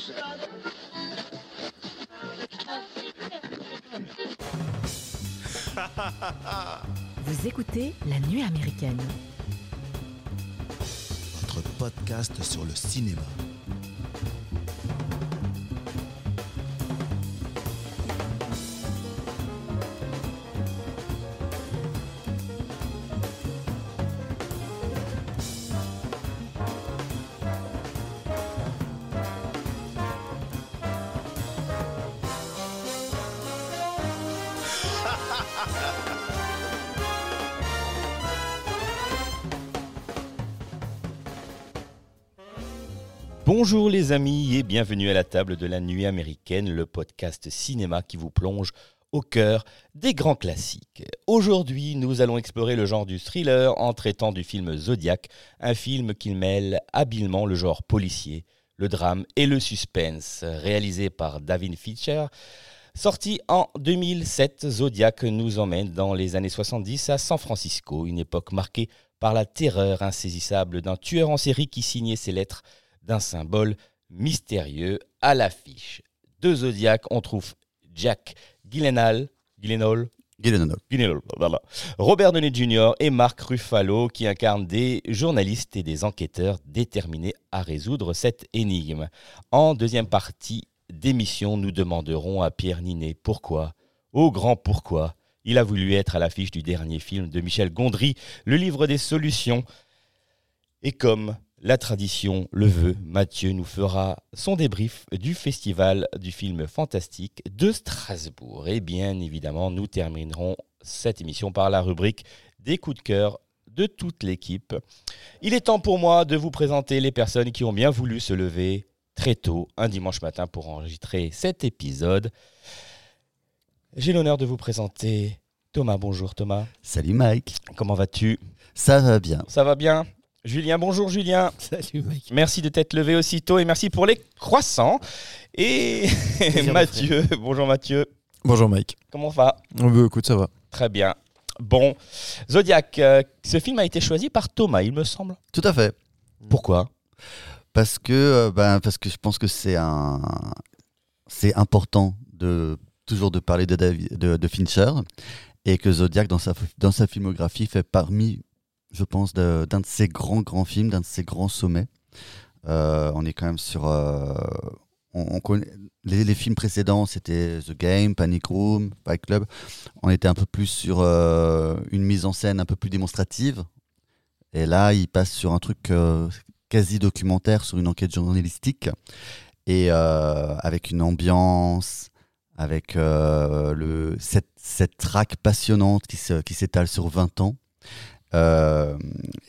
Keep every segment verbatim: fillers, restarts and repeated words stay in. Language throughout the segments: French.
Vous écoutez La Nuit Américaine. Votre podcast sur le cinéma. Bonjour les amis et bienvenue à la table de la Nuit Américaine, le podcast cinéma qui vous plonge au cœur des grands classiques. Aujourd'hui, nous allons explorer le genre du thriller en traitant du film Zodiac, un film qui mêle habilement le genre policier, le drame et le suspense. Réalisé par David Fincher, sorti en deux mille sept, Zodiac nous emmène dans les années soixante-dix à San Francisco, une époque marquée par la terreur insaisissable d'un tueur en série qui signait ses lettres d'un symbole mystérieux à l'affiche. De Zodiac, on trouve Jack Gyllenhaal, Gyllenhaal, Gyllenhaal. Gyllenhaal, voilà. Robert Downey junior et Mark Ruffalo qui incarnent des journalistes et des enquêteurs déterminés à résoudre cette énigme. En deuxième partie d'émission, nous demanderons à Pierre Ninet pourquoi, au grand pourquoi, il a voulu être à l'affiche du dernier film de Michel Gondry, Le Livre des Solutions. Et comme la tradition le veut, Mathieu nous fera son débrief du festival du film fantastique de Strasbourg. Et bien évidemment, nous terminerons cette émission par la rubrique des coups de cœur de toute l'équipe. Il est temps pour moi de vous présenter les personnes qui ont bien voulu se lever très tôt, un dimanche matin, pour enregistrer cet épisode. J'ai l'honneur de vous présenter Thomas. Bonjour Thomas. Salut Mike. Comment vas-tu ? Ça va bien. Ça va bien ? Julien, bonjour Julien. Salut Mike. Merci de t'être levé aussitôt et merci pour les croissants. Et Mathieu, bonjour Mathieu. Bonjour Mike. Comment va ? Oh, bah, écoute, ça va. Très bien. Bon, Zodiac, euh, ce film a été choisi par Thomas, il me semble. Tout à fait. Pourquoi ? Parce que, euh, ben, parce que je pense que c'est un, c'est important de toujours de parler de, David, de, de Fincher et que Zodiac dans sa dans sa filmographie fait parmi, je pense, de, d'un de ses grands grands films, d'un de ses grands sommets. Euh, on est quand même sur, euh, on, on connaît les, les films précédents, c'était The Game, Panic Room, Fight Club. On était un peu plus sur euh, une mise en scène un peu plus démonstrative. Et là, il passe sur un truc euh, quasi documentaire, sur une enquête journalistique, et euh, avec une ambiance, avec euh, le cette cette traque passionnante qui se, qui s'étale sur vingt ans. Euh,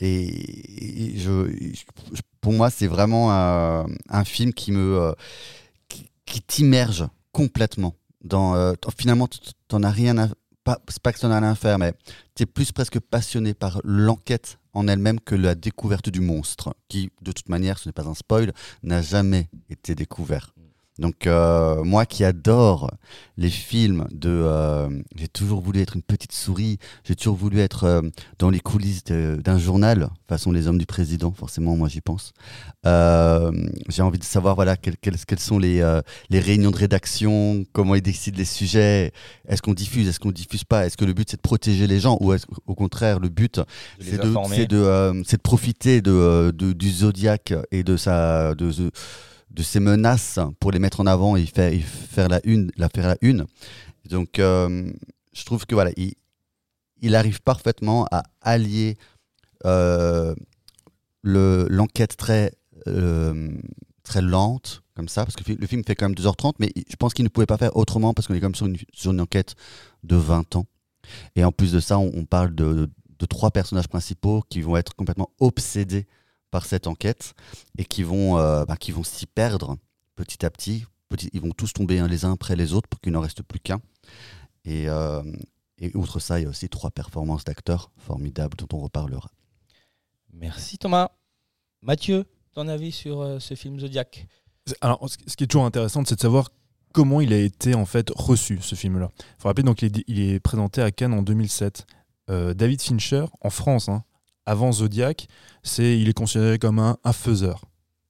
et, et je, je, pour moi, c'est vraiment un, un film qui me euh, qui, qui t'immerge complètement dans. Euh, finalement, t'en as rien à pas, c'est pas que t'en as rien à faire, mais t'es plus presque passionné par l'enquête en elle-même que la découverte du monstre, qui, de toute manière, ce n'est pas un spoil, n'a jamais été découvert. Donc euh, moi qui adore les films de... Euh, j'ai toujours voulu être une petite souris, j'ai toujours voulu être euh, dans les coulisses de, d'un journal, façon Les Hommes du Président, forcément moi j'y pense. Euh, j'ai envie de savoir voilà, quelles, quelles, quelles sont les, euh, les réunions de rédaction, comment ils décident les sujets, est-ce qu'on diffuse, est-ce qu'on diffuse pas, est-ce que le but c'est de protéger les gens ou est-ce qu'au contraire le but De c'est, de, c'est, de, euh, c'est de profiter de, de, du Zodiac et de sa... De, de, de ces menaces pour les mettre en avant et faire, et faire la une, la faire la une. Donc, euh, je trouve que voilà, il, il arrive parfaitement à allier euh, le, l'enquête très, euh, très lente, comme ça, parce que le film fait quand même deux heures trente, mais je pense qu'il ne pouvait pas faire autrement parce qu'on est quand même sur une, sur une enquête de vingt ans. Et en plus de ça, on, on parle de, de, de trois personnages principaux qui vont être complètement obsédés par cette enquête et qui vont, euh, bah, qui vont s'y perdre petit à petit. petit. Ils vont tous tomber hein, les uns après les autres pour qu'il n'en reste plus qu'un. Et, euh, et outre ça, il y a aussi trois performances d'acteurs formidables dont on reparlera. Merci Thomas. Mathieu, ton avis sur euh, ce film Zodiac ? Alors, ce qui est toujours intéressant, c'est de savoir comment il a été en fait reçu, ce film-là. Il faut rappeler donc il est, il est présenté à Cannes en deux mille sept. Euh, David Fincher, en France, hein, avant Zodiac, c'est, il est considéré comme un, un faiseur.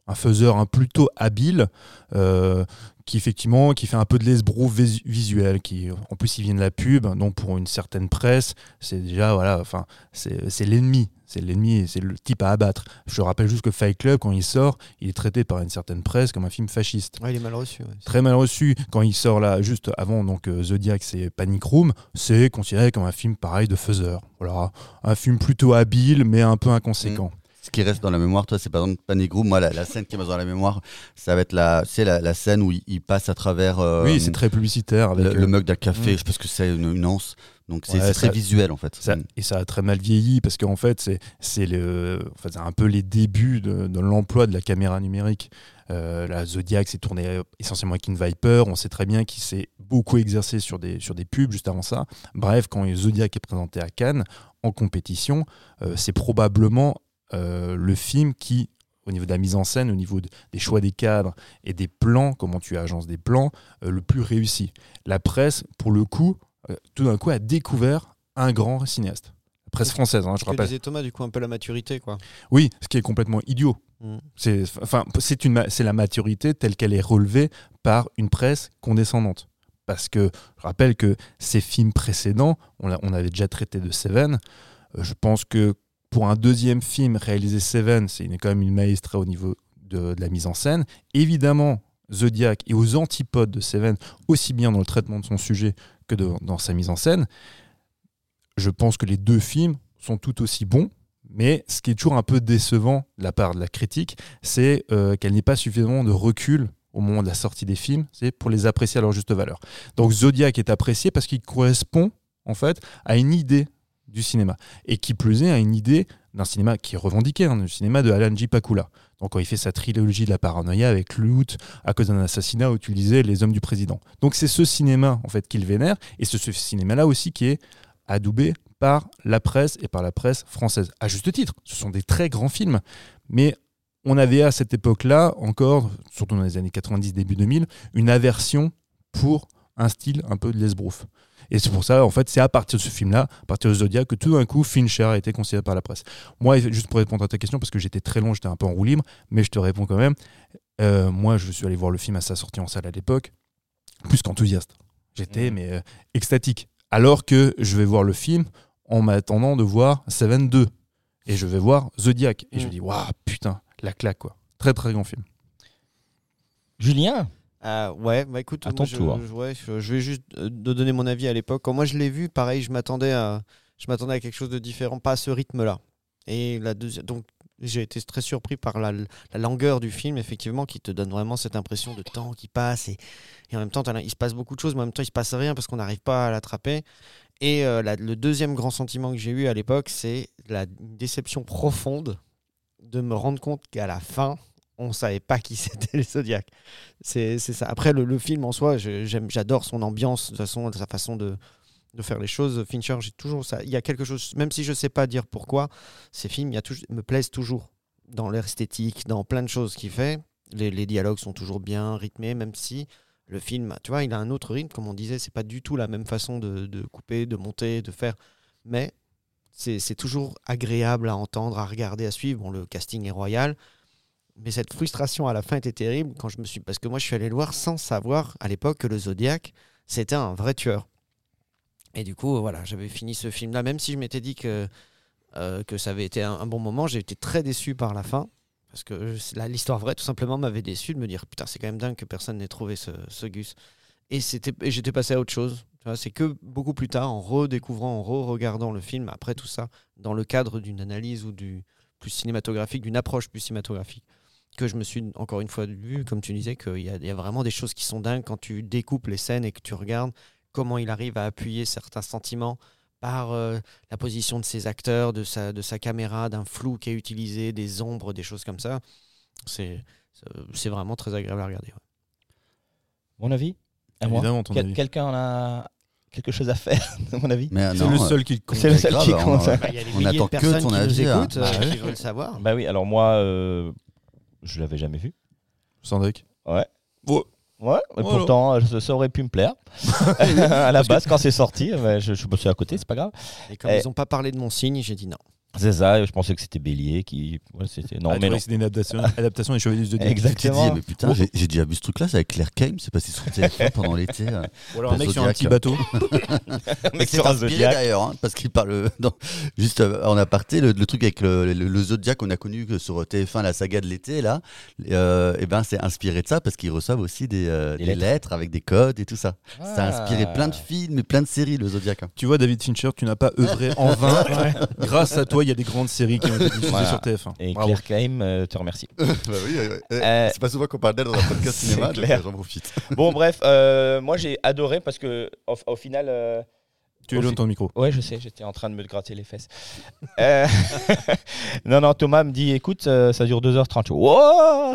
un faiseur un plutôt habile, euh, qui effectivement qui fait un peu de l'esbrouf vis- visuel, qui en plus il vient de la pub, donc pour une certaine presse, c'est déjà voilà, enfin c'est, c'est l'ennemi, c'est l'ennemi, c'est le type à abattre. Je rappelle juste que Fight Club, quand il sort, il est traité par une certaine presse comme un film fasciste. Ouais, il est mal reçu. Ouais. Très mal reçu. Quand il sort là, juste avant donc euh, Zodiac, c'est Panic Room, c'est considéré comme un film pareil de faiseur. Voilà, un film plutôt habile mais un peu inconséquent. Mmh. Ce qui reste dans la mémoire, toi, c'est par exemple Panic Room. Moi, la, la scène qui me reste dans la mémoire, ça va être la, c'est la, la scène où il, il passe à travers euh, Oui, c'est très publicitaire. Avec, le, euh, le mug d'un café. mm. Je pense que c'est une, une anse. Donc c'est, Ouais, c'est très ça- visuel en fait. Ça- Mm. et ça a très mal vieilli parce qu'en fait, c'est, c'est, le, enfin, c'est un peu les débuts de, de l'emploi de la caméra numérique. Euh, la Zodiac s'est tourné essentiellement avec une Viper. On sait très bien qu'il s'est beaucoup exercé sur des, sur des pubs juste avant ça. Bref, quand Zodiac est présenté à Cannes en compétition, euh, c'est probablement euh, le film qui, au niveau de la mise en scène, au niveau de- des choix des cadres et des plans, comment tu agences des plans, euh, le plus réussi. La presse, pour le coup, euh, tout d'un coup, a découvert un grand cinéaste. La presse française, hein, je Ce que rappelle. disait Thomas, du coup, un peu la maturité, quoi. Oui, ce qui est complètement idiot. Mm. C'est, enfin, c'est, une, ma- c'est la maturité telle qu'elle est relevée par une presse condescendante. Parce que je rappelle que ces films précédents, on, l'a- on avait déjà traité de Seven. Euh, je pense que pour un deuxième film réalisé Seven, c'est une- quand même une maestria au niveau de, de la mise en scène. Évidemment, Zodiac est aux antipodes de Seven, aussi bien dans le traitement de son sujet que de- dans sa mise en scène. Je pense que les deux films sont tout aussi bons, mais ce qui est toujours un peu décevant de la part de la critique, c'est euh, qu'elle n'ait pas suffisamment de recul au moment de la sortie des films, c'est pour les apprécier à leur juste valeur. Donc Zodiac est apprécié parce qu'il correspond en fait à une idée du cinéma, et qui plus est à une idée d'un cinéma qui est revendiqué, hein, du cinéma de Alan J. Pakula. Donc quand il fait sa trilogie de la paranoïa avec Loot, à cause d'un assassinat, où tu disais Les Hommes du Président. Donc c'est ce cinéma en fait qu'il vénère, et c'est ce cinéma-là aussi qui est adoubé par la presse et par la presse française. À juste titre, ce sont des très grands films, mais on avait à cette époque-là encore, surtout dans les années quatre-vingt-dix, début deux mille, une aversion pour un style un peu de l'esbrouf. Et c'est pour ça, en fait, c'est à partir de ce film-là, à partir de Zodiac, que tout d'un coup, Fincher a été considéré par la presse. Moi, juste pour répondre à ta question, parce que j'étais très long, j'étais un peu en roue libre, mais je te réponds quand même. Euh, moi, je suis allé voir le film à sa sortie en salle à l'époque, plus qu'enthousiaste. J'étais, Mmh. mais euh, extatique. Alors que je vais voir le film en m'attendant de voir Seven deux. Et je vais voir Zodiac. Et Mm. je me dis, waouh, putain, la claque, quoi. Très, très grand film. Julien, Euh, ouais, bah écoute, À moi, ton je, tour. je- ouais, je, je vais juste euh, de donner mon avis à l'époque. Quand moi je l'ai vu, pareil, je m'attendais à, je m'attendais à quelque chose de différent, pas à ce rythme-là. Et la deuxième, donc j'ai été très surpris par la, la longueur du film, effectivement, qui te donne vraiment cette impression de temps qui passe et, et en même temps, t'as- il se passe beaucoup de choses, mais en même temps, il se passe rien parce qu'on n'arrive pas à l'attraper. Et euh, la- le deuxième grand sentiment que j'ai eu à l'époque, c'est la une déception profonde de me rendre compte qu'à la fin, on savait pas qui c'était les Zodiacs. C'est c'est ça. Après, le, le film en soi, je- j'aime, j'adore son ambiance, de toute façon, sa façon de, de faire les choses. Fincher, j'ai toujours ça. Il y a quelque chose, même si je sais pas dire pourquoi, ces films il y a toujours, me plaisent toujours. Dans leur esthétique, dans plein de choses qu'il fait. Les, les dialogues sont toujours bien rythmés, même si le film, tu vois, il a un autre rythme, comme on disait, c'est pas du tout la même façon de, de couper, de monter, de faire. Mais c'est c'est toujours agréable à entendre, à regarder, à suivre. Bon, le casting est royal. Mais cette frustration à la fin était terrible quand je me suis, parce que moi je suis allé le voir sans savoir à l'époque que le Zodiac c'était un vrai tueur. Et du coup voilà, j'avais fini ce film là, même si je m'étais dit que, euh, que ça avait été un, un bon moment, j'ai été très déçu par la fin. Parce que là, l'histoire vraie tout simplement m'avait déçu de me dire putain c'est quand même dingue que personne n'ait trouvé ce, ce Gus. Et, c'était, et j'étais passé à autre chose. Tu vois, c'est que beaucoup plus tard, en redécouvrant, en re-regardant le film, après tout ça, dans le cadre d'une analyse ou du plus cinématographique, d'une approche plus cinématographique, que je me suis encore une fois vu, comme tu disais, qu'il y a, il y a vraiment des choses qui sont dingues quand tu découpes les scènes et que tu regardes comment il arrive à appuyer certains sentiments par euh, la position de ses acteurs, de sa, de sa caméra, d'un flou qui est utilisé, des ombres, des choses comme ça. C'est, c'est vraiment très agréable à regarder. Ouais. mon avis à moi Évidemment, ton Quel- avis. Quelqu'un en a quelque chose à faire, à mon avis Mais euh, C'est non, le euh, seul qui compte. C'est le seul grave, qui on- compte. on- Bah, il y a des On milliers attend de que personnes ton qui avis, nous hein. écoutent, Bah euh, ouais. qui veulent savoir. Bah oui, alors moi, euh, je l'avais jamais vu. Sandrick. Ouais. Ouais. Ouais, et Voilà. pourtant, euh, ça, ça aurait pu me plaire. À la base, quand c'est sorti, euh, je, je suis passé à côté, c'est pas grave. Et comme Eh. ils n'ont pas parlé de mon signe, j'ai dit non. C'est ça, je pensais que c'était Bélier qui. Ouais, c'était... Non, Ah, tu mais vois, non. c'était une adaptation, adaptation des Chevaliers du Zodiac. Exactement. Tu te dis, mais putain, j'ai, j'ai déjà vu ce truc-là, c'est avec Claire Kane, c'est passé sur le téléphone pendant l'été. euh. Ou alors un Le mec sur un Zodiac. petit bateau. Un mec C'est sur un inspiré Zodiac. d'ailleurs, hein, parce qu'il parle dans- juste euh, en aparté, le, le truc avec le, le, le Zodiac qu'on a connu que sur T F un, la saga de l'été, là, euh, et ben c'est inspiré de ça parce qu'ils reçoivent aussi des, euh, Des des lettres. lettres. avec des codes et tout ça. Ça a Ah. inspiré plein de films et plein de séries, le Zodiac. hein. Tu vois, David Fincher, tu n'as pas œuvré en vain. Grâce à toi, il y a des grandes séries qui ont été diffusées Voilà. sur T F un. Et Bravo. Claire Kaim euh, te remercie. bah oui, euh, Euh, c'est pas souvent qu'on parle d'elle dans un podcast c'est cinéma, donc clair. euh, j'en profite. Bon, bref, euh, moi j'ai adoré parce que au, au final. euh, Tu es Au loin fi- de ton micro. Ouais, je sais, j'étais en train de me gratter les fesses. Euh, non, non, Thomas me dit écoute, euh, ça dure deux heures trente. Wow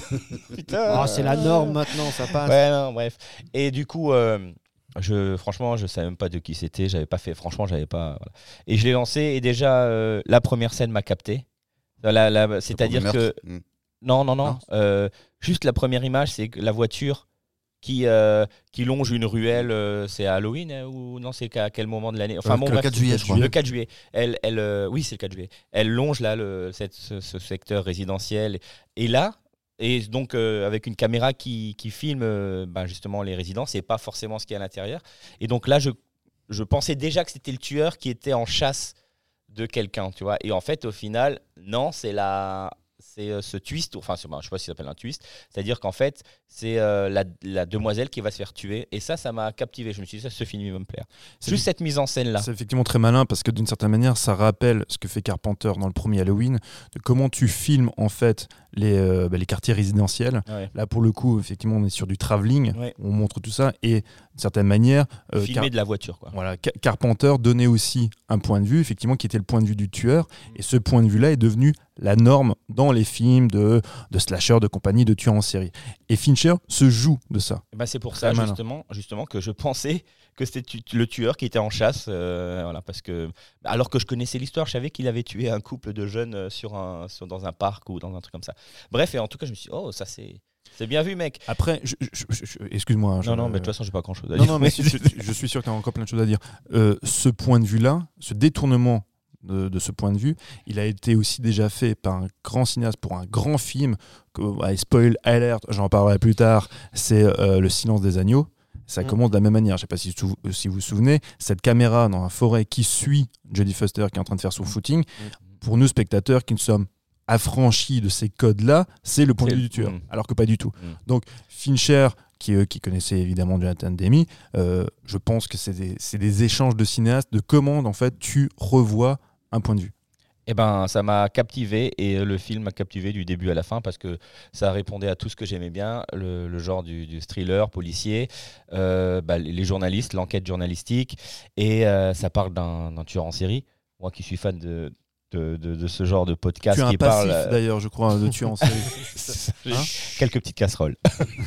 Putain Oh, c'est la norme maintenant, ça passe. Ouais, non, bref. Et du coup, euh, je, franchement, je savais même pas de qui c'était. J'avais pas fait. Franchement, j'avais pas. Voilà. Et je l'ai lancé et déjà, euh, la première scène m'a capté. La- la- C'est-à-dire Le que. meurtre. Mm. Non, non, non. Non. euh, juste la première image, c'est que la voiture qui, euh, qui longe une ruelle. euh, c'est à Halloween hein, ou non? C'est à quel moment de l'année? Enfin, Euh, bon, le bref, quatre juillet, je crois. le quatre juillet. Elle, elle, euh, oui, c'est le quatre juillet. Elle longe là le, cette- ce, ce secteur résidentiel. Et là, et donc euh, avec une caméra qui, qui filme euh, ben, justement les résidences et pas forcément ce qu'il y a à l'intérieur. Et donc là, je, je pensais déjà que c'était le tueur qui était en chasse de quelqu'un, tu vois. Et en fait, au final, non, c'est la... C'est euh, ce twist, enfin, c'est- ben, je sais pas si ça s'appelle un twist, c'est-à-dire qu'en fait, c'est euh, la, la demoiselle qui va se faire tuer. Et ça, ça m'a captivé. Je me suis dit, ça, ce film, il va me plaire. C'est- Juste cette mise en scène-là. C'est effectivement très malin parce que d'une certaine manière, ça rappelle ce que fait Carpenter dans le premier Halloween, de comment tu filmes en fait les, euh, bah, les quartiers résidentiels. Ouais. Là, pour le coup, effectivement, on est sur du travelling, Ouais. on montre tout ça et d'une certaine manière, euh, Filmé Car- de la voiture, quoi. voilà, Ca- Carpenter donnait aussi un point de vue, effectivement, qui était le point de vue du tueur. Et ce point de vue-là est devenu la norme dans les films de, de slasher, de compagnie, de tueurs en série. Et Fincher se joue de ça. Eh ben, c'est pour Très ça malin. justement, justement que je pensais que c'était tu- le tueur qui était en chasse, euh, voilà, parce que alors que je connaissais l'histoire, je savais qu'il avait tué un couple de jeunes euh, sur un, sur- dans un parc ou dans un truc comme ça. Bref, et en tout cas, je me suis dit, oh, ça c'est c'est bien vu, mec. Après, je- je- je- je- excuse-moi. hein, je- Non, non, mais de toute façon, j'ai pas grand chose à Non, dire. non, mais si, je, je suis sûr qu'il y a encore plein de choses à dire. Euh, ce point de vue-là, ce détournement de, de ce point de vue, il a été aussi déjà fait par un grand cinéaste pour un grand film. Que, allez, spoil alert, j'en parlerai plus tard. C'est euh, Le Silence des agneaux. Ça Mm. commence de la même manière. Je ne sais pas si, sou- si vous vous souvenez, cette caméra dans la forêt qui suit Jodie Foster qui est en train de faire son footing. Pour nous spectateurs qui ne sommes affranchis de ces codes-là, c'est le point de C'est vue le- du tueur. Mm. Alors que pas du tout. Mm. Donc Fincher, qui, euh, qui connaissait évidemment Jonathan Demme, euh, je pense que c'est des, c'est des échanges de cinéastes, de comment en fait tu revois un point de vue. Eh ben, ça m'a captivé et le film m'a captivé du début à la fin parce que ça répondait à tout ce que j'aimais bien, le, le genre du, du thriller policier, euh, bah, les les journalistes, l'enquête journalistique et euh, ça parle d'un d'un tueur en série. Moi qui suis fan de, de, de, de ce genre de podcast Tu as un qui passif parle. euh, d'ailleurs, je crois, de tueur en série. J'ai Hein quelques petites casseroles.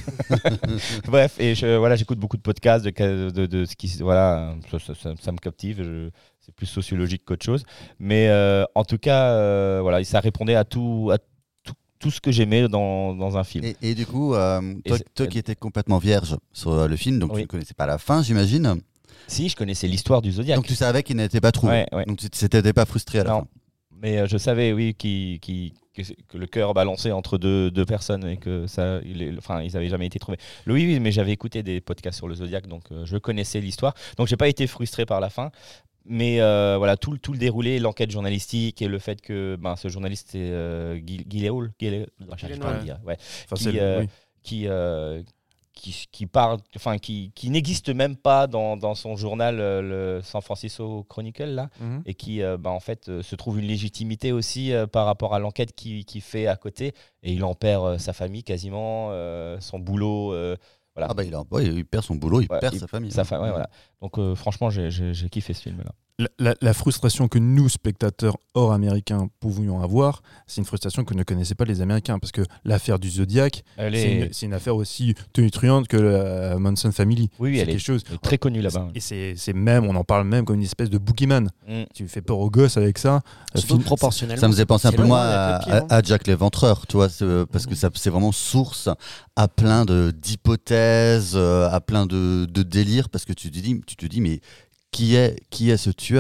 Bref, et je, voilà, j'écoute beaucoup de podcasts de, de, de, de ce qui, voilà, ça, ça, ça- ça me captive. je- c'est plus sociologique qu'autre chose, mais euh, en tout cas, euh, voilà, ça répondait à tout, à tout, tout ce que j'aimais dans, dans un film. Et, et du coup, euh, Et toi, c'est- toi qui étais complètement vierge sur euh, le film, donc Oui. tu ne connaissais pas la fin, j'imagine. Si, je connaissais l'histoire du Zodiac. Donc tu savais qu'il n'était pas trouvé. Ouais, ouais. Donc tu n'étais pas frustré à la Non. fin. Mais euh, je savais, oui, qui, qui, que, c'est- que le cœur balançait entre deux, deux personnes et que ça, il est- enfin, ils n'avaient jamais été trouvés. Oui, oui, mais j'avais écouté des podcasts sur le Zodiac, donc euh, je connaissais l'histoire. Donc j'ai pas été frustré par la fin. Mais euh, voilà, tout, le- tout le déroulé, l'enquête journalistique et le fait que ben, ce journaliste, c'est euh, Guy- Guilléaul, Guilléaul, j'arrive pas à le dire, ouais, Enfin, Qui, c'est le- euh, oui. qui, euh, qui, qui parle, enfin qui, qui n'existe même pas dans, dans son journal, euh, le San Francisco Chronicle là, Mhm. et qui euh, bah, en fait euh, se trouve une légitimité aussi euh, par rapport à l'enquête qu'il qui fait à côté, et il en perd euh, sa famille quasiment, euh, son boulot, euh, voilà. Ah bah il, a, ouais, il perd son boulot, il Ouais, perd il- sa famille. Sa fa- ouais, voilà. Donc euh, franchement j'ai- j'ai j'ai kiffé ce film là. La, la- la frustration que nous, spectateurs hors américains, pouvions avoir, c'est une frustration que ne connaissaient pas les Américains. Parce que l'affaire du Zodiac, Elle c'est est, une, c'est une affaire aussi tonitruante que la Manson Family. oui, oui, c'est elle est, quelque chose. elle est très connue là-bas. Et c'est c'est même, on en parle même comme une espèce de boogeyman. Mm. Tu fais peur aux gosses avec ça. Euh, Surtout fin- proportionnellement. Ça me faisait penser un C'est peu long, moi hein, à, avec le pire, hein. à- à Jack l'Éventreur, tu vois, c'est- parce que ça, c'est vraiment source à plein de- d'hypothèses, euh, à plein de, de délires, parce que tu te dis, tu te dis mais qui est, qui est ce tueur?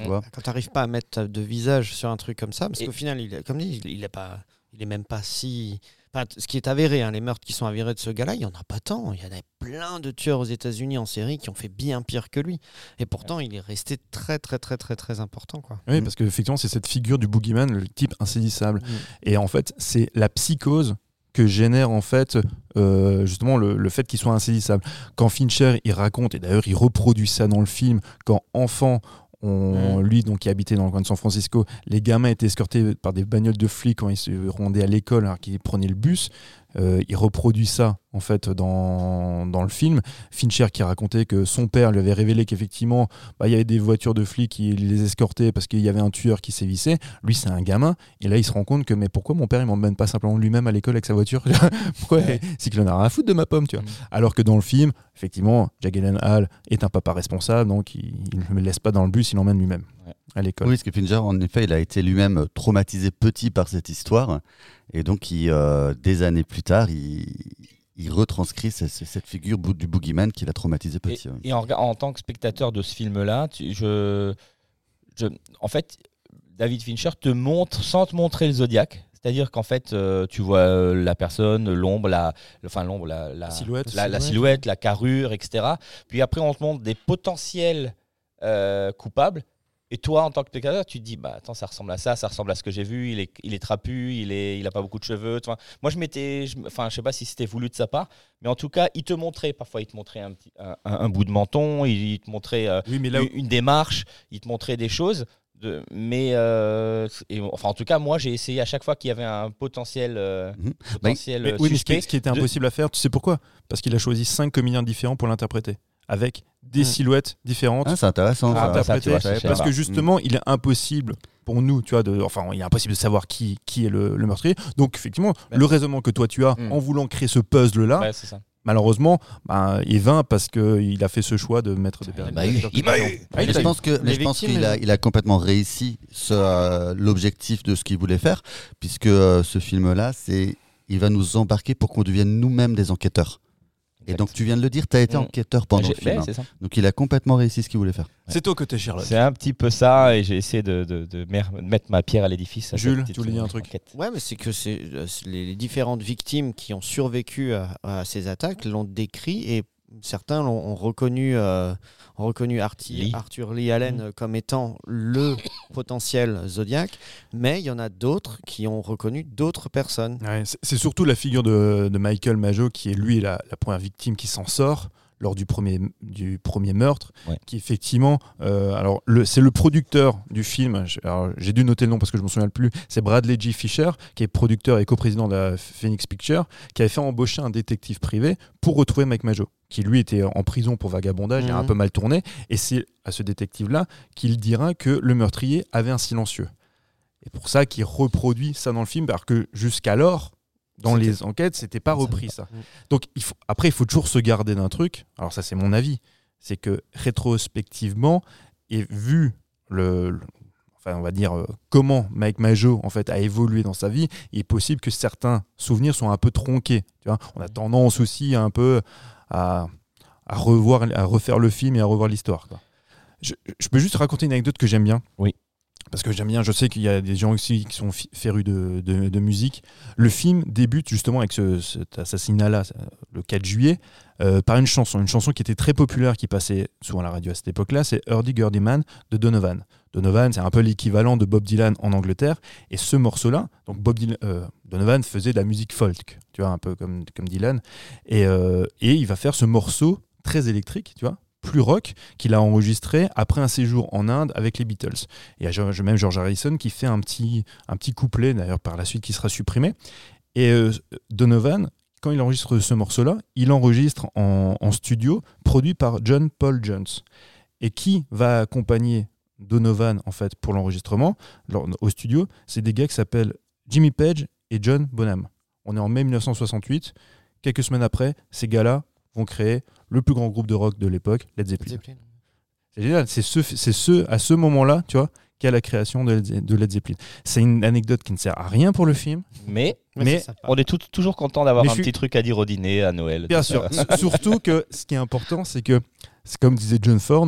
Tu vois Quand tu n'arrives pas à mettre de visage sur un truc comme ça, parce Et- qu'au final, il est, comme dit, il, il est pas, il est même pas si. Enfin, ce qui est avéré, hein, les meurtres qui sont avérés de ce gars-là, il n'y en a pas tant. Il y en a plein de tueurs aux États-Unis en série qui ont fait bien pire que lui. Et pourtant, il est resté très, très, très, très, très important, quoi. Oui, Mm. parce qu'effectivement, c'est cette figure du boogeyman, le type insaisissable. Et en fait, c'est la psychose que génère en fait euh, justement le, le fait qu'il soit insaisissable. Quand Fincher il raconte, et d'ailleurs il reproduit ça dans le film, quand enfant, on, Mm. lui donc qui habitait dans le coin de San Francisco, les gamins étaient escortés par des bagnoles de flics quand ils se rendaient à l'école alors qu'ils prenaient le bus. Euh, il reproduit ça en fait dans, dans le film. Fincher qui racontait que son père lui avait révélé qu'effectivement bah, il y avait des voitures de flics qui les escortaient parce qu'il y avait un tueur qui sévissait. Lui c'est un gamin et là il se rend compte que mais pourquoi mon père il m'emmène pas simplement lui-même à l'école avec sa voiture pourquoi Ouais. c'est qu'il en a rien à foutre de ma pomme tu vois. Mm. Alors que dans le film effectivement Jake Gyllenhaal est un papa responsable donc il ne le laisse pas dans le bus, il l'emmène lui-même Ouais. à l'école. Oui, parce que Fincher, en effet, il a été lui-même traumatisé petit par cette histoire. Et donc, il, euh, des années plus tard, il, il retranscrit ce- ce- cette figure bou- du boogeyman qui l'a traumatisé Et, petit. ouais. et en, rega- en tant que spectateur de ce film-là, tu- je, je, en fait, David Fincher te montre sans te montrer le Zodiac. C'est-à-dire qu'en fait, euh, tu vois euh, la personne, l'ombre, la, enfin l'ombre, la, la, La silhouette. la, la Silhouette. silhouette, la carrure, et cetera. Puis après, on te montre des potentiels euh, coupables. Et toi, en tant que spectateur, tu te dis, bah attends, ça ressemble à ça, ça ressemble à ce que j'ai vu. Il est, il est trapu, il est, il a pas beaucoup de cheveux. Enfin, moi, je m'étais, je, enfin, je sais pas si c'était voulu de sa part, mais en tout cas, il te montrait. Parfois, il te montrait un petit, un, un- un bout de menton, il, il te montrait euh, Oui mais là une, une démarche, il te montrait des choses. De, mais euh, et, enfin, en tout cas, moi, j'ai essayé à chaque fois qu'il y avait un potentiel, euh, Mhm. potentiel Mais euh, oui, mais ce qui, suspect. ce qui était de- impossible à faire, tu sais pourquoi? Parce qu'il a choisi cinq comédiens différents pour l'interpréter, avec des Mm. silhouettes différentes Ah, c'est intéressant. Ah, ça. bah, ça, interprétées, tu vois, je savais parce pas. que justement, il est impossible pour nous, tu vois, de, enfin, il est impossible de savoir qui, qui est le, le meurtrier. Donc, effectivement, Ouais. le raisonnement que toi tu as Mm. en voulant créer ce puzzle-là, Ouais, c'est ça. malheureusement, ben, est vain parce qu'il a fait ce choix de mettre des Il personnes. m'a eu, il m'a eu. Ah, il Mais t'a je eu. pense que, mais Les je pense victimes, qu'il a, elles- il a complètement réussi ce, euh, l'objectif de ce qu'il voulait faire, puisque euh, ce film-là, c'est, il va nous embarquer pour qu'on devienne nous-mêmes des enquêteurs. Et donc, tu viens de le dire, tu as été Mm. enquêteur pendant J'ai- le film. ouais, hein. c'est ça. Donc, il a complètement réussi ce qu'il voulait faire. C'est toi que t'es Sherlock. C'est un petit peu ça, et j'ai essayé de, de, de mer- de mettre ma pierre à l'édifice. à cette Jules, petite tu voulais dire un truc? enquête. Ouais, mais c'est que c'est, euh, c'est les, les différentes victimes qui ont survécu à, à ces attaques l'ont décrit et certains l'ont, ont reconnu, euh, ont reconnu Arti- Lee. Arthur Lee Allen euh, comme étant le potentiel Zodiac, mais il y en a d'autres qui ont reconnu d'autres personnes. Ouais, c'est c'est surtout la figure de, de Michael Mageau qui est lui la, la première victime qui s'en sort lors du premier, du premier meurtre, Ouais. qui effectivement, euh, alors le, c'est le producteur du film, je- alors, j'ai dû noter le nom parce que je me souviens plus, c'est Bradley G. Fisher, qui est producteur et coprésident de la Phoenix Pictures, qui avait fait embaucher un détective privé pour retrouver Mike Mageau, qui lui était en prison pour vagabondage, il a Mhm. un peu mal tourné, et c'est à ce détective-là qu'il dira que le meurtrier avait un silencieux. Et pour ça qu'il reproduit ça dans le film, alors que jusqu'alors, dans C'était- les enquêtes, c'était pas repris ça. Mm. Donc il faut, après, il faut toujours se garder d'un truc. Alors ça, c'est mon avis. C'est que rétrospectivement, et vu le, le- enfin on va dire euh, comment Mike Mageau en fait a évolué dans sa vie, il est possible que certains souvenirs sont un peu tronqués. Tu vois, on a tendance aussi un peu à, à revoir, à refaire le film et à revoir l'histoire, quoi. Je, je peux juste raconter une anecdote que j'aime bien. Oui. Parce que j'aime bien, je sais qu'il y a des gens aussi qui sont fi- férus de, de- de musique. Le film débute justement avec ce, cet assassinat-là, ça, le quatre juillet, euh, par une chanson. Une chanson qui était très populaire, qui passait souvent à la radio à cette époque-là, c'est Hurdy Gurdy Man de Donovan. Donovan, c'est un peu l'équivalent de Bob Dylan en Angleterre. Et ce morceau-là, donc Bob Dylan, euh, Donovan faisait de la musique folk, tu vois, un peu comme, comme Dylan. Et, euh, et il va faire ce morceau très électrique, tu vois, plus rock, qu'il a enregistré après un séjour en Inde avec les Beatles. Et il y a même George Harrison qui fait un petit, un petit couplet, d'ailleurs par la suite qui sera supprimé. Et euh, Donovan, quand il enregistre ce morceau-là, il enregistre en, en studio, produit par John Paul Jones. Et qui va accompagner Donovan en fait pour l'enregistrement lors- au studio? C'est des gars qui s'appellent Jimmy Page et John Bonham. On est en mai dix-neuf cent soixante-huit. Quelques semaines après, ces gars-là vont créer le plus grand groupe de rock de l'époque, Led Zeppelin. Zeppelin. C'est génial, c'est ce, c'est ce, à ce moment-là, tu vois, qu'est la création de Led, Ze- de Led Zeppelin. C'est une anecdote qui ne sert à rien pour le film, Mais Mais- c'est sympa. on est tout- toujours content d'avoir Mais un je suis- petit truc à dire au dîner, à Noël. bien tout sûr. ça. S- Surtout que ce qui est important, c'est que, c'est comme disait John Thorne,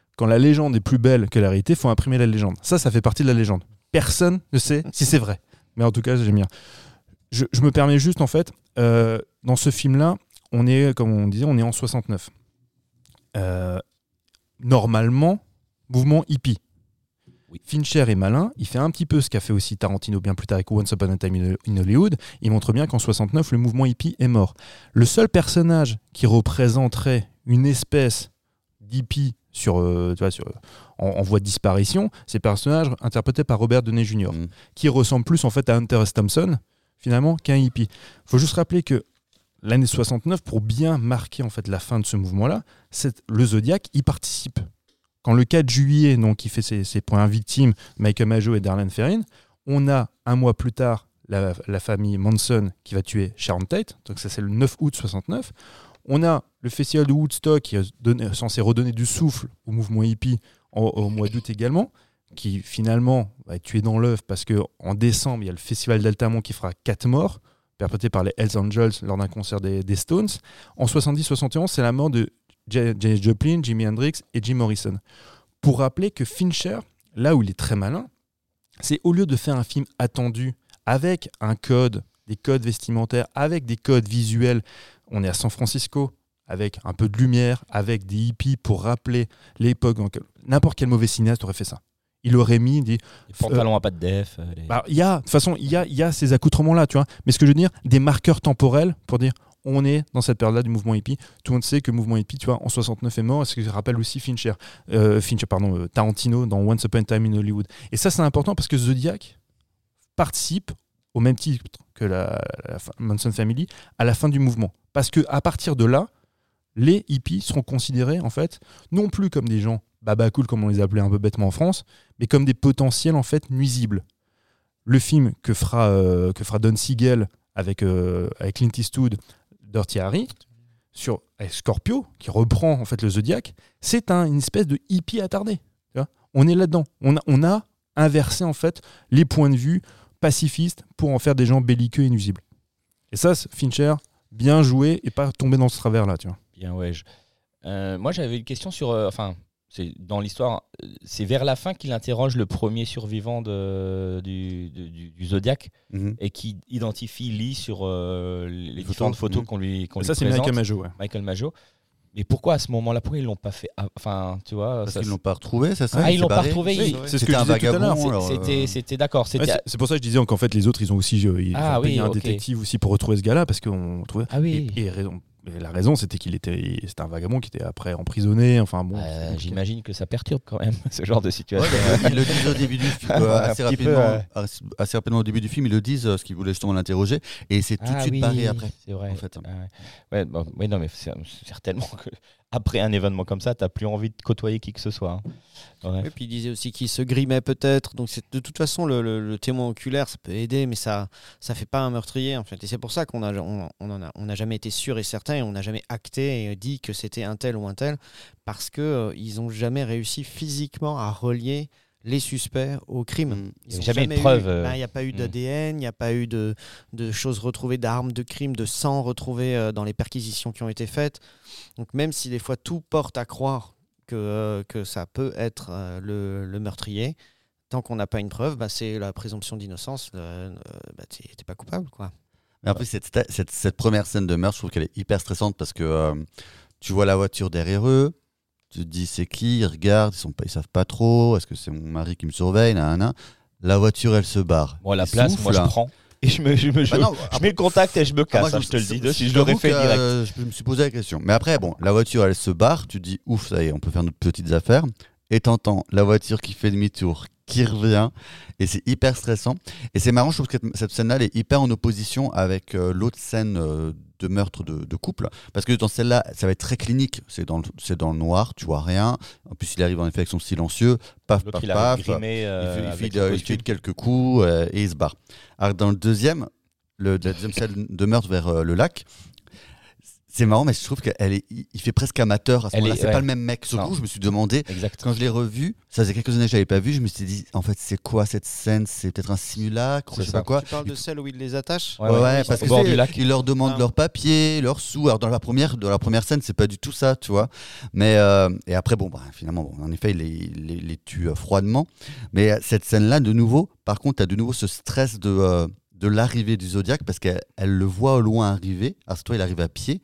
quand la légende est plus belle que la réalité, il faut imprimer la légende. Ça, ça fait partie de la légende. Personne ne sait si c'est vrai. Mais en tout cas, j'aime bien. Je, je me permets juste, en fait, euh, dans ce film-là, on est, comme on disait, on est en soixante-neuf. Euh, normalement, mouvement hippie. Oui. Fincher est malin, il fait un petit peu ce qu'a fait aussi Tarantino bien plus tard avec Once Upon a Time in Hollywood. Il montre bien qu'en soixante-neuf, le mouvement hippie est mort. Le seul personnage qui représenterait une espèce d'hippie sur, euh, tu vois, sur, en, en voie de disparition, c'est le personnage interprété par Robert Downey junior, mmh. qui ressemble plus en fait à Hunter S. Thompson, finalement, qu'un hippie. Il faut juste rappeler que l'année soixante-neuf, pour bien marquer en fait la fin de ce mouvement-là, c'est, le Zodiac y participe. Quand le quatre juillet, donc, il fait ses, ses premières victimes, Michael Majo et Darlene Ferrin, on a un mois plus tard la, la famille Manson qui va tuer Sharon Tate, donc ça c'est le neuf août soixante-neuf. On a le festival de Woodstock qui est donné, censé redonner du souffle au mouvement hippie en, au mois d'août également, qui finalement va être tué dans l'œuf parce qu'en décembre, il y a le festival d'Altamont qui fera quatre morts, perpétrés par les Hells Angels lors d'un concert des, des Stones. En soixante-dix soixante et onze, c'est la mort de Janis Joplin, Jimi Hendrix et Jim Morrison. Pour rappeler que Fincher, là où il est très malin, c'est au lieu de faire un film attendu avec un code, des codes vestimentaires, avec des codes visuels, on est à San Francisco, avec un peu de lumière, avec des hippies pour rappeler l'époque. Dans laquelle n'importe quel mauvais cinéaste aurait fait ça. Il aurait mis des les pantalons euh, à pas de def. Les... Bah, y a, de toute façon, il y a, y a ces accoutrements-là, tu vois. Mais ce que je veux dire, des marqueurs temporels pour dire on est dans cette période-là du mouvement hippie. Tout le monde sait que le mouvement hippie, tu vois, en soixante-neuf est mort. Ce que je rappelle aussi Fincher, euh, Fincher pardon, euh, Tarantino dans Once Upon a Time in Hollywood. Et ça, c'est important parce que Zodiac participe au même titre que la, la, la Manson Family à la fin du mouvement. Parce que à partir de là, les hippies seront considérés en fait non plus comme des gens baba cool comme on les appelait un peu bêtement en France, mais comme des potentiels en fait nuisibles. Le film que fera euh, que fera Don Siegel avec euh, avec Clint Eastwood, Dirty Harry, sur avec Scorpio qui reprend en fait le Zodiac, c'est un, une espèce de hippie attardé. Tu vois, on est là-dedans. On a on a inversé en fait les points de vue pacifistes pour en faire des gens belliqueux et nuisibles. Et ça, Fincher, bien joué et pas tomber dans ce travers-là, tu vois. Bien, ouais. Je... Euh, moi, j'avais une question sur... Euh, enfin, c'est, dans l'histoire, c'est vers la fin qu'il interroge le premier survivant de, du, du, du Zodiac mm-hmm. et qui identifie Lee sur euh, les, les différentes photos mm-hmm. qu'on lui, qu'on lui ça, présente. Ça, c'est Michael Majo, ouais. Michael Majo. Mais pourquoi à ce moment-là, pourquoi ils l'ont pas fait? Enfin, tu vois, parce ça, qu'ils l'ont pas retrouvé, c'est ça. Ah, ils l'ont pas retrouvé. Oui, il... c'est ce que un vagabond. C'était, c'était d'accord. C'était... Ouais, c'est, c'est pour ça que je disais qu'en fait les autres, ils ont aussi, ils ah, ont payé oui, un okay. détective aussi pour retrouver ce gars-là parce qu'on trouvait. Ah oui. Et, et raison. Et la raison, c'était qu'il était, c'était un vagabond qui était après emprisonné. Enfin bon. Euh, j'imagine que ça perturbe quand même ce genre de situation. Ouais, ils le disent au début du film, euh, assez rapidement, peu, ouais. assez rapidement au début du film, ils le disent, euh, ce qu'ils voulaient justement l'interroger, et c'est tout ah, de suite oui, barré après. C'est vrai. En fait. Ah, ouais. Ouais, bon, ouais, non, mais c'est, certainement que après un événement comme ça, t'as plus envie de côtoyer qui que ce soit. Hein. Et puis il disait aussi qu'il se grimait peut-être. Donc c'est, de toute façon, le, le, le témoin oculaire, ça peut aider, mais ça, ça fait pas un meurtrier en fait. Et c'est pour ça qu'on a, on, on en a, on n'a jamais été sûr et certain, et on n'a jamais acté et dit que c'était un tel ou un tel, parce que euh, ils ont jamais réussi physiquement à relier les suspects au crime. Mmh. Il n'y a jamais eu de preuve. Il n'y ben, a pas eu d'A D N, il n'y a pas eu de, de choses retrouvées, d'armes de crime, de sang retrouvé euh, dans les perquisitions qui ont été faites. Donc même si des fois tout porte à croire que, euh, que ça peut être euh, le, le meurtrier, tant qu'on n'a pas une preuve, bah, c'est la présomption d'innocence, euh, bah, t'es, t'es pas coupable, quoi. Mais en plus, cette, cette, cette première scène de meurtre, je trouve qu'elle est hyper stressante parce que euh, tu vois la voiture derrière eux, tu te dis c'est qui, ils regardent, ils sont pas, ils savent pas trop, est-ce que c'est mon mari qui me surveille, nanana. La voiture elle se barre. Moi la place, souffle, moi je prends et je me, je me, je, bah non, je après, mets le contact et je me casse. Ah, moi, je, hein, je te le dis, si je l'aurais fait direct. Euh, je me suis posé la question. Mais après bon, la voiture elle se barre, tu te dis ouf ça y est, on peut faire nos petites affaires. Et t'entends la voiture qui fait demi-tour, qui revient, et c'est hyper stressant. Et c'est marrant, je trouve que cette scène-là elle est hyper en opposition avec euh, l'autre scène euh, de meurtre de, de couple, parce que dans celle-là, ça va être très clinique, c'est dans le, c'est dans le noir, tu vois rien. En plus, il arrive en effet avec son silencieux, paf, l'autre, paf, il paf, grimé, euh, il, fait, il, il fait quelques coups euh, et il se barre. Alors dans le deuxième, le, la deuxième scène de meurtre vers euh, le lac, C'est marrant, mais je trouve qu'il est, il fait presque amateur à ce Elle moment-là. est- C'est ouais. pas le même mec. Sur le Non. coup, je me suis demandé, Exact. quand je l'ai revu, ça faisait quelques années que je l'avais pas vu, je me suis dit, en fait, c'est quoi cette scène? C'est peut-être un simulacre ou C'est je sais ça. pas quoi. Tu parles de celle où il les attache Ouais, Ouais, ouais, ouais, au parce que bord c'est- du lac. ils leur demandent Ah. leurs papiers, leurs sous. Alors dans la première, dans la première scène, c'est pas du tout ça, tu vois. Mais euh, et après, bon, bah, finalement, bon, en effet, il les, il les, les tue euh, froidement. Mais euh, cette scène-là, de nouveau, par contre, t'as de nouveau ce stress de euh, de l'arrivée du Zodiac parce qu'elle elle le voit au loin arriver. Alors toi, il arrive à pied,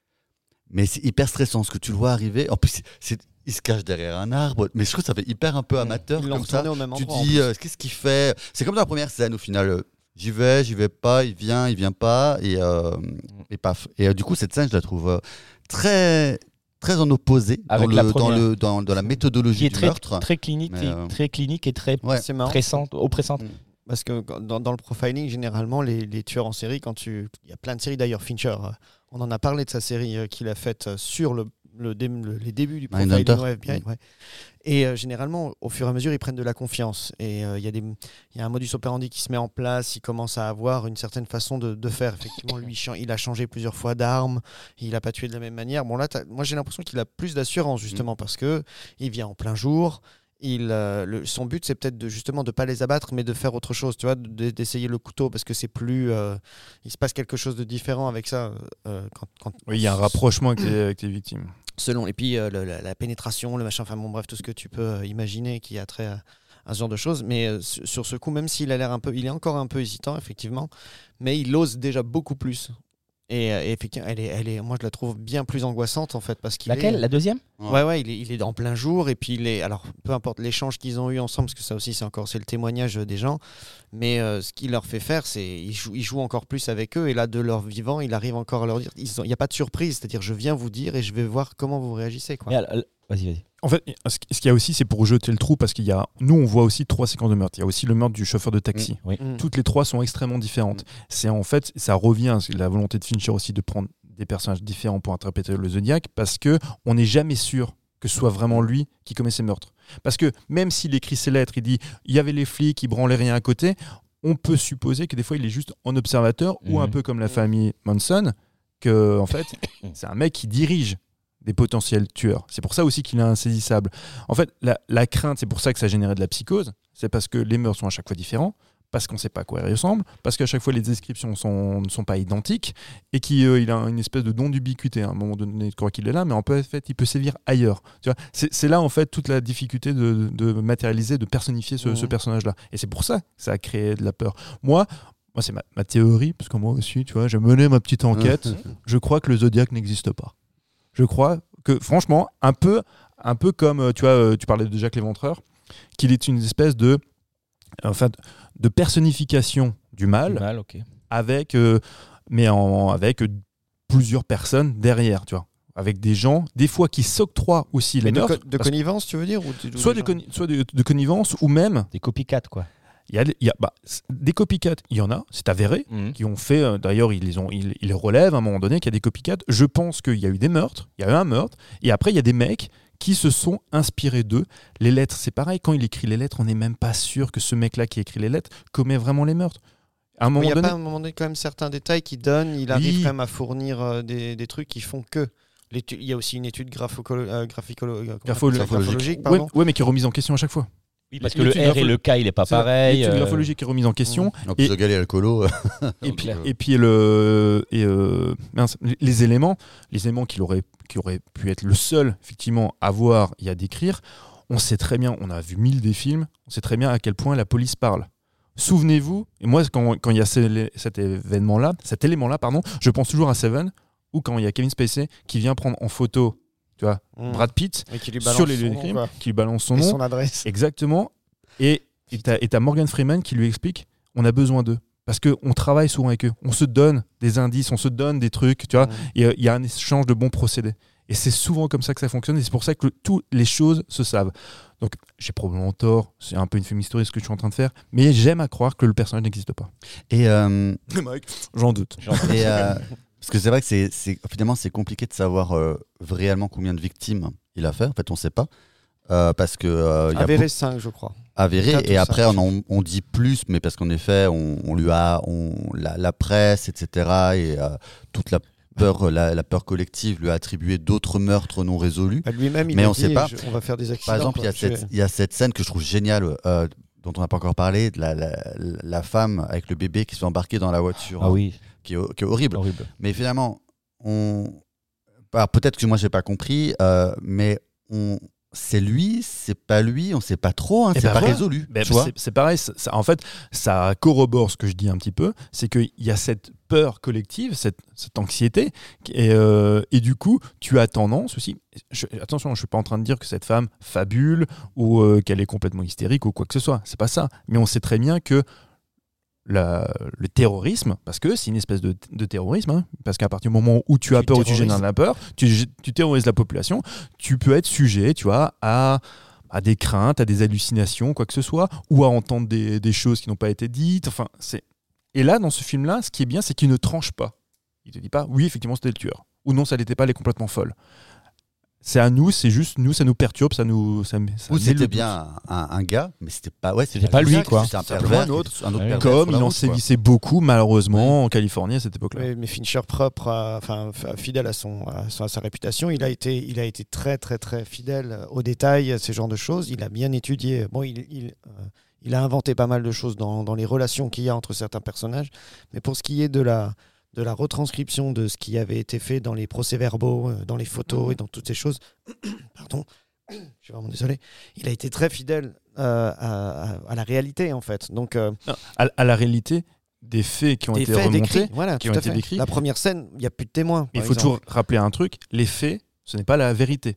mais c'est hyper stressant parce que tu le vois arriver. En plus, c'est, c'est- il se cache derrière un arbre. Mais je trouve que ça fait hyper un peu amateur Ils l'ont comme ça. retourné au même Tu endroit. en dis, plus. euh, qu'est-ce qu'il fait? C'est comme dans la première scène au final. euh, J'y vais, j'y vais pas, il vient, il vient pas, et, euh, et paf. Et euh, du coup, cette scène, je la trouve euh, très, très en opposé dans, Avec le, la dans, première. le, dans, dans la méthodologie Qui est du très, meurtre. très, clinique, Mais, et, euh, très clinique et très Ouais. C'est marrant. pressante, oppressante. Mm. Parce que dans, dans le profiling, généralement, les, les tueurs en série, quand tu, il y a plein de séries d'ailleurs. Fincher, euh, on en a parlé de sa série euh, qu'il a faite euh, sur le, le, dé- le- les débuts du profiling Mindhunter. au F B I. Mm. Ouais. Et euh, généralement, au fur et à mesure, ils prennent de la confiance. Et euh, il y a des, il y a un modus operandi qui se met en place. Il commence à avoir une certaine façon de, de faire. Effectivement, lui, chan- il a changé plusieurs fois d'armes. Il n'a pas tué de la même manière. Bon là, t'as- moi, j'ai l'impression qu'il a plus d'assurance justement parce que il vient en plein jour. Il, euh, le- son but, c'est peut-être de, justement de ne pas les abattre, mais de faire autre chose, tu vois, de- d'essayer le couteau, parce que c'est plus... euh, il se passe quelque chose de différent avec ça. euh, quand, quand- Oui, il y a un rapprochement avec les, avec les victimes. Selon, et puis euh, le- la, la pénétration, le machin, enfin bon, bref, tout ce que tu peux euh, imaginer qui a trait à, à ce genre de choses. Mais euh, sur, sur ce coup, même s'il a l'air un peu... Il est encore un peu hésitant, effectivement, mais il ose déjà beaucoup plus. Et, euh, et effectivement, elle est, elle est, moi, je la trouve bien plus angoissante, en fait, parce qu'il Laquelle est... La deuxième Ouais, ouais, il est, il est en plein jour et puis il est, alors peu importe l'échange qu'ils ont eu ensemble, parce que ça aussi c'est encore c'est le témoignage des gens, mais euh, ce qu'il leur fait faire, c'est il joue, il joue encore plus avec eux et là de leur vivant, il arrive encore à leur dire, ils ont- il n'y a pas de surprise, c'est-à-dire je viens vous dire et je vais voir comment vous réagissez quoi. Mais elle- elle- Vas-y, vas-y. En fait, ce ce qu'il y a aussi, c'est pour jeter le trou, parce qu'il y a, nous, on voit aussi trois séquences de meurtre. Il y a aussi le meurtre du chauffeur de taxi. Oui. Mm. Toutes les trois sont extrêmement différentes. C'est en fait, ça revient, c'est la volonté de Fincher aussi de prendre des personnages différents pour interpréter le Zodiac, parce que on n'est jamais sûr que ce soit vraiment lui qui commet ces meurtres. Parce que même s'il écrit ses lettres, il dit il y avait les flics, il branlait rien à côté, on peut supposer que des fois il est juste en observateur, ou un Mhm. peu comme la famille Manson, que en fait c'est un mec qui dirige des potentiels tueurs. C'est pour ça aussi qu'il est insaisissable. En fait, la, la crainte, c'est pour ça que ça générait de la psychose, c'est parce que les meurtres sont à chaque fois différents, parce qu'on ne sait pas à quoi ils ressemblent, parce qu'à chaque fois les descriptions sont, ne sont pas identiques, et qu'il euh, il a une espèce de don d'ubiquité. À un moment donné, tu crois qu'il est là, mais en fait, il peut sévir ailleurs. Tu vois, c'est, c'est là, en fait, toute la difficulté de, de matérialiser, de personnifier ce, Mhm. ce personnage-là. Et c'est pour ça que ça a créé de la peur. Moi, moi c'est ma, ma théorie, parce que moi aussi, tu vois, j'ai mené ma petite enquête. Je crois que le Zodiac n'existe pas. Je crois que, franchement, un peu, un peu comme, euh, tu vois, euh, tu parlais de Jacques Léventreur, qu'il est une espèce de, enfin, de personnification du mal, Mal, ok. avec, euh, mais en, avec euh, plusieurs personnes derrière, tu vois, avec des gens, des fois qui s'octroient aussi les Mais de, meurtres, co- de parce- connivence, tu veux dire ou de- soit, des de, gens- conni- soit de, de connivence, ou même, Des copycats, quoi. il y a, il y a bah, c- des copycats, il y en a, c'est avéré, Mhm. qui ont fait, euh, d'ailleurs ils les ont, ils, ils les relèvent à un moment donné qu'il y a des copycats. Je pense qu'il y a eu des meurtres, il y a eu un meurtre, et après il y a des mecs qui se sont inspirés d'eux. Les lettres, c'est pareil, quand il écrit les lettres, on n'est même pas sûr que ce mec-là qui écrit les lettres commet vraiment les meurtres. À un Mais moment il y a donné, pas à un moment donné quand même certains détails qu'il donne, il arrive Oui. quand même à fournir euh, des, des trucs qui font que. l'étu- Il y a aussi une étude graphocolo- euh, graphicolo- euh, comment on Grapholo- appelle ça graphologique, ouais, pardon. ouais, mais qui est remise en question à chaque fois. Oui, parce que le L'étude R et grapholo- le K, il est pas C'est la- pareil. L'étude euh, graphologique est remise en question. En plus, Et- le gars, il est alcoolo. Et Donc, puis, euh, et puis le, et euh, mince, les- les éléments, les éléments qu'il aurait, qui auraient pu être le seul effectivement à voir et à décrire, on sait très bien, on a vu mille des films, on sait très bien à quel point la police parle. Souvenez-vous, et moi quand, quand il y a ce- cet événement-là, cet élément-là, pardon, je pense toujours à Seven, ou quand il y a Kevin Spacey qui vient prendre en photo, tu vois, Mm. Brad Pitt Et qui lui sur balance les lieux son de nom, crime, quoi. qui lui balance son Et nom, son adresse. exactement, et et t'as et t'as Morgan Freeman qui lui explique, on a besoin d'eux. Parce qu'on travaille souvent avec eux. On se donne des indices, on se donne des trucs, tu vois. Mm. Et euh, il y a un échange de bons procédés. Et c'est souvent comme ça que ça fonctionne. Et c'est pour ça que le- toutes les choses se savent. Donc, j'ai probablement tort. C'est un peu une fumisterie ce que je suis en train de faire. Mais j'aime à croire que le personnage n'existe pas. Et, euh, J'en doute. et, euh, parce que c'est vrai que c'est, c'est, finalement, c'est compliqué de savoir euh, réellement combien de victimes il a fait. En fait, on ne sait pas. Euh, parce que euh, il y a Avéré cinq, je crois. avéré Quatre et ou après cinq. on, en- on dit plus mais parce qu'en effet on, on lui a on, la, la presse etc et euh, toute la peur, la, la peur collective lui a attribué d'autres meurtres non résolus. Bah, lui-même, il Mais a on dit, sait pas. je- on va faire des accidents. Par exemple, il y, a quoi. cette, il y a cette scène que je trouve géniale, euh, dont on n'a pas encore parlé, de la, la, la femme avec le bébé qui se fait embarquer dans la voiture, Ah oui, qui, est, qui est horrible. horrible. Mais finalement, on... bah, peut-être que moi, je n'ai pas compris, euh, mais on... c'est lui, c'est pas lui, on ne sait pas trop, hein, Eh c'est ben pas voilà. résolu. Ben, tu vois. c'est, c'est pareil, ça- ça- en fait, ça corrobore ce que je dis un petit peu, c'est qu'il y a cette peur collective, cette, cette anxiété, et, euh, et du coup, tu as tendance aussi, je- attention, je ne suis pas en train de dire que cette femme fabule, ou euh, qu'elle est complètement hystérique, ou quoi que ce soit, c'est pas ça, mais on sait très bien que la- le terrorisme, parce que c'est une espèce de, de terrorisme, hein, parce qu'à partir du moment où tu as Tu peur ou tu terrorises. génères de la peur, tu, tu terrorises la population, tu peux être sujet, tu vois, à, à des craintes, à des hallucinations, quoi que ce soit, ou à entendre des, des choses qui n'ont pas été dites. Enfin, c'est... Et là, dans ce film-là, ce qui est bien, c'est qu'il ne tranche pas. Il te dit pas, oui, effectivement, c'était le tueur, ou non, ça l'était pas, elle est complètement folle. C'est à nous, c'est juste, nous, ça nous perturbe, ça nous... Ça, ça Ou met c'était le bien un, un gars, mais c'était pas, ouais, C'était pas le lui, gars, quoi. C'était un Simplement pervers, un autre. un autre Ouais. pervers Comme sur la il en route, quoi. sévissait beaucoup, malheureusement, en Californie à cette époque-là. Mais, mais Fincher, propre, à- enfin f- fidèle à son, à son- à sa réputation, il a été, il a été très très très fidèle aux détails, à ce genre de choses. Il a bien étudié. Bon, il, il, euh, il a inventé pas mal de choses dans, dans les relations qu'il y a entre certains personnages. Mais pour ce qui est de la de la retranscription de ce qui avait été fait dans les procès-verbaux, euh, dans les photos et dans toutes ces choses, pardon, je suis vraiment désolé. Il a été très fidèle euh, à, à- à la réalité en fait. Donc euh, À, à la réalité des faits qui ont des été faits remontés. décrits, voilà, qui tout ont à été fait. décrits. La première scène, il n'y a plus de témoins. Il par faut exemple. toujours rappeler un truc, les faits, ce n'est pas la vérité.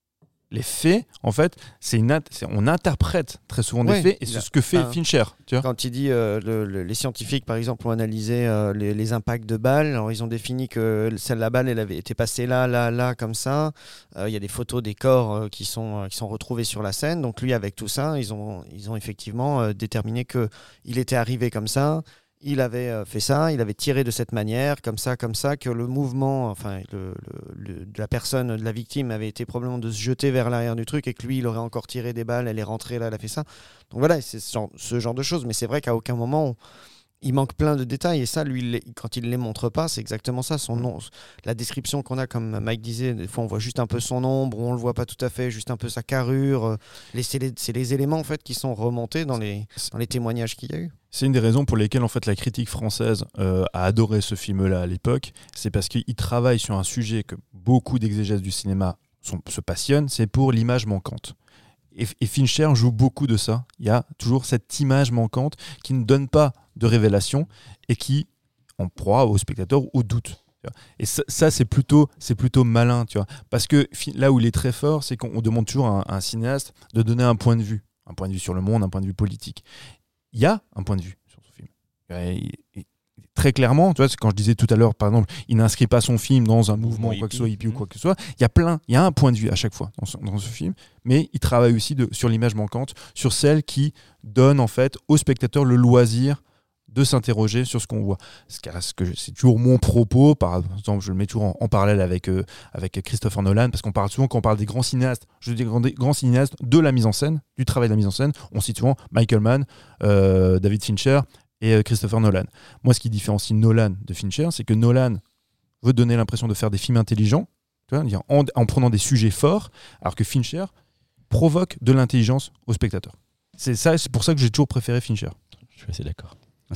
Les faits, en fait, c'est une int- c'est- on interprète très souvent des Ouais, faits, et il c'est a- ce que fait enfin, Fincher. Tu vois. Quand il dit euh, le- le- les scientifiques, par exemple, ont analysé euh, les, les impacts de balles, alors ils ont défini que celle la balle, elle avait été passée là, là, là, comme ça. Euh, Il y a des photos des corps euh, qui sont euh, qui sont retrouvés sur la scène. Donc lui, avec tout ça, ils ont ils ont effectivement euh, déterminé que il était arrivé comme ça. Il avait euh, fait ça, il avait tiré de cette manière, comme ça, comme ça, que le mouvement, enfin, le, le- le- de la personne, de la victime, avait été probablement de se jeter vers l'arrière du truc et que lui, il aurait encore tiré des balles, elle est rentrée là, elle a fait ça. Donc voilà, c'est ce genre, ce genre de choses. Mais c'est vrai qu'à aucun moment, on- il manque plein de détails. Et ça, lui, il les- quand il ne les montre pas, c'est exactement ça. Son nom, la description qu'on a, comme Mike disait, des fois, on voit juste un peu son ombre, ou on ne le voit pas tout à fait, juste un peu sa carrure. euh, les- C'est les, c'est les éléments en fait, qui sont remontés dans les, dans les témoignages qu'il y a eu. C'est une des raisons pour lesquelles en fait la critique française euh, a adoré ce film-là à l'époque. C'est parce qu'il travaille sur un sujet que beaucoup d'exégèses du cinéma sont- se passionnent, c'est pour l'image manquante. Et, et Fincher joue beaucoup de ça. Il y a toujours cette image manquante qui ne donne pas de révélation et qui en proie au spectateur au doute. Tu vois. Et ça, ça, c'est plutôt, c'est plutôt malin, tu vois. Parce que fi- là où il est très fort, c'est qu'on on demande toujours à un, à un cinéaste de donner un point de vue, un point de vue sur le monde, un point de vue politique. Il y a un point de vue sur ce film. Et- et- et très clairement, tu vois, c'est quand je disais tout à l'heure, par exemple, il n'inscrit pas son film dans un mouvement, Mouvement quoi que ce hippie. soit, hippie ou Mhm. quoi que ce soit. Il y a plein, il y a un point de vue à chaque fois dans ce, dans ce film, mais il travaille aussi de, sur l'image manquante, sur celle qui donne en fait au spectateur le loisir de s'interroger sur ce qu'on voit. Ce qui- ce que je- C'est toujours mon propos, par exemple, je le mets toujours en, en parallèle avec, euh, avec Christopher Nolan, parce qu'on parle souvent, quand on parle des grands cinéastes, je dis grands, des grands cinéastes de la mise en scène, du travail de la mise en scène, on cite souvent Michael Mann, euh, David Fincher et euh, Christopher Nolan. Moi, ce qui différencie Nolan de Fincher, c'est que Nolan veut donner l'impression de faire des films intelligents, tu vois, dire, en, en prenant des sujets forts, alors que Fincher provoque de l'intelligence au spectateur. C'est ça, c'est pour ça que j'ai toujours préféré Fincher. Je suis assez d'accord.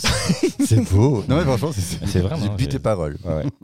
C'est beau. Non, mais franchement, c'est C'est vraiment, J'ai bu j'ai- tes paroles. Ouais, ouais.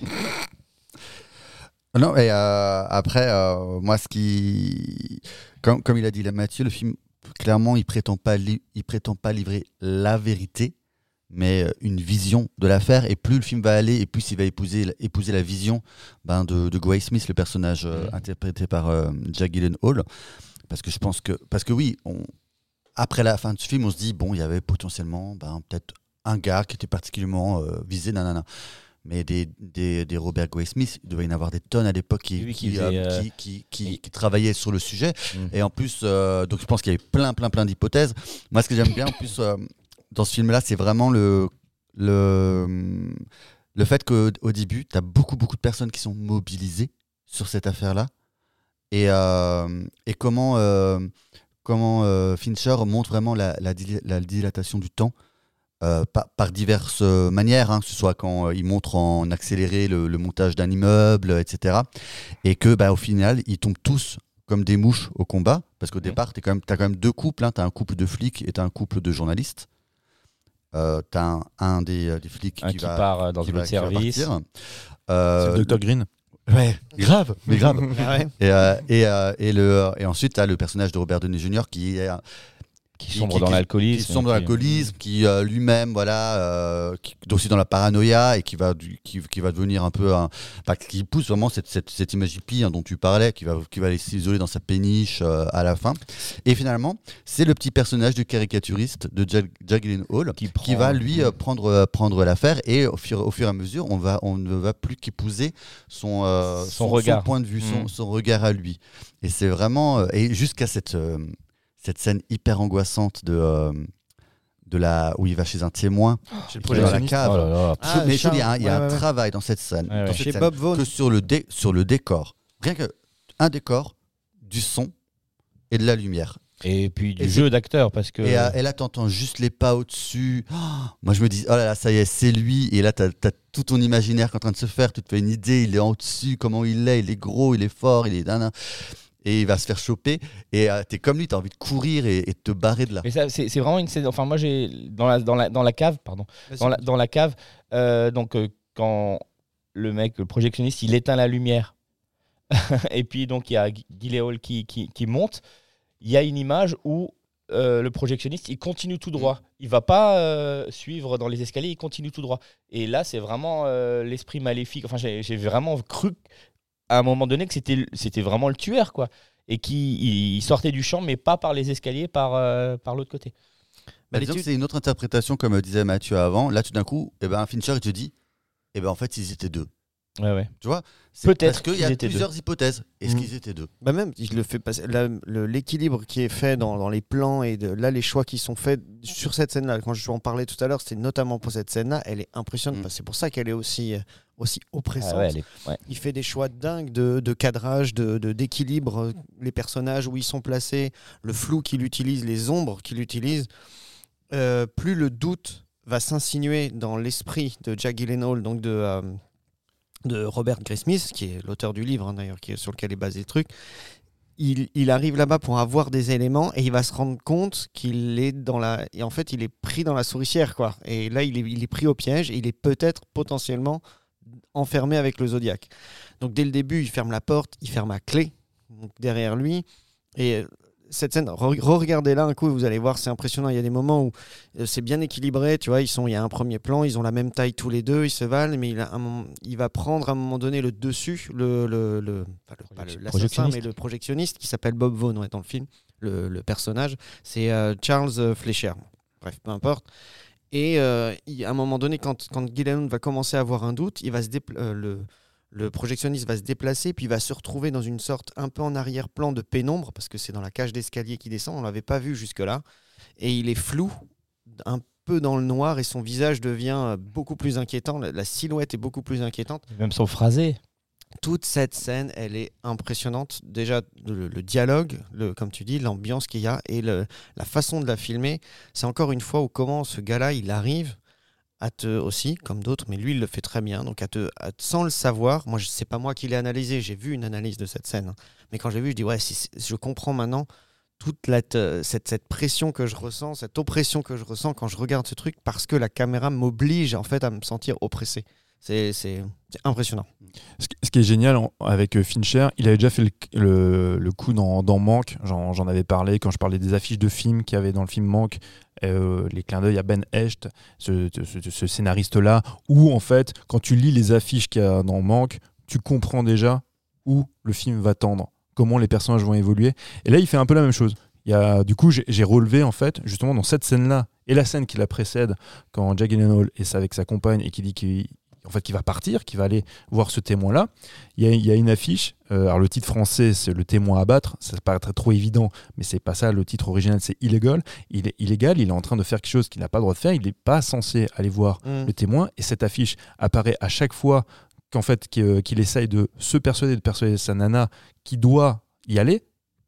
Non, et euh, après, euh, moi, ce qui. Comme, comme il a dit là, Mathieu, le film, clairement, il prétend pas, li- il prétend pas livrer la vérité, mais euh, une vision de l'affaire. Et plus le film va aller, et plus il va épouser, épouser la vision ben, de, de Grace Smith, le personnage euh, Mhm. interprété par euh, Jack Gyllenhaal. Parce que je pense que. Parce que oui, on, après la fin de ce film, on se dit, bon, il y avait potentiellement ben, peut-être un gars qui était particulièrement euh, visé, nanana. Mais des, des, des Robert Grace Smith, il devait y en avoir des tonnes à l'époque qui, Oui, qui, qui euh, faisait, euh, qui, qui, qui- et- qui travaillaient sur le sujet. Mm. Et en plus, euh, donc je pense qu'il y avait plein, plein, plein d'hypothèses. Moi, ce que j'aime bien en plus euh, dans ce film-là, c'est vraiment le, le, le fait qu'au début, tu as beaucoup, beaucoup de personnes qui sont mobilisées sur cette affaire-là. Et, euh, et comment, euh, comment euh, Fincher montre vraiment la, la, dil- la dilatation du temps. Euh, par, par diverses euh, manières, hein, que ce soit quand euh, il montre en accéléré le, le montage d'un immeuble, et cetera. Et que, bah, au final, ils tombent tous comme des mouches au combat, parce qu'au Mmh. départ, tu as quand, quand même deux couples, hein, tu as un couple de flics et tu as un couple de journalistes. Euh, tu as un, un des, euh, des flics Un qui, qui va, part euh, dans qui un va- autre qui va service. partir. C'est Euh, le docteur Green. Ouais, grave, mais grave. Ah ouais. Et, euh, et, euh, et, le, et ensuite, tu as le personnage de Robert Downey junior qui est Qui qui- sombre qui- dans qui- l'alcoolisme. qui sombre dans qui- l'alcoolisme, qui euh, lui-même, voilà, euh, qui est aussi dans la paranoïa et qui va, du- qui, qui va devenir un peu un. Enfin, qui pousse vraiment cette, cette, cette image hippie hein, dont tu parlais, qui va, qui va aller s'isoler dans sa péniche euh, à la fin. Et finalement, c'est le petit personnage du caricaturiste de Jack, Jack Gyllenhaal Qui, qui prend- va lui euh, prendre, euh, prendre l'affaire et au fur, au fur et à mesure, on, va, on ne va plus qu'épouser son, euh, Son regard. point de vue, son, Mm. son regard à lui. Et c'est vraiment. euh, et jusqu'à cette. euh, cette scène hyper angoissante de, euh, de la, où il va chez un témoin, Chez le qui est dans la projectionniste. cave. Oh là là. Ah, mais je veux dire, Charles, il y a ouais, un ouais, ouais. travail dans cette scène, Ouais, ouais. dans cette Chez scène, Bob Vaughn. que sur le, dé, sur le décor. Rien que un décor, du son et de la lumière. Et puis du Et jeu d'acteur, parce que. Et, euh, et là, t'entends juste les pas au-dessus. Oh, moi, je me dis, oh là là, ça y est, c'est lui. Et là, t'as as tout ton imaginaire qui est en train de se faire. Tu te fais une idée, il est en dessus, comment il est, il est gros, il est fort, il est d'un. Et il va se faire choper. Et euh, t'es comme lui, t'as envie de courir et, et de te barrer de là. Mais ça, c'est c'est vraiment une scène. Enfin, moi, j'ai dans la dans la dans la cave, pardon, Vas-y. dans la dans la cave. euh, donc euh, quand le mec, le projectionniste, il éteint la lumière, et puis donc il y a Gyllenhaal qui, qui qui monte. Il y a une image où euh, le projectionniste, il continue tout droit. Il va pas euh, suivre dans les escaliers, il continue tout droit. Et là, c'est vraiment euh, l'esprit maléfique. Enfin, j'ai j'ai vraiment cru à un moment donné que c'était c'était vraiment le tueur, quoi. Et qui il sortait du champ, mais pas par les escaliers, par, euh, par l'autre côté. Bah, les disons que tu- c'est une autre interprétation, comme disait Mathieu avant. Là, tout d'un coup, eh ben, Fincher, il te dit, eh ben, en fait, ils étaient deux. Ouais, ouais. Tu vois C'est Peut-être Parce qu'il y qu'ils a étaient plusieurs hypothèses. Est-ce Mm. qu'ils étaient deux Bah même, il le fait passer. la- le- L'équilibre qui est fait dans, dans les plans et de, là, les choix qui sont faits sur cette scène-là, quand je vous en parlais tout à l'heure, c'était notamment pour cette scène-là, elle est impressionnante. Mm. Parce que c'est pour ça qu'elle est aussi, euh, aussi oppressante. Ah ouais, elle est- ouais. Il fait des choix dingues de, de cadrage, de, de- d'équilibre, euh, les personnages où ils sont placés, le flou qu'il utilise, les ombres qu'il utilise. Euh, plus le doute va s'insinuer dans l'esprit de Jack Gyllenhaal, donc de, euh, de Robert Graysmith, qui est l'auteur du livre hein, d'ailleurs, qui est, sur lequel est basé le truc. Il, il arrive là-bas pour avoir des éléments et il va se rendre compte qu'il est dans la. Et en fait, il est pris dans la souricière, quoi. Et là, il est, il est pris au piège et il est peut-être potentiellement enfermé avec le Zodiac. Donc dès le début, il ferme la porte, il ferme à clé donc, derrière lui. Et euh, cette scène, re- re-regardez-la un coup et vous allez voir, c'est impressionnant. Il y a des moments où euh, c'est bien équilibré, tu vois. Ils sont, il y a un premier plan, ils ont la même taille tous les deux, ils se valent, mais il, a un moment- il va prendre à un moment donné le dessus, le, le, le, enfin, le- pas le- l'assassin, Projectionniste. mais le projectionniste qui s'appelle Bob Vaughn ouais, dans le film. Le, le personnage, c'est euh, Charles euh, Fleischer. Bref, peu importe. Et euh, il- à un moment donné, quand, quand Gyllenhaal va commencer à avoir un doute, il va se dépla- euh, le, le projectionniste va se déplacer, puis il va se retrouver dans une sorte un peu en arrière-plan de pénombre, parce que c'est dans la cage d'escalier qui descend, on ne l'avait pas vu jusque-là. Et il est flou, un peu dans le noir, et son visage devient euh, beaucoup plus inquiétant. La, la silhouette est beaucoup plus inquiétante. Même son phrasé. Toute cette scène, elle est impressionnante. Déjà, le, le dialogue, le, comme tu dis, l'ambiance qu'il y a et le, la façon de la filmer, c'est encore une fois où comment ce gars-là, il arrive à te aussi, comme d'autres, mais lui, il le fait très bien. Donc, à te, à, sans le savoir, moi, c'est pas moi qui l'ai analysé, j'ai vu une analyse de cette scène. Hein. Mais quand j'ai vu, je dis, ouais, si, si, je comprends maintenant toute la, te, cette, cette pression que je ressens, cette oppression que je ressens quand je regarde ce truc, parce que la caméra m'oblige, en fait, à me sentir oppressé. C'est, c'est, c'est impressionnant. Ce qui- ce qui est génial en- avec euh, Fincher, il avait déjà fait le, le- le coup dans, dans Manque, j'en, j'en avais parlé quand je parlais des affiches de films qu'il y avait dans le film Manque, euh, les clins d'œil à Ben Hecht, ce, ce- ce scénariste-là, où en fait, quand tu lis les affiches qu'il y a dans Manque, tu comprends déjà où le film va tendre, comment les personnages vont évoluer. Et là, il fait un peu la même chose. Il y a, du coup, j'ai, j'ai relevé en fait, justement dans cette scène-là, et la scène qui la précède, quand Jack Gyllenhaal est avec sa compagne et qui dit qu'il en fait, qui va partir, qui va aller voir ce témoin-là. Il y a, il y a une affiche. Euh, alors, le titre français, c'est Le témoin à battre. Ça paraît trop évident, mais c'est pas ça. Le titre original, c'est Illegal. Il est illégal. Il est en train de faire quelque chose qu'il n'a pas le droit de faire. Il n'est pas censé aller voir Mmh. le témoin. Et cette affiche apparaît à chaque fois qu'en fait, qu'il, qu'il essaye de se persuader, de persuader sa nana qui doit y aller.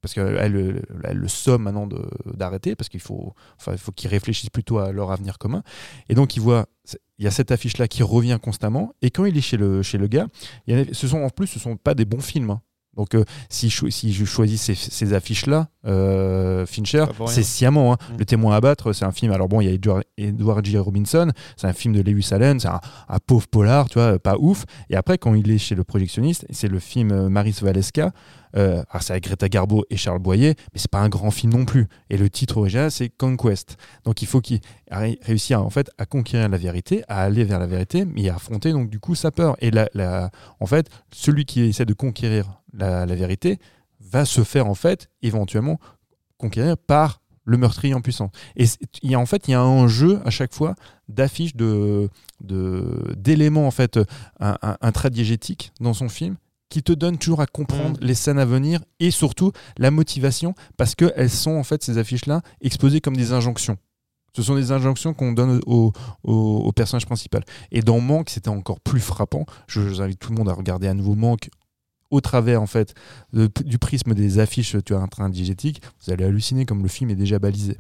parce qu'elle elle, elle le somme maintenant de, d'arrêter, parce qu'il faut, enfin, il faut qu'ils réfléchissent plutôt à leur avenir commun. Et donc, il voit, il y a cette affiche-là qui revient constamment. Et quand il est chez le, chez le gars, il y a, ce sont, en plus, ce ne sont pas des bons films. Hein. Donc, euh, si, je, si je choisis ces, ces affiches-là, euh, Fincher, c'est sciemment. Hein. Mmh. Le témoin à abattre, c'est un film. Alors, bon, il y a Edward, Edward J. Robinson, c'est un film de Lewis Allen, c'est un, un pauvre polar, tu vois, pas ouf. Et après, quand il est chez le projectionniste, c'est le film Maris Valeska. Euh, alors, c'est avec Greta Garbo et Charles Boyer, mais c'est pas un grand film non plus. Et le titre original, c'est Conquest. Donc, il faut qu'il réussisse en fait, à conquérir la vérité, à aller vers la vérité, mais à affronter donc du coup sa peur. Et la, la, en fait, celui qui essaie de conquérir la, la vérité va se faire en fait éventuellement conquérir par le meurtrier en puissance. Et il y a en fait il y a un jeu à chaque fois d'affiches de, de d'éléments en fait un, un, un trait diégétique dans son film qui te donne toujours à comprendre mmh. les scènes à venir et surtout la motivation, parce qu'elles sont en fait ces affiches-là exposées comme des injonctions. Ce sont des injonctions qu'on donne au, au, au personnage principal. Et dans Manque, c'était encore plus frappant. Je, je vous invite tout le monde à regarder à nouveau Manque au travers en fait de, du prisme des affiches, tu as un train diégétique. Vous allez halluciner comme le film est déjà balisé.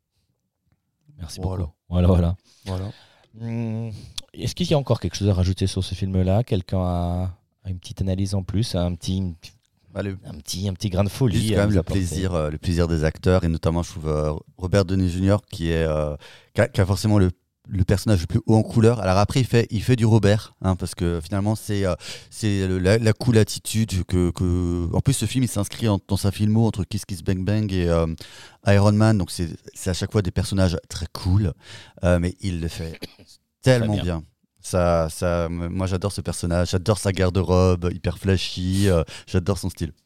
Merci voilà. beaucoup. Voilà, voilà. voilà. Hum, est-ce qu'il y a encore quelque chose à rajouter sur ce film-là ? Quelqu'un a une petite analyse en plus, un petit, bah, le, un petit, un petit grain de folie. Juste quand même le plaisir, euh, le plaisir des acteurs, et notamment je trouve euh, Robert Downey junior qui est euh, qui, a, qui a forcément le, le personnage le plus haut en couleur. Alors après il fait, il fait du Robert, hein, parce que finalement c'est, euh, c'est le, la, la cool attitude que, que. En plus ce film il s'inscrit en, dans sa filmo entre Kiss Kiss Bang Bang et euh, Iron Man, donc c'est, c'est à chaque fois des personnages très cool, euh, mais il le fait tellement bien. bien. Ça, ça, moi j'adore ce personnage, j'adore sa garde-robe hyper flashy, euh, j'adore son style.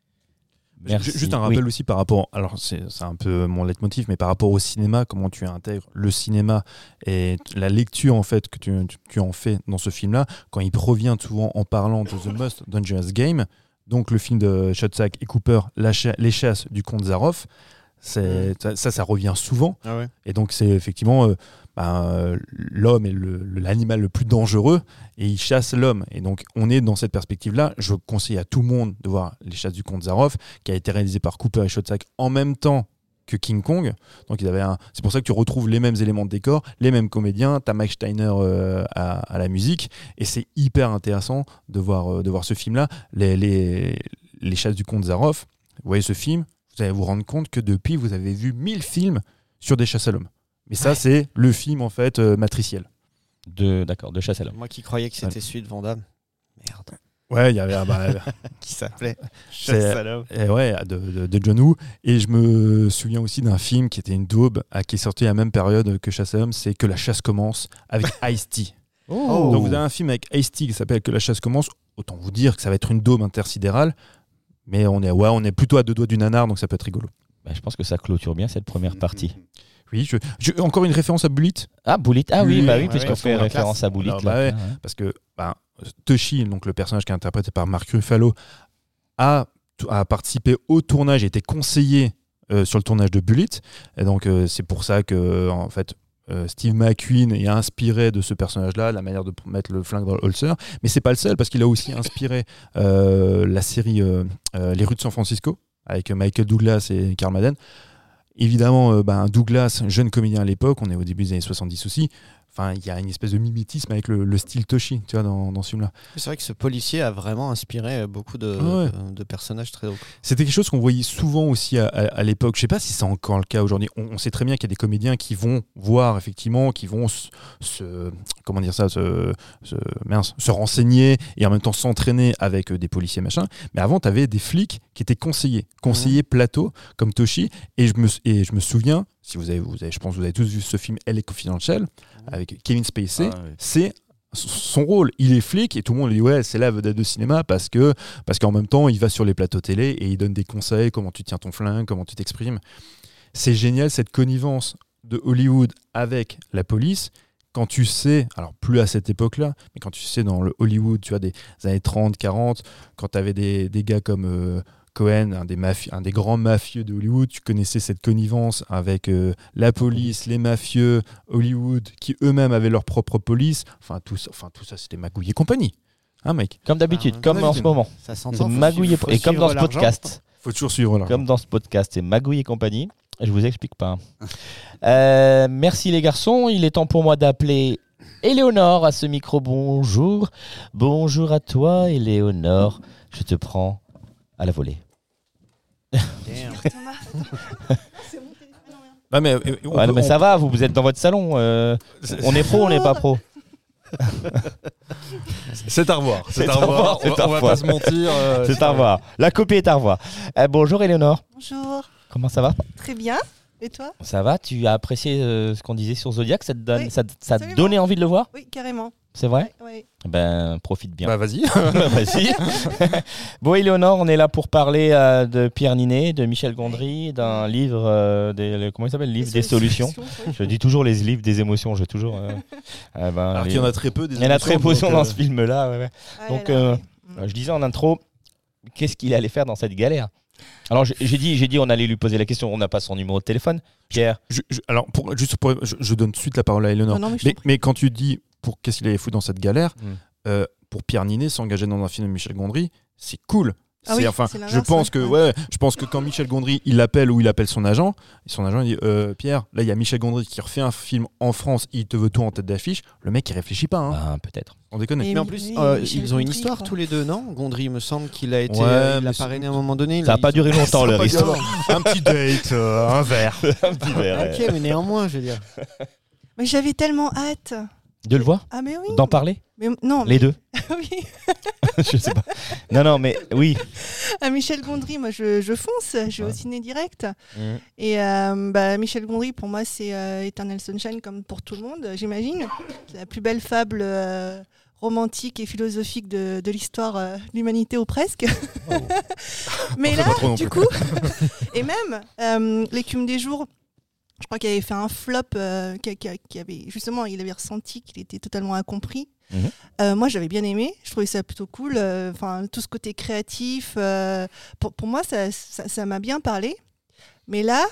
Merci. Juste un rappel oui. aussi par rapport, alors c'est, c'est un peu mon leitmotiv, mais par rapport au cinéma, comment tu intègres le cinéma et la lecture en fait que tu, tu, tu en fais dans ce film-là, quand il revient souvent en parlant de The Most Dangerous Game, donc le film de Schoedsack et Cooper, la cha- les chasses du comte Zaroff, c'est, ça, ça, ça revient souvent, ah ouais. Et donc c'est effectivement... Euh, Ben, l'homme est le, l'animal le plus dangereux et il chasse l'homme. Et donc, on est dans cette perspective-là. Je conseille à tout le monde de voir Les Chasses du comte Zaroff, qui a été réalisé par Cooper et Schoedsack en même temps que King Kong. Donc, ils avaient un... c'est pour ça que tu retrouves les mêmes éléments de décor, les mêmes comédiens. Tu as Mike Steiner euh, à, à la musique. Et c'est hyper intéressant de voir, euh, de voir ce film-là. Les, les, les Chasses du comte Zaroff, vous voyez ce film, vous allez vous rendre compte que depuis, vous avez vu mille films sur des chasses à l'homme. Mais ça, ouais. c'est le film en fait euh, matriciel. De, d'accord, de Chasse à l'homme. Moi qui croyais que c'était ouais. celui de Van Damme. Merde. Ouais, il y avait un. Bah, qui s'appelait Chasse à l'homme. Et ouais, de, de, de John Woo. Et je me souviens aussi d'un film qui était une daube, à, qui est sorti à la même période que Chasse à l'homme, c'est Que la chasse commence, avec Ice-T. Oh. Donc vous avez un film avec Ice-T qui s'appelle Que la chasse commence. Autant vous dire que ça va être une daube intersidérale. Mais on est, ouais, on est plutôt à deux doigts du nanar, donc ça peut être rigolo. Bah, je pense que ça clôture bien cette première partie. Oui, je, je, encore une référence à Bullitt. Ah, Bullitt, ah oui, oui bah oui, ouais, puisqu'on ouais, fait référence classe. à Bullitt. Alors, bah ouais, ouais. Parce que bah, Toshi, donc le personnage qui est interprété par Mark Ruffalo, a, a participé au tournage, a été conseillé euh, sur le tournage de Bullitt. Et donc, euh, c'est pour ça que, en fait, euh, Steve McQueen est inspiré de ce personnage-là, la manière de mettre le flingue dans le holster. Mais c'est pas le seul, parce qu'il a aussi inspiré euh, la série euh, euh, Les rues de San Francisco, avec Michael Douglas et Karl Madden. Évidemment, euh, ben, Douglas, jeune comédien à l'époque, on est au début des années soixante-dix aussi, enfin, il y a une espèce de mimétisme avec le, le style Toshi, tu vois, dans, dans ce film-là. C'est vrai que ce policier a vraiment inspiré beaucoup de, ouais. de, de personnages très hauts. C'était quelque chose qu'on voyait souvent aussi à, à, à l'époque. Je sais pas si c'est encore le cas aujourd'hui. On, on sait très bien qu'il y a des comédiens qui vont voir, effectivement, qui vont se, se comment dire ça, se, se, mince, se renseigner et en même temps s'entraîner avec des policiers, machin. Mais avant, tu avais des flics qui étaient conseillers, conseillers mmh. plateau, comme Toshi. Et je me, et je me souviens, si vous avez, vous avez, je pense que vous avez tous vu ce film L A Confidential, avec Kevin Spacey, ah, oui. c'est son rôle. Il est flic et tout le monde lui dit ouais, c'est la vedette de cinéma parce que parce qu'en même temps, il va sur les plateaux télé et il donne des conseils, comment tu tiens ton flingue, comment tu t'exprimes. C'est génial cette connivence de Hollywood avec la police. Quand tu sais, alors plus à cette époque-là, mais quand tu sais dans le Hollywood, tu vois, des années trente, quarante, quand tu avais des, des gars comme euh, Cohen, un des, mafi- un des grands mafieux de Hollywood, tu connaissais cette connivence avec euh, la police, les mafieux, Hollywood, qui eux-mêmes avaient leur propre police. Enfin, tout ça, enfin, tout ça c'était magouille et compagnie. Hein, mec ? Comme d'habitude, ah, comme en ce moment. Ça s'entend. C'est magouille et, et comme dans ce podcast. Faut toujours suivre là. Comme dans ce podcast, c'est Magouille et compagnie. Je vous explique pas. Euh, merci les garçons. Il est temps pour moi d'appeler Éléonore à ce micro. Bonjour. Bonjour à toi, Éléonore. Je te prends à la volée. Ah, mais, euh, on Ouais, peut- non, mais on- ça va, vous, vous êtes dans votre salon. euh, on est pro, on n'est pas pro. C'est à revoir. C'est C'est à à revoir. revoir, On c'est va- à on va revoir. pas se mentir. euh, C'est à revoir. La copie est à revoir. Euh, bonjour Éléonore. Bonjour, Comment ça va? très bien. Et toi? Ça va? Tu as apprécié euh, ce qu'on disait sur Zodiac? Ça te donne, Oui, ça, te- ça te absolument. donnait envie de le voir? Oui, carrément. C'est vrai? Ouais, ouais. Ben, profite bien. Bah vas-y. Vas-y. Bon, Éléonore, on est là pour parler euh, de Pierre Ninet, de Michel Gondry, d'un livre, euh, des, le- comment il s'appelle? Le livre des solutions. oui. Je dis toujours les livres des émotions, je toujours. euh, euh, ben, Alors les- qu'il y en a très peu. Des Il y en a très peu émotions, dans donc, ce euh, film-là. ouais, ouais. Ah Donc, là là, euh, ouais. Mm. Je disais en intro, qu'est-ce qu'il allait faire dans cette galère? Alors, j'ai j'ai dit, j'ai dit, on allait lui poser la question. On n'a pas son numéro de téléphone. Pierre, je- je- alors, pour, juste pour, je, je donne tout de suite la parole à Eleanor. Non, non, mais je mais, t'en mais quand tu dis pour qu'est-ce qu'il allait foutre dans cette galère, Mm. euh, pour Pierre Ninet s'engager dans un film de Michel Gondry, c'est cool. Ah C'est- oui, enfin, c'est je l'inverse, pense ouais. que Ouais. ouais, je pense que quand Michel Gondry il appelle ou il appelle son agent, son agent il dit euh, Pierre, là il y a Michel Gondry qui refait un film en France, il te veut tout en tête d'affiche. Le mec il réfléchit pas, hein. ben, peut-être. On déconne. Mais Mais en oui, plus, oui, euh, Michel ils ont une Gondry, histoire quoi. tous les deux, non? Gondry, il me semble qu'il a été, Ouais, euh, il mais a c'est- parrainé à un moment donné. Ça n'a il- pas duré longtemps, leur pas histoire. duré. un petit date, euh, un verre. Un petit verre, ouais. Ok, mais néanmoins, je veux dire. Mais j'avais tellement hâte. De le voir? Ah mais oui. D'en parler? Mais non. Les deux? mais- oui. Je sais pas. Non, non, mais oui. À Michel Gondry, moi je, je fonce, je vais Ouais. au ciné direct. Mm. Et euh, bah, Michel Gondry, pour moi, c'est euh, Eternal Sunshine comme pour tout le monde, j'imagine. C'est la plus belle fable euh, romantique et philosophique de, de l'histoire euh, de l'humanité ou presque. Mais On là, sait pas trop non du plus. coup, et même euh, L'écume des jours, je crois qu'il avait fait un flop, euh, qui, qui- qui avait justement, il avait ressenti qu'il était totalement incompris. Mhm. Euh, moi, j'avais bien aimé, je trouvais ça plutôt cool. euh, Enfin, tout ce côté créatif, euh, pour, pour moi, ça ça- ça m'a bien parlé. Mais là,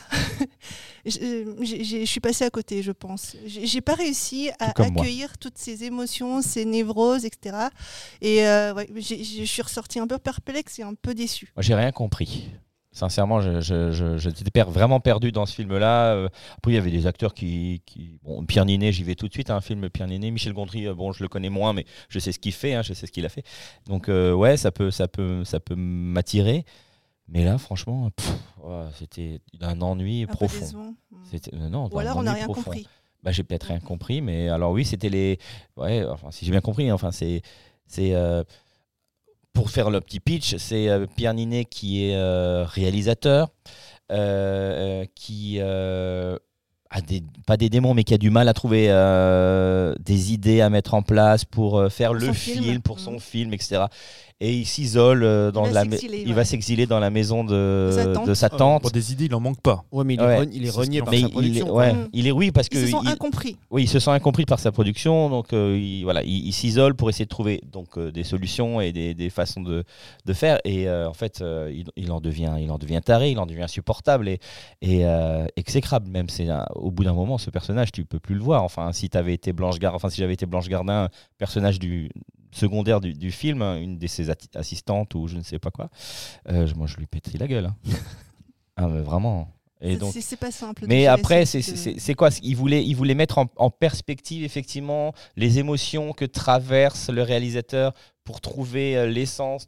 je j'ai- j'ai- je suis passée à côté, je pense. J'ai j'ai pas réussi à Tout comme moi. accueillir toutes ces émotions, ces névroses, et cetera. Et euh, ouais, j'ai- j'ai- je suis ressortie un peu perplexe et un peu déçue. Moi, j'ai rien compris. Sincèrement, je, je, je, je- j'étais per- vraiment perdu dans ce film-là. Euh, Après, il y avait des acteurs qui. qui... Bon, Pierre Ninet, j'y vais tout de suite, un film Pierre Ninet. Michel Gondry, euh, bon, je le connais moins, mais je sais ce qu'il fait, hein, je sais ce qu'il a fait. Donc, euh, ouais, ça peut, ça peut, ça peut m'attirer. Mais là, franchement, pff, ouais, c'était un ennui Un peu profond. décevant. Mm. C'était, euh, non, Ou un alors on n'a ennui rien profond. compris. Bah, j'ai peut-être rien compris, mais alors oui, c'était les. Ouais, enfin, si j'ai bien compris, enfin, c'est. c'est euh, pour faire le petit pitch, c'est euh, Pierre Ninet qui est euh, réalisateur, euh, euh, qui euh, a des, pas des démons, mais qui a du mal à trouver euh, des idées à mettre en place pour euh, faire Pour le son film, film. pour son Mhm. film, et cetera. Et il s'isole euh, dans va la. ma- s'exiler, il ouais. va s'exiler dans la maison de, De sa tante. de sa tante. Pour des idées, il en manque pas. Ouais, mais il Ouais. est, re- il est C'est ce renié qu'il par mais sa il, production. est, quoi. ouais, Mm. il est oui parce que Ils se sont il- incompris. oui, ils se sont incompris par sa production, donc euh, il, voilà, il, il s'isole pour essayer de trouver donc euh, des solutions et des, des façons de, de faire. Et euh, en fait, euh, il, il en devient, il en devient taré, il en devient insupportable et, et euh, exécrable. Même c'est un- au bout d'un moment, ce personnage, tu peux plus le voir. Enfin, si t'avais été Blanche Gardin, enfin si j'avais été Blanche Gardin, personnage du secondaire du, du film, hein, une de ses atti- assistantes ou je ne sais pas quoi, euh, je- moi je lui pétais la gueule. hein. Ah, mais vraiment. Et C'est- donc. c'est c'est pas simple. de Mais gérer après, ce c'est type de- c'est- c'est quoi il voulait, il voulait mettre en, en perspective effectivement les émotions que traverse le réalisateur pour trouver euh, l'essence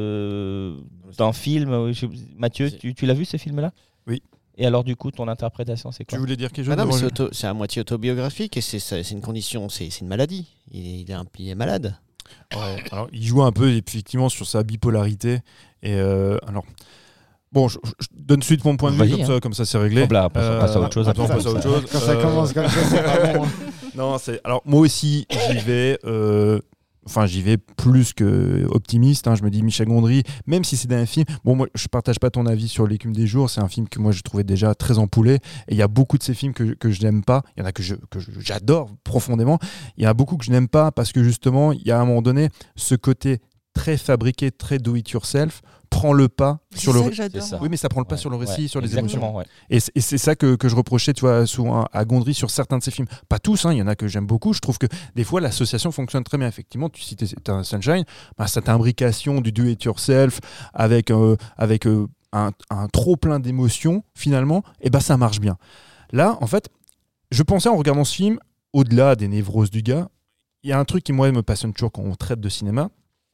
de d'un film. Je- Mathieu, tu, tu l'as vu ce film-là? Oui. Et alors du coup, ton interprétation, c'est Tu quoi? voulais dire quelque Ah chose non, mais avant- c'est auto- c'est à moitié autobiographique et c'est ça- c'est une condition, c'est c'est une maladie. Il est, il est, un- il est malade. Ouais, alors, il joue un peu effectivement sur sa bipolarité. Et euh, alors, bon, je, je donne suite mon point de vue Vas-y, comme hein. ça, comme ça c'est réglé. Hop là, après, on passe à autre chose, après, on après, passe à ça- autre chose. Quand ça Euh, commence comme ça, c'est pas bon. hein. Non, c'est alors moi aussi j'y vais. euh, Enfin, j'y vais plus que optimiste. hein. Je me dis Michel Gondry, même si c'est un film. Bon, moi, je partage pas ton avis sur L'écume des jours. C'est un film que moi je trouvais déjà très empoulé. Et il y a beaucoup de ces films que, que je n'aime pas. Il y en a que je que je- j'adore profondément. Il y en a beaucoup que je n'aime pas parce que justement, il y a à un moment donné ce côté très fabriqué, très do it yourself prend le pas C'est sur le. ça ré- que j'adore. C'est ça. Oui, mais ça prend le pas Ouais, sur le récit, ouais, sur les émotions. exactement, ouais. Et c'est et c'est ça que, que je reprochais, tu vois, souvent à Gondry sur certains de ses films. Pas tous, hein, il y en a que j'aime beaucoup. Je trouve que des fois, l'association fonctionne très bien. Effectivement, tu citais Eternal Sunshine, bah, cette imbrication du do-it-yourself avec, euh, avec euh, un, un trop plein d'émotions, finalement, et ben ça marche bien. Là, en fait, je pensais en regardant ce film, au-delà des névroses du gars, il y a un truc qui, moi, me passionne toujours quand on traite de cinéma,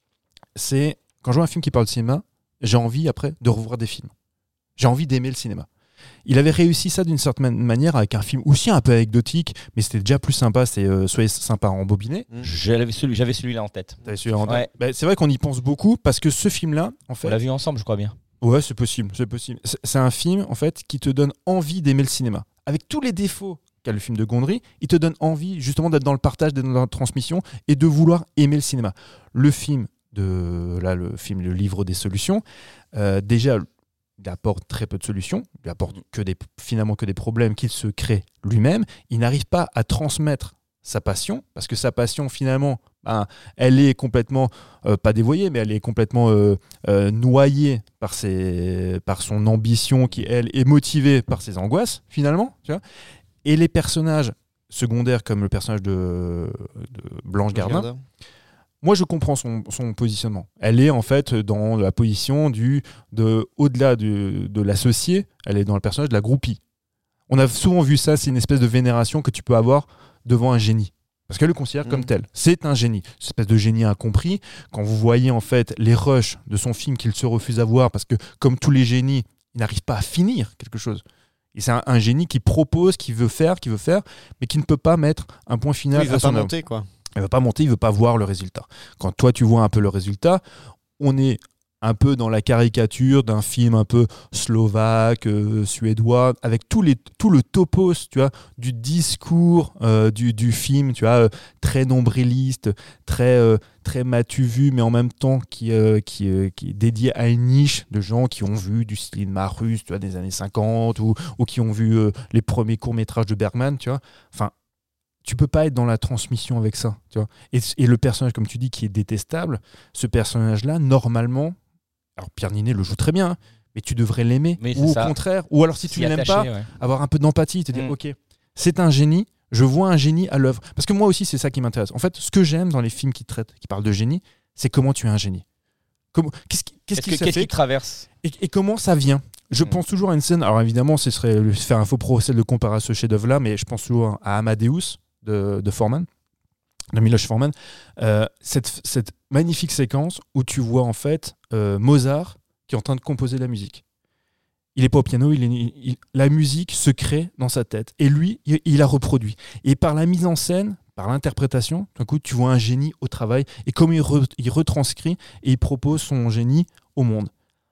c'est quand je vois un film qui parle de cinéma, j'ai envie, après, de revoir des films. J'ai envie d'aimer le cinéma. Il avait réussi ça d'une certaine manière avec un film aussi un peu anecdotique, mais c'était déjà plus sympa, c'est euh, Soyez sympa en bobiné. J'avais, celui, j'avais celui-là en tête. T'avais celui-là en tête. Ouais. Bah, c'est vrai qu'on y pense beaucoup parce que ce film-là, en fait... On l'a vu ensemble, je crois bien. Ouais, c'est possible, c'est possible. C'est, c'est un film, en fait, qui te donne envie d'aimer le cinéma. Avec tous les défauts qu'a le film de Gondry, il te donne envie justement d'être dans le partage, d'être dans la transmission et de vouloir aimer le cinéma. Le film, de, là, le film Le Livre des Solutions, euh, déjà... il apporte très peu de solutions, il apporte que des, finalement que des problèmes qu'il se crée lui-même. Il n'arrive pas à transmettre sa passion, parce que sa passion, finalement, ben, elle est complètement, euh, pas dévoyée, mais elle est complètement euh, euh, noyée par, ses, par son ambition qui, elle, est motivée par ses angoisses, finalement. Tu vois. Et les personnages secondaires, comme le personnage de, de Blanche Gardin, Gardin. moi, je comprends son, son positionnement. Elle est en fait dans la position du, de, au-delà du, de l'associé, elle est dans le personnage de la groupie. On a souvent vu ça, c'est une espèce de vénération que tu peux avoir devant un génie. Parce qu'elle le considère mmh. comme tel. C'est un génie. Une espèce de génie incompris. Quand vous voyez en fait les rushs de son film qu'il se refuse à voir, parce que comme tous les génies, il n'arrive pas à finir quelque chose. Et c'est un, un génie qui propose, qui veut faire, qui veut faire, mais qui ne peut pas mettre un point final Oui, il veut à son pas œuvre. monter, quoi. Il ne veut pas monter, il ne veut pas voir le résultat. Quand toi, tu vois un peu le résultat, on est un peu dans la caricature d'un film un peu slovaque, euh, suédois, avec tous les, tout le topos, tu vois, du discours euh, du, du film, tu vois, euh, très nombriliste, très, euh, très m'as-tu vu, mais en même temps qui, euh, qui, euh, qui est dédié à une niche de gens qui ont vu du cinéma russe, tu vois, des années cinquante, ou, ou qui ont vu euh, les premiers courts-métrages de Bergman, tu vois. Enfin, tu peux pas être dans la transmission avec ça, tu vois. Et, et le personnage, comme tu dis, qui est détestable, ce personnage-là, normalement, alors Pierre Ninet le joue très bien, hein, mais tu devrais l'aimer, mais ou au ça. contraire, ou alors si S'y tu ne l'aimes attacher, pas, ouais. avoir un peu d'empathie, te dire, Mm. ok, c'est un génie, je vois un génie à l'œuvre. Parce que moi aussi, c'est ça qui m'intéresse. En fait, ce que j'aime dans les films qui traitent, qui parlent de génie, c'est comment tu es un génie. Comment, qu'est-ce qui, qu'est-ce Est-ce qui, que- ça qu'est-ce fait qui traverse et, et comment ça vient. Je Mm. pense toujours à une scène, alors évidemment, ce serait le- faire un faux procès de comparer à ce chef-d'œuvre-là, mais je pense toujours à Amadeus de, de Forman, de Miloš Forman. Euh, cette, cette magnifique séquence où tu vois en fait euh, Mozart qui est en train de composer la musique. Il n'est pas au piano, il est, il- la musique se crée dans sa tête. Et lui, il, il la reproduit. Et par la mise en scène, par l'interprétation, d'un coup, tu vois un génie au travail. Et comme il, re- il retranscrit et il propose son génie au monde.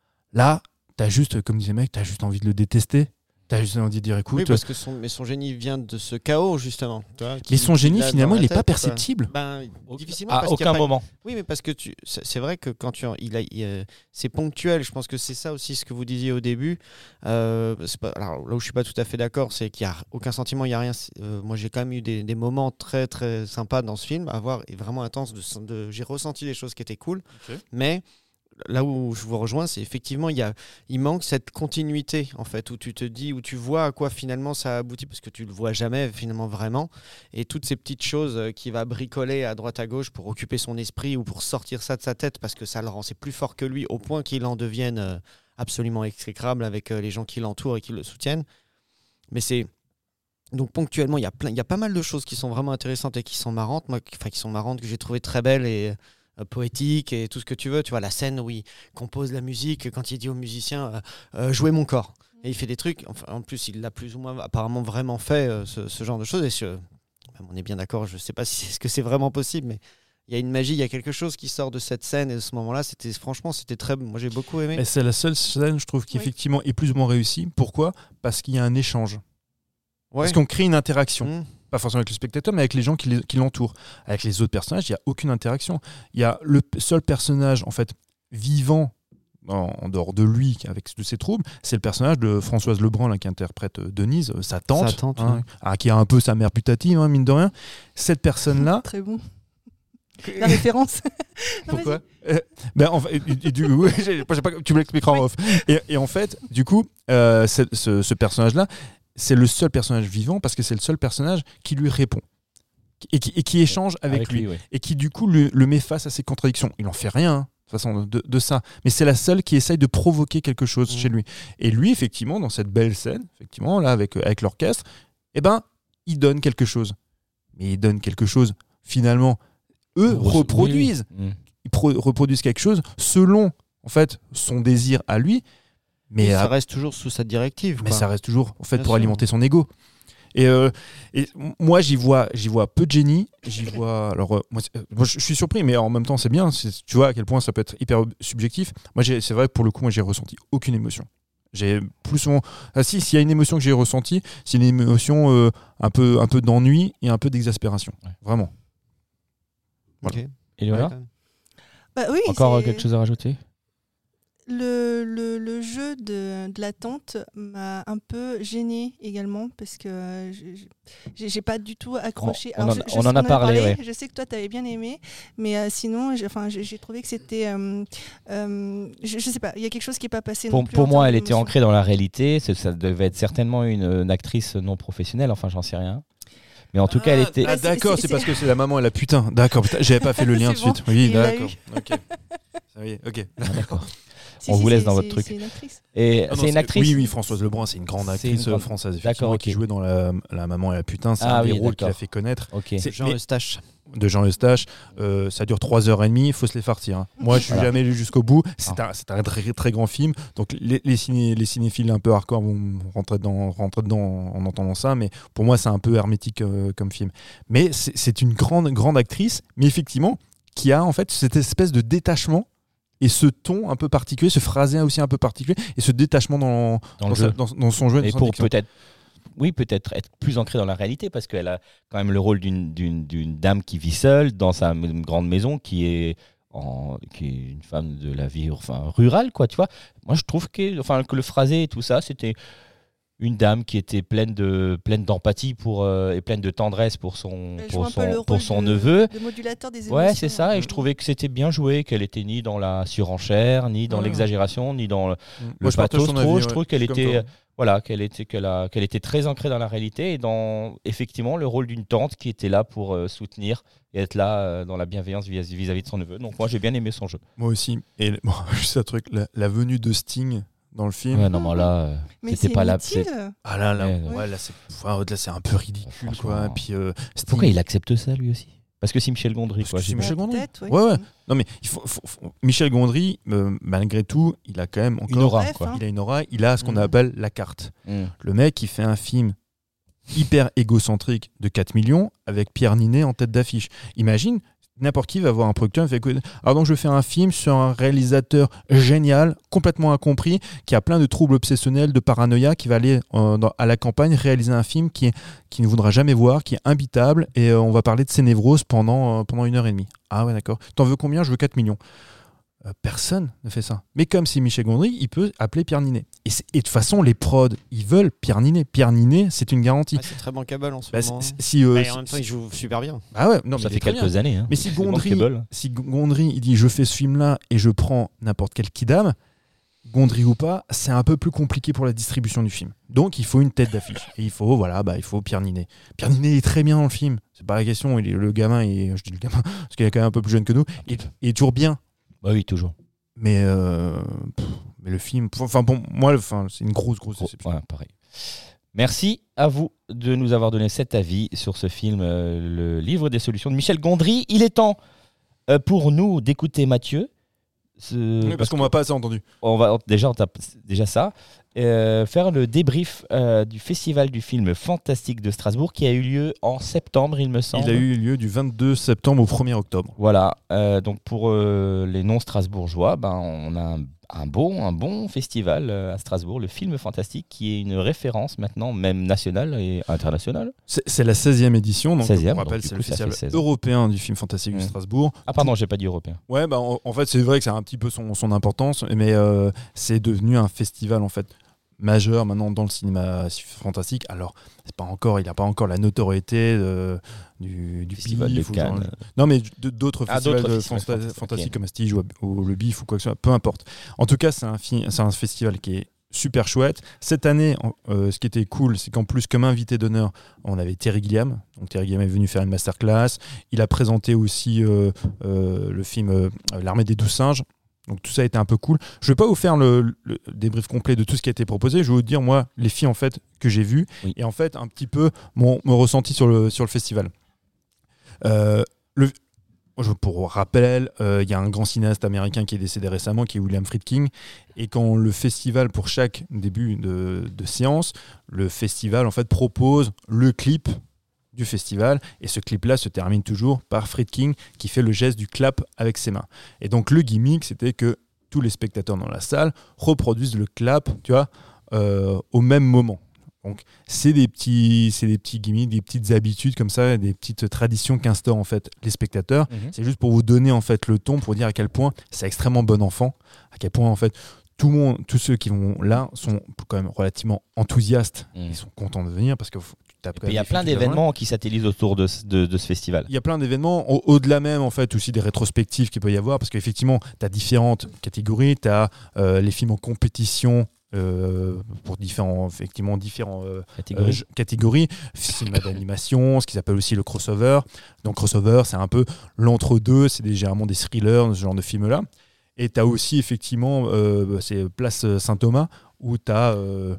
Là, tu as juste, comme disait mec, tu as juste envie de le détester. Tu as juste envie de dire, écoute... Oui, parce que son, mais son génie vient de ce chaos, justement. Tu vois, qui- mais son qui génie, l'a dans finalement, la il n'est pas tête, quoi. perceptible. Ben, difficilement. À parce qu'il y a aucun pas- moment. Oui, mais parce que tu, c'est c'est vrai que quand tu, il a, il, euh, c'est ponctuel. Je pense que c'est ça aussi ce que vous disiez au début. Euh, c'est pas, alors là où je suis pas tout à fait d'accord, c'est qu'il y a aucun sentiment, il y a rien. Euh, moi, j'ai quand même eu des, des moments très très sympas dans ce film, à voir et vraiment intense. De, de, j'ai ressenti des choses qui étaient cool, Ok. mais là où je vous rejoins, c'est effectivement il y a, il manque cette continuité en fait, où tu te dis, où tu vois à quoi finalement ça aboutit, parce que tu le vois jamais finalement vraiment, et toutes ces petites choses euh, qu'il va bricoler à droite à gauche pour occuper son esprit ou pour sortir ça de sa tête, parce que ça le rend, c'est plus fort que lui, au point qu'il en devienne euh, absolument exécrable avec euh, les gens qui l'entourent et qui le soutiennent. Mais c'est donc ponctuellement, il y a plein, il y a pas mal de choses qui sont vraiment intéressantes et qui sont marrantes, moi, qui- enfin qui sont marrantes, que j'ai trouvé très belles et euh, poétiques et tout ce que tu veux. Tu vois la scène où il compose la musique quand il dit aux musiciens euh, euh, jouez mon corps, et il fait des trucs. Enfin, en plus, il l'a plus ou moins apparemment vraiment fait euh, ce, ce genre de choses. Et ce- ben, on est bien d'accord. Je sais pas si c'est ce que c'est vraiment possible, mais il y a une magie, il y a quelque chose qui sort de cette scène et de ce moment-là. C'était franchement, c'était très. Moi, j'ai beaucoup aimé. Mais c'est la seule scène, je trouve, qui Oui. effectivement est plus ou moins réussie. Pourquoi ? Parce qu'il y a un échange. Ouais. Parce qu'on crée une interaction. Mmh. Pas forcément avec le spectateur, mais avec les gens qui, les- qui l'entourent. Avec les autres personnages, il n'y a aucune interaction. Il y a le p- seul personnage, en fait, vivant, en, en dehors de lui, avec de ses troubles, c'est le personnage de Françoise Lebrun, là, qui interprète euh, Denise, euh, sa tante, Sa tante, hein, ouais. ah, qui a un peu sa mère putative, hein, mine de rien. Cette personne-là, Très bon. La référence. Non, pourquoi Euh, ben, en fait, et- et du, ouais, j'ai- j'ai pas- tu me l'expliqueras en off. Et, et en fait, du coup, euh, c'est- ce, ce personnage-là, c'est le seul personnage vivant parce que c'est le seul personnage qui lui répond et qui, et qui échange avec, lui. ouais. Et qui du coup le, le met face à ses contradictions. Il en fait rien. hein. façon de, de ça. Mais c'est la seule qui essaye de provoquer quelque chose Mmh. chez lui. Et lui, effectivement, dans cette belle scène, effectivement, là, avec, avec l'orchestre, eh ben, il donne quelque chose. Mais il donne quelque chose, finalement, eux Oui, reproduisent. oui. Mm. Ils pro- reproduisent quelque chose selon, en fait, son désir à lui. Mais, Mais ça à- reste toujours sous sa directive. mais quoi. ça reste toujours, en fait, Bien pour sûr. alimenter son ego. Et, euh, et m- moi, j'y vois, j'y vois peu de génie. J'y vois. Alors, euh, moi, c'est- euh, moi, je je suis surpris, mais en même temps, c'est bien. C'est- Tu vois à quel point ça peut être hyper ob- subjectif. Moi, j'ai- c'est vrai que pour le coup, moi, j'ai ressenti aucune émotion. J'ai plus souvent. Ah, si, s'il y a une émotion que j'ai ressentie, c'est une émotion euh, un peu, un peu d'ennui et un peu d'exaspération. Ouais. Vraiment. Voilà. Ok. Eleonora, Ouais, quand même. Bah oui, encore euh, c'est- quelque chose à rajouter? Le, le, le jeu de, de la tante m'a un peu gênée également parce que euh, je- je- j'ai j'ai pas du tout accroché. On- on Alors, en- je- je on sais en a qu'on parlé, ouais. Je sais que toi tu avais bien aimé, mais euh, sinon, j'ai- enfin, j'ai j'ai trouvé que c'était. euh, euh, je, je sais pas, il y a quelque chose qui n'est pas passé. Pour, non plus pour en moi, termes elle était d'émotion. ancrée dans la réalité. Ça, ça devait être certainement une, une actrice non professionnelle. Enfin, j'en sais rien. Mais en tout cas, elle était. Ah, Bah, c'est- d'accord, c'est- c'est parce que c'est la maman et la putain. D'accord, putain, j'avais pas fait le lien C'est tout de bon, suite. Oui, il l'a d'accord. Ok. Ça y est, ok. Ah, d'accord. Si, on si, vous laisse c'est- dans votre c'est- truc. C'est une actrice. Et Ah non, c'est une actrice. Oui, oui, Françoise Lebrun, c'est une grande C'est actrice une grande- euh, française, D'accord, effectivement, ok. qui jouait dans la, la Maman et la putain. C'est Ah un des oui, rôles qui l'a d'accord. fait connaître. Ok. C'est- Jean mais- Eustache. De Jean Eustache. Euh, ça dure trois heures trente, il faut se les fartir. hein. Moi, je suis Voilà. jamais allé jusqu'au bout. C'est Ah. un, c'est un très, très grand film. Donc, les, les, ciné- les cinéphiles un peu hardcore vont rentrer dedans, rentrer dedans en, en entendant ça. Mais pour moi, c'est un peu hermétique euh, comme film. Mais c'est c'est une grande, grande actrice, mais effectivement, qui a en fait cette espèce de détachement. Et ce ton un peu particulier, ce phrasé aussi un peu particulier, et ce détachement dans, Dans dans, le sa- jeu. dans- dans son jeu. et Et dans sa pour diction. peut-être, oui, peut-être être plus ancrée dans la réalité, parce qu'elle a quand même le rôle d'une, d'une, d'une dame qui vit seule dans sa m- grande maison, qui est, en, qui est une femme de la vie enfin, rurale, quoi, tu vois. Moi, je trouve que, enfin, que le phrasé et tout ça, c'était une dame qui était pleine, de, pleine d'empathie pour, euh, et pleine de tendresse pour son, Elle joue pour un peu le son, rôle pour son de- neveu. de modulateur des émotions. Ouais, c'est ça, et hein. je trouvais que c'était bien joué, qu'elle était ni dans la surenchère, ni dans Ouais. l'exagération, ni dans le, Moi, le je partage pathos ton trop. avis, Je ouais. trouve qu'elle Je suis comme était, toi. voilà, qu'elle était, qu'elle a- qu'elle était très ancrée dans la réalité et dans effectivement le rôle d'une tante qui était là pour euh, soutenir et être là euh, dans la bienveillance vis- vis-à-vis de son neveu. Donc moi j'ai bien aimé son jeu. Moi aussi. Et bon, juste un truc, la, la venue de Sting dans le film. Ouais, non, mais là, euh, Mais c'était c'est pas là. inutile. c'est- Ah là, là, Ouais, ouais, ouais. là, c'est, enfin, là, c'est un peu ridicule, Franchement. quoi. Et puis, euh, Sting- Pourquoi il accepte ça lui aussi? Parce que c'est Michel Gondry, Parce quoi. que c'est j'imagine. Michel Gondry. Peut-être, oui. Ouais, ouais. Non, mais il faut, faut- faut- Michel Gondry, euh, malgré tout, il a quand même encore Une aura, Bref, quoi. hein. Il a une aura, il a ce qu'on Mhm. appelle la carte. Mm. Le mec, il fait un film hyper égocentrique de quatre millions avec Pierre Ninet en tête d'affiche. Imagine, n'importe qui va voir un producteur et fait écoute, alors donc je fais un film sur un réalisateur génial, complètement incompris, qui a plein de troubles obsessionnels, de paranoïa, qui va aller euh, dans- à la campagne réaliser un film qui, est, qui ne voudra jamais voir, qui est imbitable, et euh, on va parler de ses névroses pendant, euh, pendant une heure et demie. Ah ouais, d'accord. T'en veux combien? Je veux quatre millions. Euh, personne ne fait ça. Mais comme c'est Michel Gondry, il peut appeler Pierre Ninet. Et, c'est- et de toute façon, les prods, ils veulent Pierre Ninet. Pierre Ninet, c'est une garantie. Ah, c'est très bankable en ce Bah, moment. si- si, euh, Mais si- en même temps, il joue super bien. ah ouais, non, Ça mais il fait est très bien. quelques années. Hein. Mais si C'est Gondry, bankable. si Gondry il dit je fais ce film-là et je prends n'importe quel kidam, Gondry ou pas, c'est un peu plus compliqué pour la distribution du film. Donc il faut une tête d'affiche. Et il faut, voilà, bah, il faut Pierre Ninet. Pierre Ninet est très bien dans le film. C'est pas la question. Il est, le gamin, et je dis le gamin parce qu'il est quand même un peu plus jeune que nous. Il, il est toujours bien. Bah oui, toujours. Mais, euh, pff, mais le film, enfin bon, moi, enfin, c'est une grosse, grosse déception. Ouais, pareil. Merci à vous de nous avoir donné cet avis sur ce film, euh, le livre des solutions de Michel Gondry. Il est temps euh, pour nous d'écouter Mathieu. Ce- Oui, parce qu'on m'a pas assez entendu. on va déjà on tape déjà ça euh, faire le débrief euh, du festival du film fantastique de Strasbourg qui a eu lieu en septembre, il me semble. Il a eu lieu du vingt-deux septembre au premier octobre. Voilà, euh, donc pour euh, les non-strasbourgeois, ben, on a un, un beau, un bon festival euh, à Strasbourg, le film fantastique, qui est une référence maintenant, même nationale et internationale. C'est c'est la seizième édition, donc seizième, on rappelle, donc du c'est coup, le ça fait festival seize. européen du film fantastique de Mmh. Strasbourg. Ah pardon, j'ai pas dit européen. Ouais, bah, en, en fait, c'est vrai que ça a un petit peu son, son importance, mais euh, c'est devenu un festival en fait majeur maintenant dans le cinéma fantastique. Alors, c'est pas encore, il n'a pas encore la notoriété de- du, du Festival B I de F ou Cannes. genre- non, mais de- d'autres Ah, festivals d'autres de festivals fanta- fantastiques, fantastiques ok. comme Astige ou, ou le B I F ou quoi que ce soit, peu importe. En tout cas, c'est un, fi- c'est un festival qui est super chouette. Cette année, en- euh, ce qui était cool, c'est qu'en plus, comme invité d'honneur, on avait Terry Gilliam. Donc Terry Gilliam est venu faire une masterclass. Il a présenté aussi euh, euh, le film euh, L'Armée des douze singes. Donc tout ça a été un peu cool. Je vais pas vous faire le, le débrief complet de tout ce qui a été proposé. Je vais vous dire moi les films en fait que j'ai vus Oui. et en fait un petit peu mon, mon ressenti sur le sur le festival. Euh, le Pour rappel, il euh, y a un grand cinéaste américain qui est décédé récemment, qui est William Friedkin. Et quand le festival, pour chaque début de, de séance, le festival en fait propose le clip du festival. Et ce clip-là se termine toujours par Friedkin qui fait le geste du clap avec ses mains. Et donc le gimmick, c'était que tous les spectateurs dans la salle reproduisent le clap, tu vois, euh, au même moment. Donc, c'est des petits, c'est des petits gimmicks, des petites habitudes comme ça, des petites traditions qu'instaurent en fait les spectateurs. Mmh. C'est juste pour vous donner en fait le ton, pour dire à quel point c'est extrêmement bon enfant, à quel point en fait tout le monde, tous ceux qui vont là sont quand même relativement enthousiastes, mmh. ils sont contents de venir parce que il y a plein d'événements qui satellisent autour de, de, de ce festival. Il y a plein d'événements, au, au-delà même en fait aussi des rétrospectives qu'il peut y avoir, parce qu'effectivement tu as différentes catégories, tu as euh, les films en compétition. Euh, pour différents, effectivement, différents euh, catégories. Euh, catégories, cinéma d'animation, ce qu'ils appellent aussi le crossover. Donc crossover, c'est un peu l'entre-deux, c'est des, généralement des thrillers, ce genre de films-là. Et tu as aussi effectivement, euh, c'est Place Saint-Thomas, où tu as euh,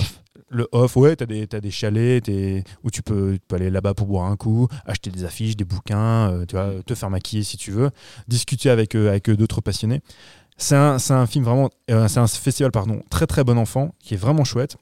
le off, ouais, tu as des, t'as des chalets où tu peux, tu peux aller là-bas pour boire un coup, acheter des affiches, des bouquins, euh, tu vois, te faire maquiller si tu veux, discuter avec, euh, avec d'autres passionnés. C'est un, c'est un film vraiment, euh, c'est un festival pardon, très très bon enfant, qui est vraiment chouette.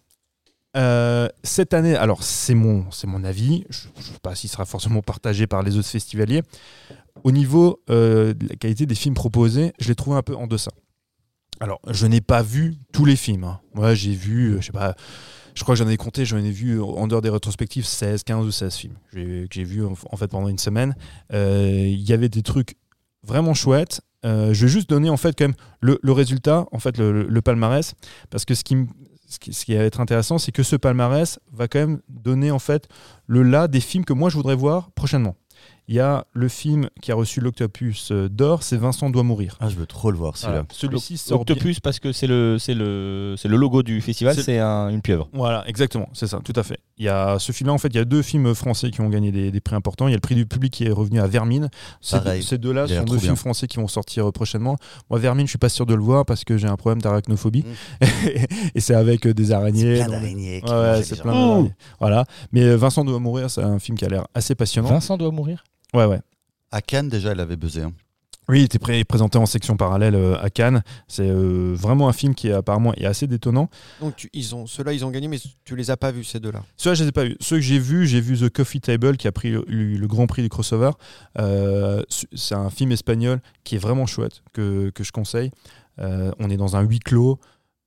Euh, cette année, alors c'est mon, c'est mon avis, je ne sais pas s'il sera forcément partagé par les autres festivaliers. Au niveau euh, de la qualité des films proposés, je l'ai trouvé un peu en deçà. Alors, je n'ai pas vu tous les films. Hein. Moi, j'ai vu, euh, je sais pas, je crois que j'en ai compté, j'en ai vu en dehors des rétrospectives seize, quinze ou seize films j'ai, que j'ai vu en, en fait pendant une semaine. Il euh, y avait des trucs vraiment chouettes. Euh, je vais juste donner en fait quand même le, le résultat, en fait le, le, le palmarès, parce que ce qui, ce, qui, ce qui va être intéressant, c'est que ce palmarès va quand même donner en fait le là des films que moi je voudrais voir prochainement. Il y a le film qui a reçu l'Octopus d'or, c'est Vincent doit mourir. Ah, je veux trop le voir celui-là. Voilà. Celui-ci sort Octopus bien. Parce que c'est le, c'est le, c'est le logo du festival, c'est, c'est un, une pieuvre. Voilà, exactement, c'est ça, tout à fait. Il y a ce film-là, en fait, il y a deux films français qui ont gagné des, des prix importants. Il y a le prix du public qui est revenu à Vermine. Ces, deux, ces deux-là sont deux films bien. français qui vont sortir prochainement. Moi, Vermine, je suis pas sûr de le voir parce que j'ai un problème d'arachnophobie. Mmh. et c'est avec des araignées. C'est plein d'araignées. Ouais, ouais, c'est plein d'araignées. Voilà. Mais Vincent doit mourir, c'est un film qui a l'air assez passionnant. Vincent doit mourir ? Ouais, ouais. À Cannes, déjà, elle avait buzzé. Hein. Oui, il était pré- présenté en section parallèle euh, à Cannes. C'est euh, vraiment un film qui est, apparemment est assez détonnant. Donc tu, ils ont, ceux-là, ils ont gagné, mais tu les as pas vus, ces deux-là? Ceux-là, je les ai pas vus. Ceux que j'ai vus, j'ai vu The Coffee Table qui a pris le, le grand prix du crossover. Euh, c'est un film espagnol qui est vraiment chouette, que, que je conseille. Euh, on est dans un huis clos.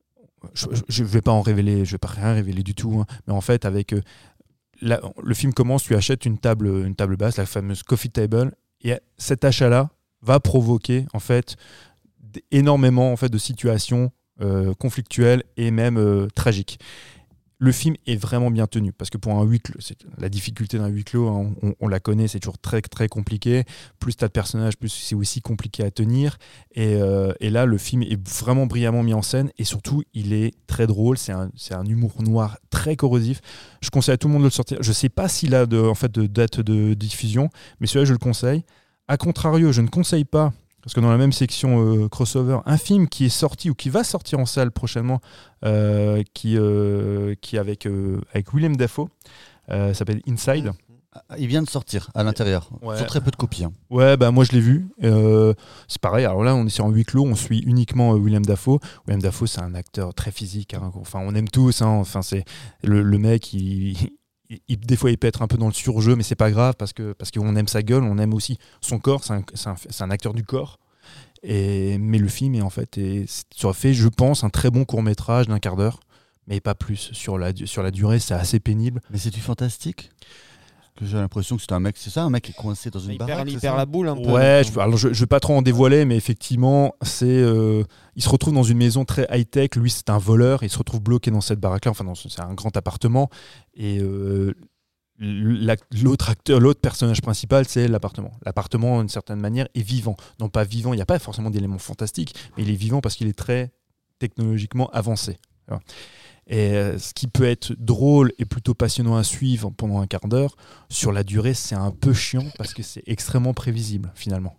Je ne vais pas en révéler, je vais pas rien révéler du tout. Hein, mais en fait, avec euh, la, le film commence, tu achètes une table, une table basse, la fameuse Coffee Table. Et cet achat-là va provoquer en fait énormément en fait de situations euh, conflictuelles et même euh, tragiques. Le film est vraiment bien tenu parce que pour un huis clos, c'est la difficulté d'un huis clos, hein, on, on la connaît, c'est toujours très très compliqué. Plus t'as de personnages, plus c'est aussi compliqué à tenir. Et, euh, et là, le film est vraiment brillamment mis en scène et surtout, il est très drôle. C'est un, c'est un humour noir très corrosif. Je conseille à tout le monde de le sortir. Je sais pas s'il a de, en fait de date de diffusion, mais celui-là, je le conseille. A contrario, je ne conseille pas. Parce que dans la même section euh, crossover, un film qui est sorti ou qui va sortir en salle prochainement, euh, qui, euh, qui est avec, euh, avec Willem Dafoe, euh, s'appelle Inside. Il vient de sortir à l'intérieur. Ouais. Sur très peu de copies. Hein. Ouais, bah moi je l'ai vu. Euh, c'est pareil. Alors là, on est sur un huis clos, on suit uniquement euh, Willem Dafoe. Willem Dafoe, c'est un acteur très physique. Hein. Enfin, on aime tous. Hein. Enfin, c'est le, le mec, il. Il, des fois il peut être un peu dans le surjeu, mais c'est pas grave parce que parce qu'on aime sa gueule, on aime aussi son corps. C'est un, c'est un, c'est un acteur du corps. Et mais le film est en fait est, ça fait, je pense, un très bon court métrage d'un quart d'heure, mais pas plus sur la sur la durée. C'est assez pénible. Mais c'est du fantastique. Que j'ai l'impression que c'est un mec, c'est ça, un mec qui est coincé dans une il baraque. Perd, il perd la boule un peu. Ouais, je, alors je, je vais pas trop en dévoiler, mais effectivement, c'est, euh, il se retrouve dans une maison très high tech. Lui, c'est un voleur. Il se retrouve bloqué dans cette baraque-là. Enfin, dans, c'est un grand appartement. Et euh, la, l'autre acteur, l'autre personnage principal, c'est l'appartement. L'appartement, d'une certaine manière, est vivant. Non pas vivant. Il n'y a pas forcément d'éléments fantastiques, mais il est vivant parce qu'il est très technologiquement avancé. Voilà. Et euh, ce qui peut être drôle et plutôt passionnant à suivre pendant un quart d'heure, sur la durée, c'est un peu chiant parce que c'est extrêmement prévisible finalement.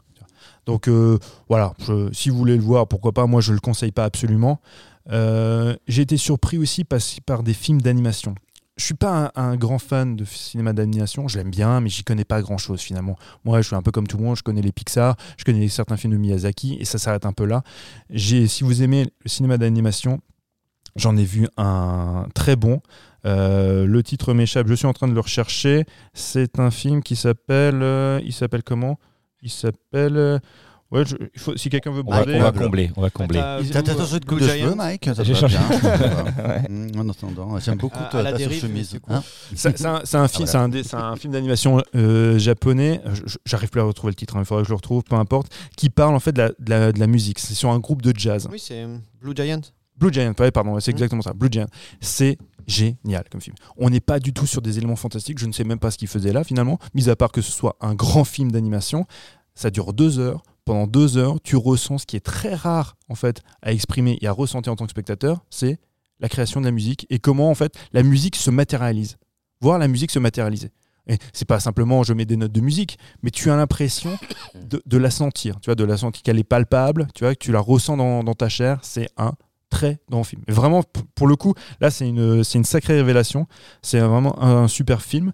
Donc euh, voilà, je, si vous voulez le voir, pourquoi pas, moi je le conseille pas absolument. Euh, j'ai été surpris aussi par, par des films d'animation. Je suis pas un, un grand fan de cinéma d'animation, je l'aime bien, mais j'y connais pas grand chose finalement. Moi, je suis un peu comme tout le monde, je connais les Pixar, je connais certains films de Miyazaki, et ça s'arrête un peu là. J'ai, si vous aimez le cinéma d'animation, j'en ai vu un très bon. Euh, le titre m'échappe, je suis en train de le rechercher. C'est un film qui s'appelle. Euh, il s'appelle comment ? Il s'appelle. Euh, ouais, je, il faut, si quelqu'un veut On va, brader. on va combler, on va combler. T'as- T'as t'as changé de coupe de Blue cheveux, Giant. Mike? Ça J'ai va changé. bien. Mmh, en attendant, j'aime beaucoup À- ta à la ta dérive, surchemise. c'est cool. Hein C'est c'est un, c'est un film, voilà. c'est un, dé- c'est un film d'animation euh, japonais. Je- je- J'arrive plus à retrouver le titre. hein, Il faudrait que je le retrouve, peu importe. Qui parle en fait de la, de la, de la musique. C'est sur un groupe de jazz. Oui, c'est euh, Blue Giant. Blue Giant, ouais, pardon, c'est Mm. exactement ça. Blue Giant, c'est génial comme film. On n'est pas du tout sur des éléments fantastiques. Je ne sais même pas ce qu'il faisait là finalement, mis à part que ce soit un grand film d'animation. Ça dure deux heures. Pendant deux heures, tu ressens ce qui est très rare en fait à exprimer et à ressentir en tant que spectateur, c'est la création de la musique et comment en fait la musique se matérialise. Voir la musique se matérialiser. Et c'est pas simplement je mets des notes de musique, mais tu as l'impression de, de la sentir, tu vois, de la sentir qu'elle est palpable, tu vois, que tu la ressens dans, dans ta chair. C'est un très grand film. Et vraiment, p- pour le coup, là, c'est une, c'est une sacrée révélation. C'est vraiment un, un super film.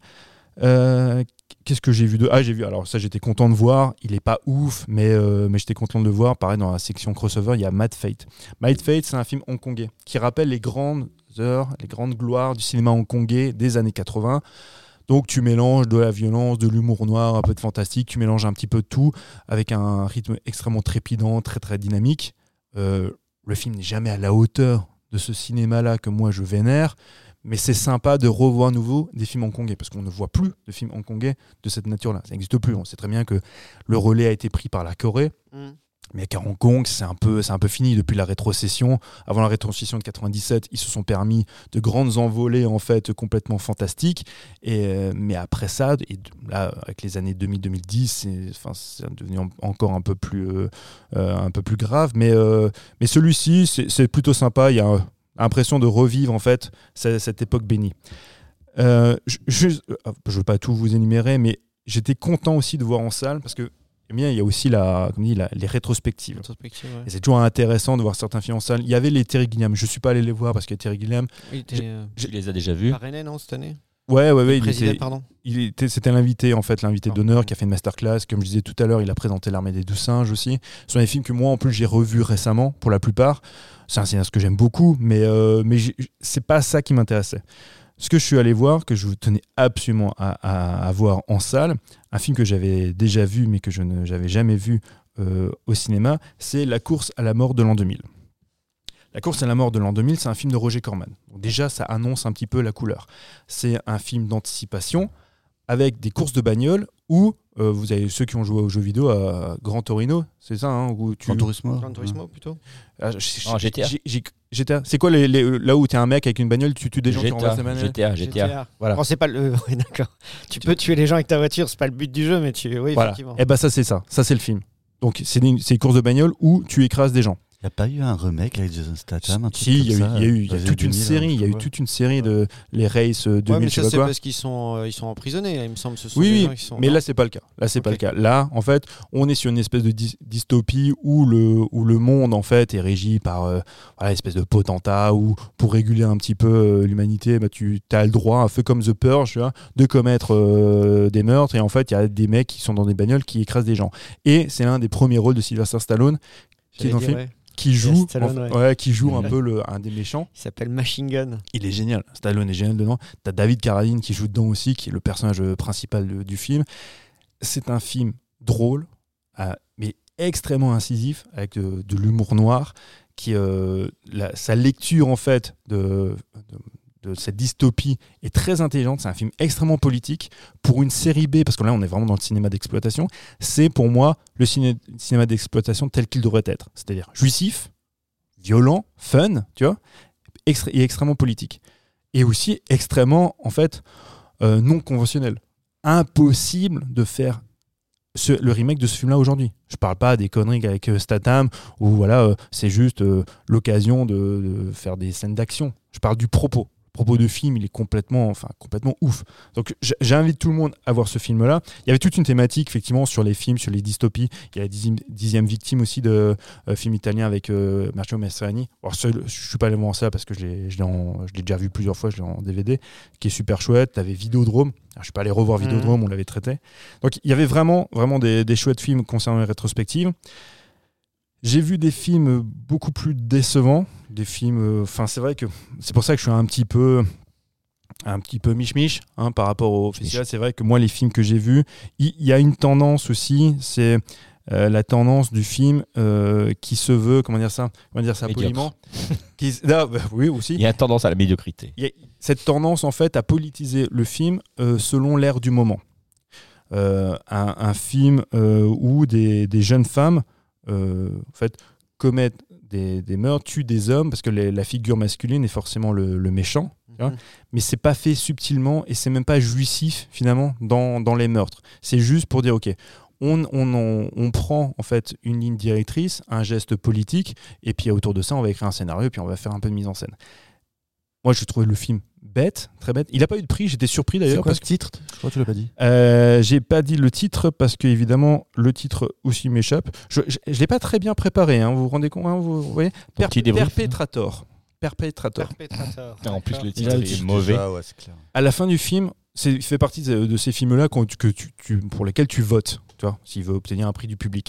Euh, Qu'est-ce que j'ai vu de... Ah, j'ai vu, alors ça, j'étais content de voir. Il est pas ouf, mais, euh, mais j'étais content de le voir. Pareil, dans la section crossover, il y a Mad Fate. Mad Fate, c'est un film hongkongais qui rappelle les grandes heures, les grandes gloires du cinéma hongkongais des années quatre-vingts. Donc tu mélanges de la violence, de l'humour noir, un peu de fantastique, tu mélanges un petit peu de tout avec un rythme extrêmement trépidant, très très dynamique. Euh, le film n'est jamais à la hauteur de ce cinéma-là que moi je vénère, mais c'est sympa de revoir à nouveau des films hongkongais, parce qu'on ne voit plus de films hongkongais de cette nature-là. Ça n'existe plus. On sait très bien que le relais a été pris par la Corée, Mm. mais qu'à Hong Kong, c'est un peu, c'est un peu fini depuis la rétrocession. Avant la rétrocession de quatre-vingt-dix-sept, ils se sont permis de grandes envolées en fait complètement fantastiques. Et, euh, mais après ça, et là, avec les années deux mille deux mille dix, c'est, enfin, c'est devenu en- encore un peu plus, euh, euh, un peu plus grave. Mais, euh, mais celui-ci, c'est, c'est plutôt sympa. Il y a euh, l'impression de revivre en fait cette, cette époque bénie. Euh, je ne veux pas tout vous énumérer, mais j'étais content aussi de voir en salle parce que eh bien, il y a aussi la, comme dit, la, les rétrospectives. Rétrospective, ouais. Et c'est toujours intéressant de voir certains films en salle. Il y avait les Terry Gilliam. Je ne suis pas allé les voir parce que Terry Gilliam. Il était euh, Tu les as déjà vus? parrainé, non, cette année Ouais, ouais, ouais. Il Président, était, pardon. il était, c'était l'invité, en fait, l'invité Ah, d'honneur ouais. qui a fait une masterclass. Comme je disais tout à l'heure, il a présenté L'Armée des Douze Singes aussi. Ce sont des films que moi, en plus, j'ai revus récemment, pour la plupart. C'est un cinéaste que j'aime beaucoup, mais, euh, mais j'ai- c'est pas ça qui m'intéressait. Ce que je suis allé voir, que je vous tenais absolument à, à, à voir en salle, un film que j'avais déjà vu, mais que je n'avais jamais vu euh, au cinéma, c'est La course à la mort de l'an deux mille. La course à la mort de l'an deux mille, c'est un film de Roger Corman. Donc déjà, ça annonce un petit peu la couleur. C'est un film d'anticipation avec des courses de bagnole où euh, vous avez ceux qui ont joué aux jeux vidéo à Gran Torino, c'est ça, hein, où tu... Gran Turismo. Gran Turismo, plutôt. Ah, je- En G T A. j'ai- j'ai- G T A. C'est quoi les, les- là où t'es un mec avec une bagnole, tu tues des gens qui renversent des G T A, manettes? G T A, G T A. Voilà. Bon, c'est pas le. Oui, d'accord. Tu peux tuer les gens avec ta voiture, c'est pas le but du jeu, mais tu. Oui, Voilà. effectivement. Et ben ça c'est ça, ça c'est le film. Donc c'est une, c'est une course de bagnole où tu écrases des gens. Il n'y a pas eu un remake avec Jason Statham, un truc Si, il y a eu, comme ça, il y a eu, il y a dans les toute une années deux mille, série, hein, il y a eu je toute une série de les races euh, deux Ouais, mille, mais je sais ça, pas c'est quoi. parce qu'ils sont, euh, ils sont emprisonnés, là, il me semble. Ce sont Oui, des oui, gens qui sont... mais non là c'est pas le cas. Là c'est pas Ok. le cas. Là, en fait, on est sur une espèce de dy- dystopie où le où le monde en fait est régi par euh, voilà, une espèce de potentat où pour réguler un petit peu euh, l'humanité, bah, tu as le droit, un peu comme The Purge, tu vois, de commettre euh, des meurtres. Et en fait, il y a des mecs qui sont dans des bagnoles qui écrasent des gens. Et c'est l'un des premiers rôles de Sylvester Stallone qui est J'allais dans le dire, film, ouais. qui joue, Stallone, en- ouais. ouais, qui joue un Mhm. peu le, un des méchants. Il s'appelle Machine Gun. Il est génial. Stallone est génial dedans. T'as David Carradine qui joue dedans aussi, qui est le personnage principal de- du film. C'est un film drôle, euh, mais extrêmement incisif, avec de, de l'humour noir, qui euh, la- sa lecture en fait de, de, de cette dystopie est très intelligente. C'est un film extrêmement politique pour une série B, parce que là on est vraiment dans le cinéma d'exploitation. C'est pour moi le ciné- cinéma d'exploitation tel qu'il devrait être, c'est-à-dire jouissif, violent, fun, tu vois, extré- et extrêmement politique. Et aussi extrêmement, en fait, euh, non conventionnel. Impossible de faire ce- le remake de ce film-là aujourd'hui. Je parle pas des conneries avec euh, Statham, où voilà, euh, c'est juste euh, l'occasion de, de faire des scènes d'action. Je parle du propos. Je propos de film, il est complètement, enfin, complètement ouf. Donc j- j'invite tout le monde à voir ce film-là. Il y avait toute une thématique, effectivement, sur les films, sur les dystopies. Il y a la dixième, dixième victime aussi de euh, film italien avec euh, Matteo Mastroianni. Alors, ce, je ne suis pas allé voir ça parce que je l'ai, je, l'ai en, je l'ai déjà vu plusieurs fois, je l'ai en D V D, qui est super chouette. Tu avais Vidéodrome. Alors, je ne suis pas allé revoir Vidéodrome, mmh. on l'avait traité. Donc il y avait vraiment, vraiment des, des chouettes films concernant les rétrospectives. J'ai vu des films beaucoup plus décevants, des films. Enfin, euh, c'est vrai que c'est pour ça que je suis un petit peu, un petit peu mich-mich hein, par rapport au festival. C'est vrai que moi, les films que j'ai vus, il y, y a une tendance aussi, c'est euh, la tendance du film euh, qui se veut, comment dire ça, comment dire ça poliment. qui, non, bah, oui aussi. Il y a une tendance à la médiocrité. Il y a cette tendance en fait à politiser le film euh, selon l'ère du moment. Euh, un, un film euh, où des, des jeunes femmes Euh, en fait, commettent des, des meurtres, tuent des hommes, parce que les, la figure masculine est forcément le, le méchant, tu vois, mais c'est pas fait subtilement et c'est même pas jouissif finalement dans, dans les meurtres. C'est juste pour dire ok, on, on, on, on prend en fait une ligne directrice, un geste politique, et puis autour de ça on va écrire un scénario et puis on va faire un peu de mise en scène. Moi, je trouvais le film bête, très bête. Il n'a pas eu de prix, j'étais surpris d'ailleurs. C'est quoi parce ce titre ? Je crois que tu l'as pas dit. Euh, j'ai pas dit le titre parce que évidemment le titre aussi m'échappe. Je, je, je l'ai pas très bien préparé. Hein, vous vous rendez compte hein, vous, vous voyez per- Perpetrator. Perpetrator. Perpetrator. En plus, le titre titre est mauvais. Ah ouais, c'est clair. À la fin du film, c'est, il fait partie de, de ces films-là que tu, tu, pour lesquels tu votes, tu vois, s'il veut obtenir un prix du public.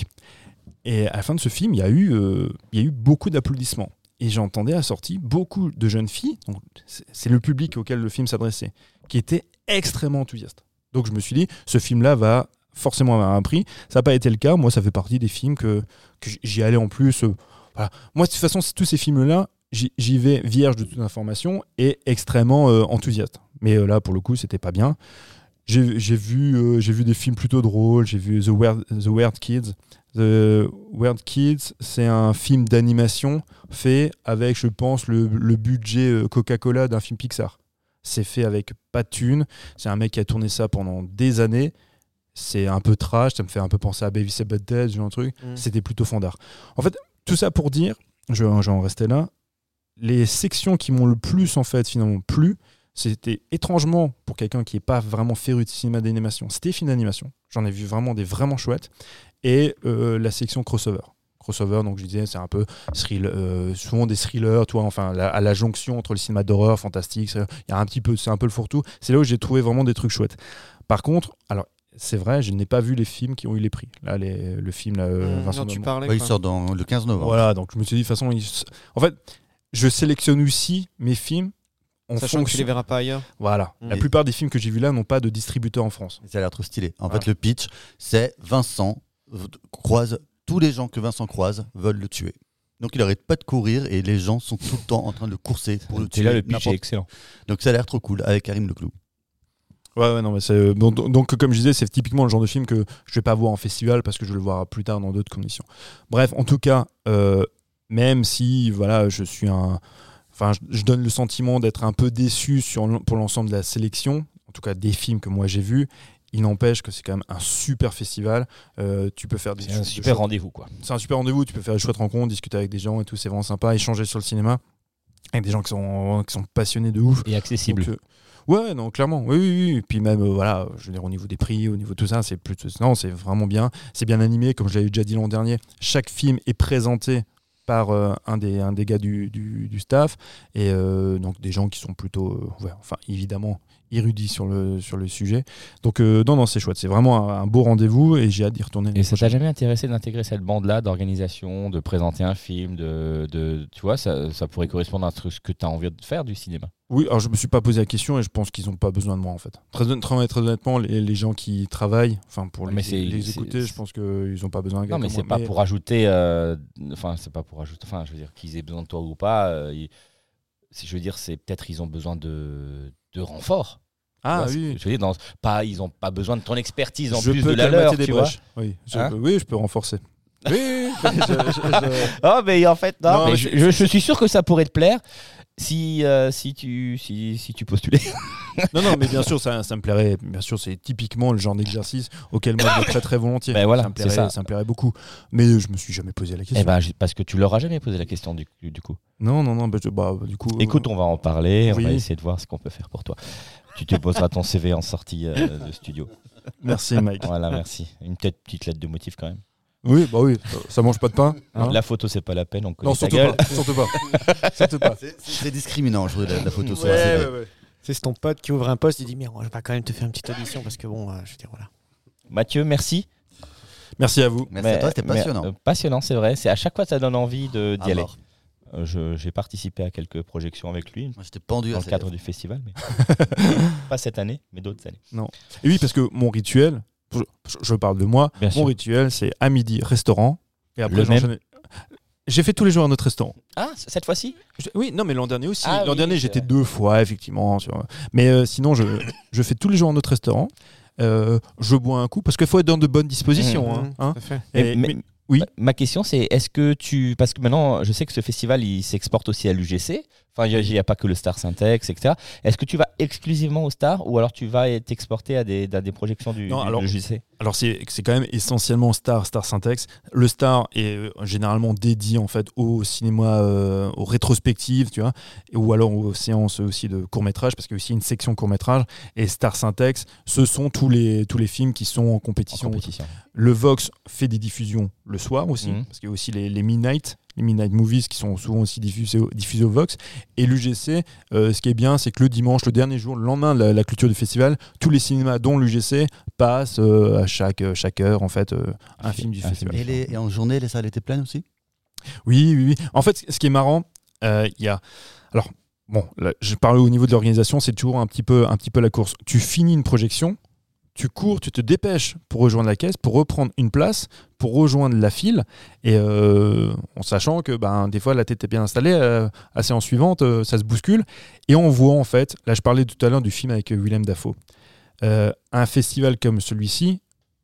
Et à la fin de ce film, il y a eu, euh, il y a eu beaucoup d'applaudissements. Et j'entendais à la sortie beaucoup de jeunes filles, donc c'est le public auquel le film s'adressait, qui étaient extrêmement enthousiastes. Donc je me suis dit, ce film-là va forcément avoir un prix. Ça n'a pas été le cas. Moi, ça fait partie des films que, que j'y allais en plus. Euh, voilà. Moi, de toute façon, tous ces films-là, j'y, j'y vais vierge de toute information et extrêmement euh, enthousiaste. Mais euh, là, pour le coup, c'était pas bien. J'ai, j'ai, vu, euh, j'ai vu des films plutôt drôles. J'ai vu The Weird, The Weird Kids. The Weird Kids, c'est un film d'animation fait avec, je pense, le, le budget Coca-Cola d'un film Pixar. C'est fait avec pas de thunes. C'est un mec qui a tourné ça pendant des années. C'est un peu trash, ça me fait un peu penser à Beavis and Butthead, ce genre de truc. Mm. C'était plutôt fandard. En fait, tout ça pour dire, je, je vais en rester là, les sections qui m'ont le plus, en fait, finalement, plu, c'était étrangement, pour quelqu'un qui n'est pas vraiment féru de cinéma d'animation, c'était films d'animation. J'en ai vu vraiment des vraiment chouettes. Et euh, la section crossover. Crossover, donc je disais, c'est un peu thriller, euh, souvent des thrillers, toi, enfin, la, à la jonction entre le cinéma d'horreur, fantastique, il y a un petit peu, c'est un peu le fourre-tout. C'est là où j'ai trouvé vraiment des trucs chouettes. Par contre, alors, c'est vrai, je n'ai pas vu les films qui ont eu les prix. Là, les, le film, là, euh, mmh, Vincent non, tu Dumont. parlais, ouais, il sort dans le quinze novembre. Voilà, donc je me suis dit, de toute façon, il... en fait, je sélectionne aussi mes films. En Sachant fonction... que tu les verras pas ailleurs. Voilà. Mmh. La Et... plupart des films que j'ai vus là n'ont pas de distributeur en France. Ça a l'air trop stylé. En voilà. fait, le pitch, c'est Vincent croise, tous les gens que Vincent croise veulent le tuer. Donc il n'arrête pas de courir et les gens sont tout le temps en train de le courser pour le tuer. Et là, le pitch est excellent. Donc ça a l'air trop cool avec Karim Leclou. Ouais, ouais, non, mais c'est... Donc, donc, comme je disais, c'est typiquement le genre de film que je vais pas voir en festival parce que je vais le voir plus tard dans d'autres conditions. Bref, en tout cas, euh, même si voilà, je suis un. Enfin, je, je donne le sentiment d'être un peu déçu sur, pour l'ensemble de la sélection, en tout cas des films que moi j'ai vus. Il n'empêche que c'est quand même un super festival. Euh, tu peux faire des c'est un super de rendez-vous, quoi. C'est un super rendez-vous. Tu peux faire des chouettes rencontres, discuter avec des gens et tout. C'est vraiment sympa. Échanger sur le cinéma avec des gens qui sont, qui sont passionnés de ouf. Et accessibles. Donc, euh, ouais, non, clairement. Oui, oui, oui. Et puis même, euh, voilà, je veux dire, au niveau des prix, au niveau de tout ça, c'est plus, non, c'est vraiment bien. C'est bien animé, comme je l'avais déjà dit l'an dernier. Chaque film est présenté par euh, un, des, un des gars du, du, du staff et euh, donc des gens qui sont plutôt, euh, ouais, enfin évidemment érudits sur le, sur le sujet. Donc euh, non, non, c'est chouette. C'est vraiment un, un beau rendez-vous et j'ai hâte d'y retourner. Et ça t'a jamais intéressé d'intégrer cette bande-là d'organisation, de présenter un film, de, de tu vois, ça, ça pourrait correspondre à ce que tu as envie de faire du cinéma. Oui, alors je me suis pas posé la question et je pense qu'ils n'ont pas besoin de moi en fait. Très, très, très honnêtement, les, les gens qui travaillent, enfin pour les, les écouter, c'est... je pense qu'ils n'ont pas besoin d'un gars. Non, mais comme c'est moi. pas mais... pour ajouter, euh, enfin c'est pas pour ajouter, enfin je veux dire qu'ils aient besoin de toi ou pas. Euh, ils, si je veux dire, c'est peut-être ils ont besoin de, de renfort. Ah vois, oui. Je veux dire, dans, pas, ils n'ont pas besoin de ton expertise en je plus peux de la leur, des tu vois. Oui, je hein peux, oui, je peux renforcer. Oui, oui, oui. Je- je- je- Oh, mais en fait, non, Non, mais mais je, je- je- je suis sûr que ça pourrait te plaire si, euh, si, tu, si, si tu postulais. Non, non, mais bien sûr, ça, ça me plairait. Bien sûr, c'est typiquement le genre d'exercice auquel moi je vais très très volontiers. Ben voilà, ça, me c'est plairait, ça. ça me plairait beaucoup. Mais je me suis jamais posé la question. Eh ben, je- parce que tu leur as jamais posé la question du, du coup. Non, non, non, bah, je- bah, du coup. euh, Écoute, on va en parler, on oui. va essayer de voir ce qu'on peut faire pour toi. Tu te poseras ton C V en sortie euh, de studio. merci, Mike. Voilà, merci. Une petite, petite lettre de motif quand même. Oui, bah oui, ça, ça mange pas de pain. hein. La photo, c'est pas la peine, on connaît Non, ta surtout gueule. pas, surtout pas. Surtout pas. C'est- C'est discriminant, je trouve, la, la photo sur Ouais, un C V. ouais, ouais. C'est ton pote qui ouvre un poste, il dit mais on va quand même te faire une petite audition parce que bon, euh, je veux dire voilà. Mathieu, merci. Merci à vous. Merci à toi, c'était mais, passionnant. euh, passionnant, c'est vrai. C'est à chaque fois, ça donne envie de- d'y À aller. mort. Euh, je- J'ai participé à quelques projections avec lui Moi, j'étais pendu dans à le cette cadre lettre. du festival, mais pas cette année, mais d'autres années. Et oui, parce que mon rituel, je, je parle de moi, Bien mon sûr. rituel, c'est à midi, restaurant. Et après, Le même j'enchaîne- J'ai fait tous les jours un autre restaurant. Ah, c- cette fois-ci Je- Oui, non, mais l'an dernier aussi. Ah l'an oui, dernier, c'est j'étais vrai. deux fois, effectivement. tu vois. Mais euh, sinon, je, je fais tous les jours un autre restaurant. Euh, je bois un coup parce qu'il faut être dans de bonnes dispositions. Mmh, hein, hein. Tout à fait. Et- Mais- mais- oui. Ma- Ma question, c'est est-ce que tu. Parce que maintenant, je sais que ce festival, il s'exporte aussi à l'U G C. Enfin, il n'y a pas que le Star Syntex, et cetera. Est-ce que tu vas exclusivement au Star ou alors tu vas t'exporter à des, à des projections du, Non, du- alors- du U G C? Alors c'est c'est quand même essentiellement Star, Star Syntex. Le Star est euh, généralement dédié en fait au cinéma, euh, aux rétrospectives, tu vois, et- ou alors aux séances aussi de court métrage, parce qu'il y a aussi une section court métrage. Et Star Syntex, ce sont tous les tous les films qui sont en En compétition. compétition. Le Vox fait des diffusions le soir aussi, Mhm. parce qu'il y a aussi les, les Midnight, les Midnight Movies qui sont souvent aussi diffusés, au- diffusés au Vox. Et l'U G C, euh, ce qui est bien, c'est que le dimanche, le dernier jour, le lendemain de la, la clôture du festival, tous les cinémas, dont l'U G C, passent euh, à chaque, euh, chaque heure, en fait, euh, un film du un festival. Et, les- et en journée, les salles étaient pleines aussi? Oui, oui, oui. En fait, ce qui est marrant, euh, il y a... Alors, bon, là, je parle au niveau de l'organisation, c'est toujours un petit, peu, un petit peu la course. Tu finis une projection, tu cours, tu te dépêches pour rejoindre la caisse, pour reprendre une place, pour rejoindre la file, et euh, en sachant que ben, des fois la tête est bien installée, euh, à la séance suivante, euh, ça se bouscule, et on voit en fait, là je parlais tout à l'heure du film avec euh, Willem Dafoe, Euh, un festival comme celui-ci,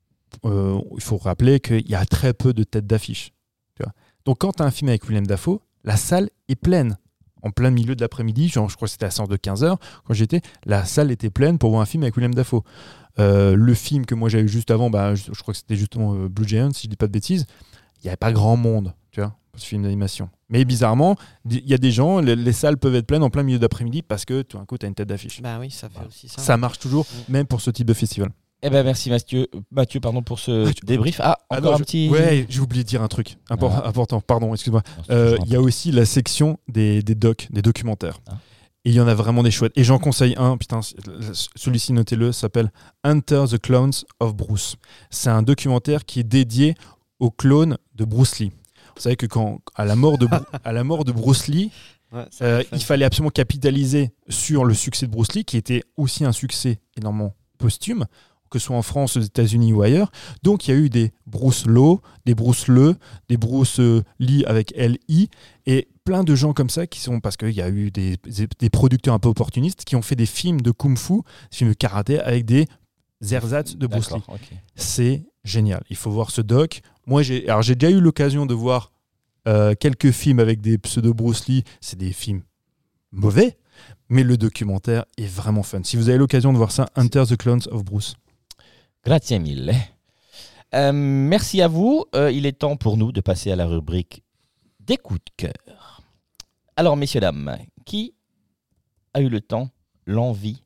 euh, il faut rappeler qu'il y a très peu de têtes d'affiche. tu vois. Donc quand tu as un film avec Willem Dafoe, la salle est pleine. En plein milieu de l'après-midi, genre, je crois que c'était à séance de quinze heures, quand j'étais, la salle était pleine pour voir un film avec Willem Dafoe. Euh, le film que moi j'avais vu juste avant, bah, je, je crois que c'était justement euh, Blue Giant, si je dis pas de bêtises, il n'y avait pas grand monde, tu vois, pour ce film d'animation. Mais bizarrement, il y a des gens, les, les salles peuvent être pleines en plein milieu d'après-midi parce que tout d'un coup, tu as une tête d'affiche. Bah oui, ça fait aussi ça. Ça marche toujours, même pour ce type de festival. Eh ben merci Mathieu, Mathieu pardon pour ce Ah, tu- débrief. Ah, Ah encore non, un je- petit. Ouais, j'ai oublié de dire un truc impor- Ah. important, pardon, excuse-moi. Non, c'est Euh, toujours Il y a aussi la section des, des docs, des documentaires. Ah. Et il y en a vraiment des chouettes. Et j'en conseille un, putain, c'est- celui-ci, notez-le, s'appelle Enter the Clones of Bruce. C'est un documentaire qui est dédié aux clones de Bruce Lee. Vous savez que quand, à la mort de, Bru- à la mort de Bruce Lee, Ouais, ça euh, fait fun. il fallait absolument capitaliser sur le succès de Bruce Lee, qui était aussi un succès énormément posthume, que ce soit en France, aux États-Unis ou ailleurs. Donc il y a eu des Bruce Lowe, des Bruce Le, des Bruce euh, Lee avec L I, et plein de gens comme ça qui sont, parce qu'il y a eu des, des producteurs un peu opportunistes qui ont fait des films de kung-fu, des films de karaté avec des ersatz de Bruce Lee. D'accord, ok. C'est génial. Il faut voir ce doc. Moi, j'ai, alors j'ai déjà eu l'occasion de voir euh, quelques films avec des pseudo Bruce Lee. C'est des films mauvais, mais le documentaire est vraiment fun. Si vous avez l'occasion de voir ça, Enter the Clones of Bruce. Grazie mille. Euh, merci à vous. Euh, il est temps pour nous de passer à la rubrique des coups de cœur. Alors, messieurs, dames, qui a eu le temps, l'envie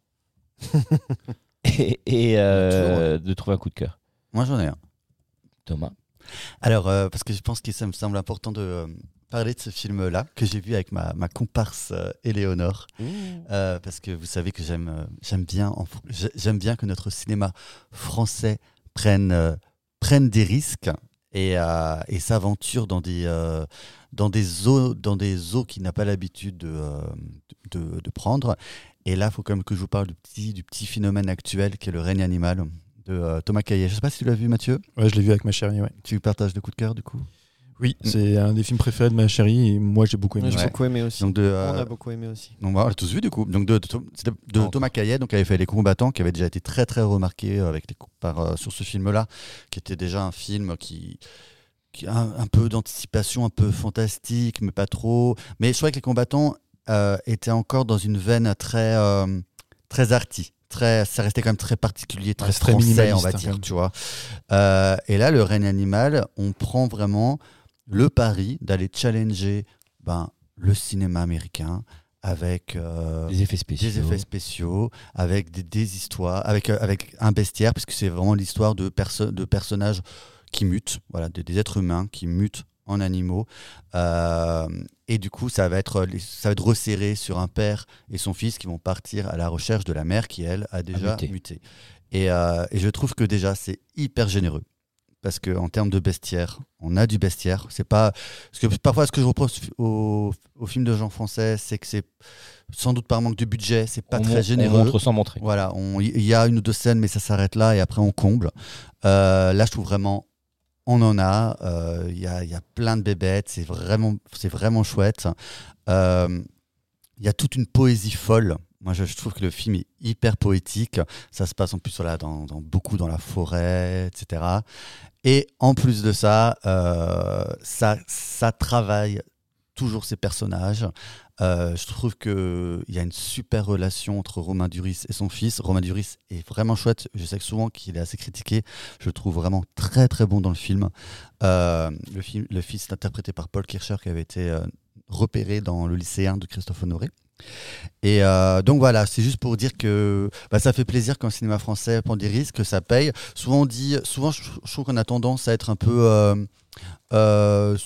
et, et, euh, de trouver un coup de cœur? Moi, j'en ai un. Thomas? Alors, euh, parce que je pense que ça me semble important de euh, parler de ce film-là, que j'ai vu avec ma, ma comparse euh, Éléonore. Euh, parce que vous savez que j'aime euh, j'aime bien, en fr- j'ai- j'aime bien que notre cinéma français prenne, euh, prenne des risques et, euh, et s'aventure dans des, euh, dans des eaux, dans des eaux qu'il n'a pas l'habitude de, euh, de, de prendre. Et là, il faut quand même que je vous parle du petit, du petit phénomène actuel qui est le règne animal de euh, Thomas Caillet. Je ne sais pas si tu l'as vu, Mathieu. Ouais, je l'ai vu avec ma chérie. Ouais. Tu partages le coup de cœur, du coup. Oui, c'est un des films préférés de ma chérie et moi j'ai beaucoup aimé. Ouais, J'ai Ouais. beaucoup aimé aussi. Donc de, euh, On a beaucoup aimé aussi. Donc voilà, on l'a tous vu du coup. Donc de, de, c'était de Non. Thomas Caillet, donc qui avait fait Les Combattants, qui avait déjà été très très remarqué avec les, cou- par, euh, sur ce film-là, qui était déjà un film qui, un, un peu d'anticipation, un peu fantastique, mais pas trop. Mais je trouvais que les combattants euh, étaient encore dans une veine très, euh, très arty. Très, ça restait quand même très particulier, très Ouais, c'est très français, minimaliste, on va hein, quand dire, même. tu vois. Euh, et là, le règne animal, on prend vraiment le pari d'aller challenger ben, le cinéma américain avec euh, Des effets spéciaux. des effets spéciaux, avec des, des histoires, avec, euh, avec un bestiaire, parce que c'est vraiment l'histoire de, perso- de personnages qui mutent, voilà, de- des êtres humains qui mutent en animaux. Euh, et du coup, ça va, être, ça va être resserré sur un père et son fils qui vont partir à la recherche de la mère qui, elle, a déjà muté. muté. Et, euh, et je trouve que déjà, c'est hyper généreux. Parce qu'en termes de bestiaire, on a du bestiaire. C'est pas... Parce que parfois, ce que je reproche au, au film de genre français, c'est que c'est sans doute par manque de budget, c'est pas on très mon- généreux. On montre sans montrer. Voilà, on- il y a une ou deux scènes, mais ça s'arrête là et après on comble. Euh, là, je trouve vraiment, on en a. euh, Il y, a, il y a plein de bébêtes, c'est vraiment, c'est vraiment chouette. Euh, Il y a toute une poésie folle. Moi, je, je trouve que le film est hyper poétique. Ça se passe en plus voilà, dans, dans, beaucoup dans la forêt, et cetera. Et en plus de ça, euh, ça, ça travaille toujours ses personnages. Euh, je trouve qu'il y a une super relation entre Romain Duris et son fils. Romain Duris est vraiment chouette. Je sais que souvent qu'il est assez critiqué. Je le trouve vraiment très très bon dans le film. Euh, le, film le fils est interprété par Paul Kircher qui avait été euh, repéré dans Le Lycéen de Christophe Honoré. Et euh, donc voilà, c'est juste pour dire que bah, ça fait plaisir quand le cinéma français prend des risques, que ça paye. Souvent on dit, souvent je, je trouve qu'on a tendance à être un peu, euh, euh,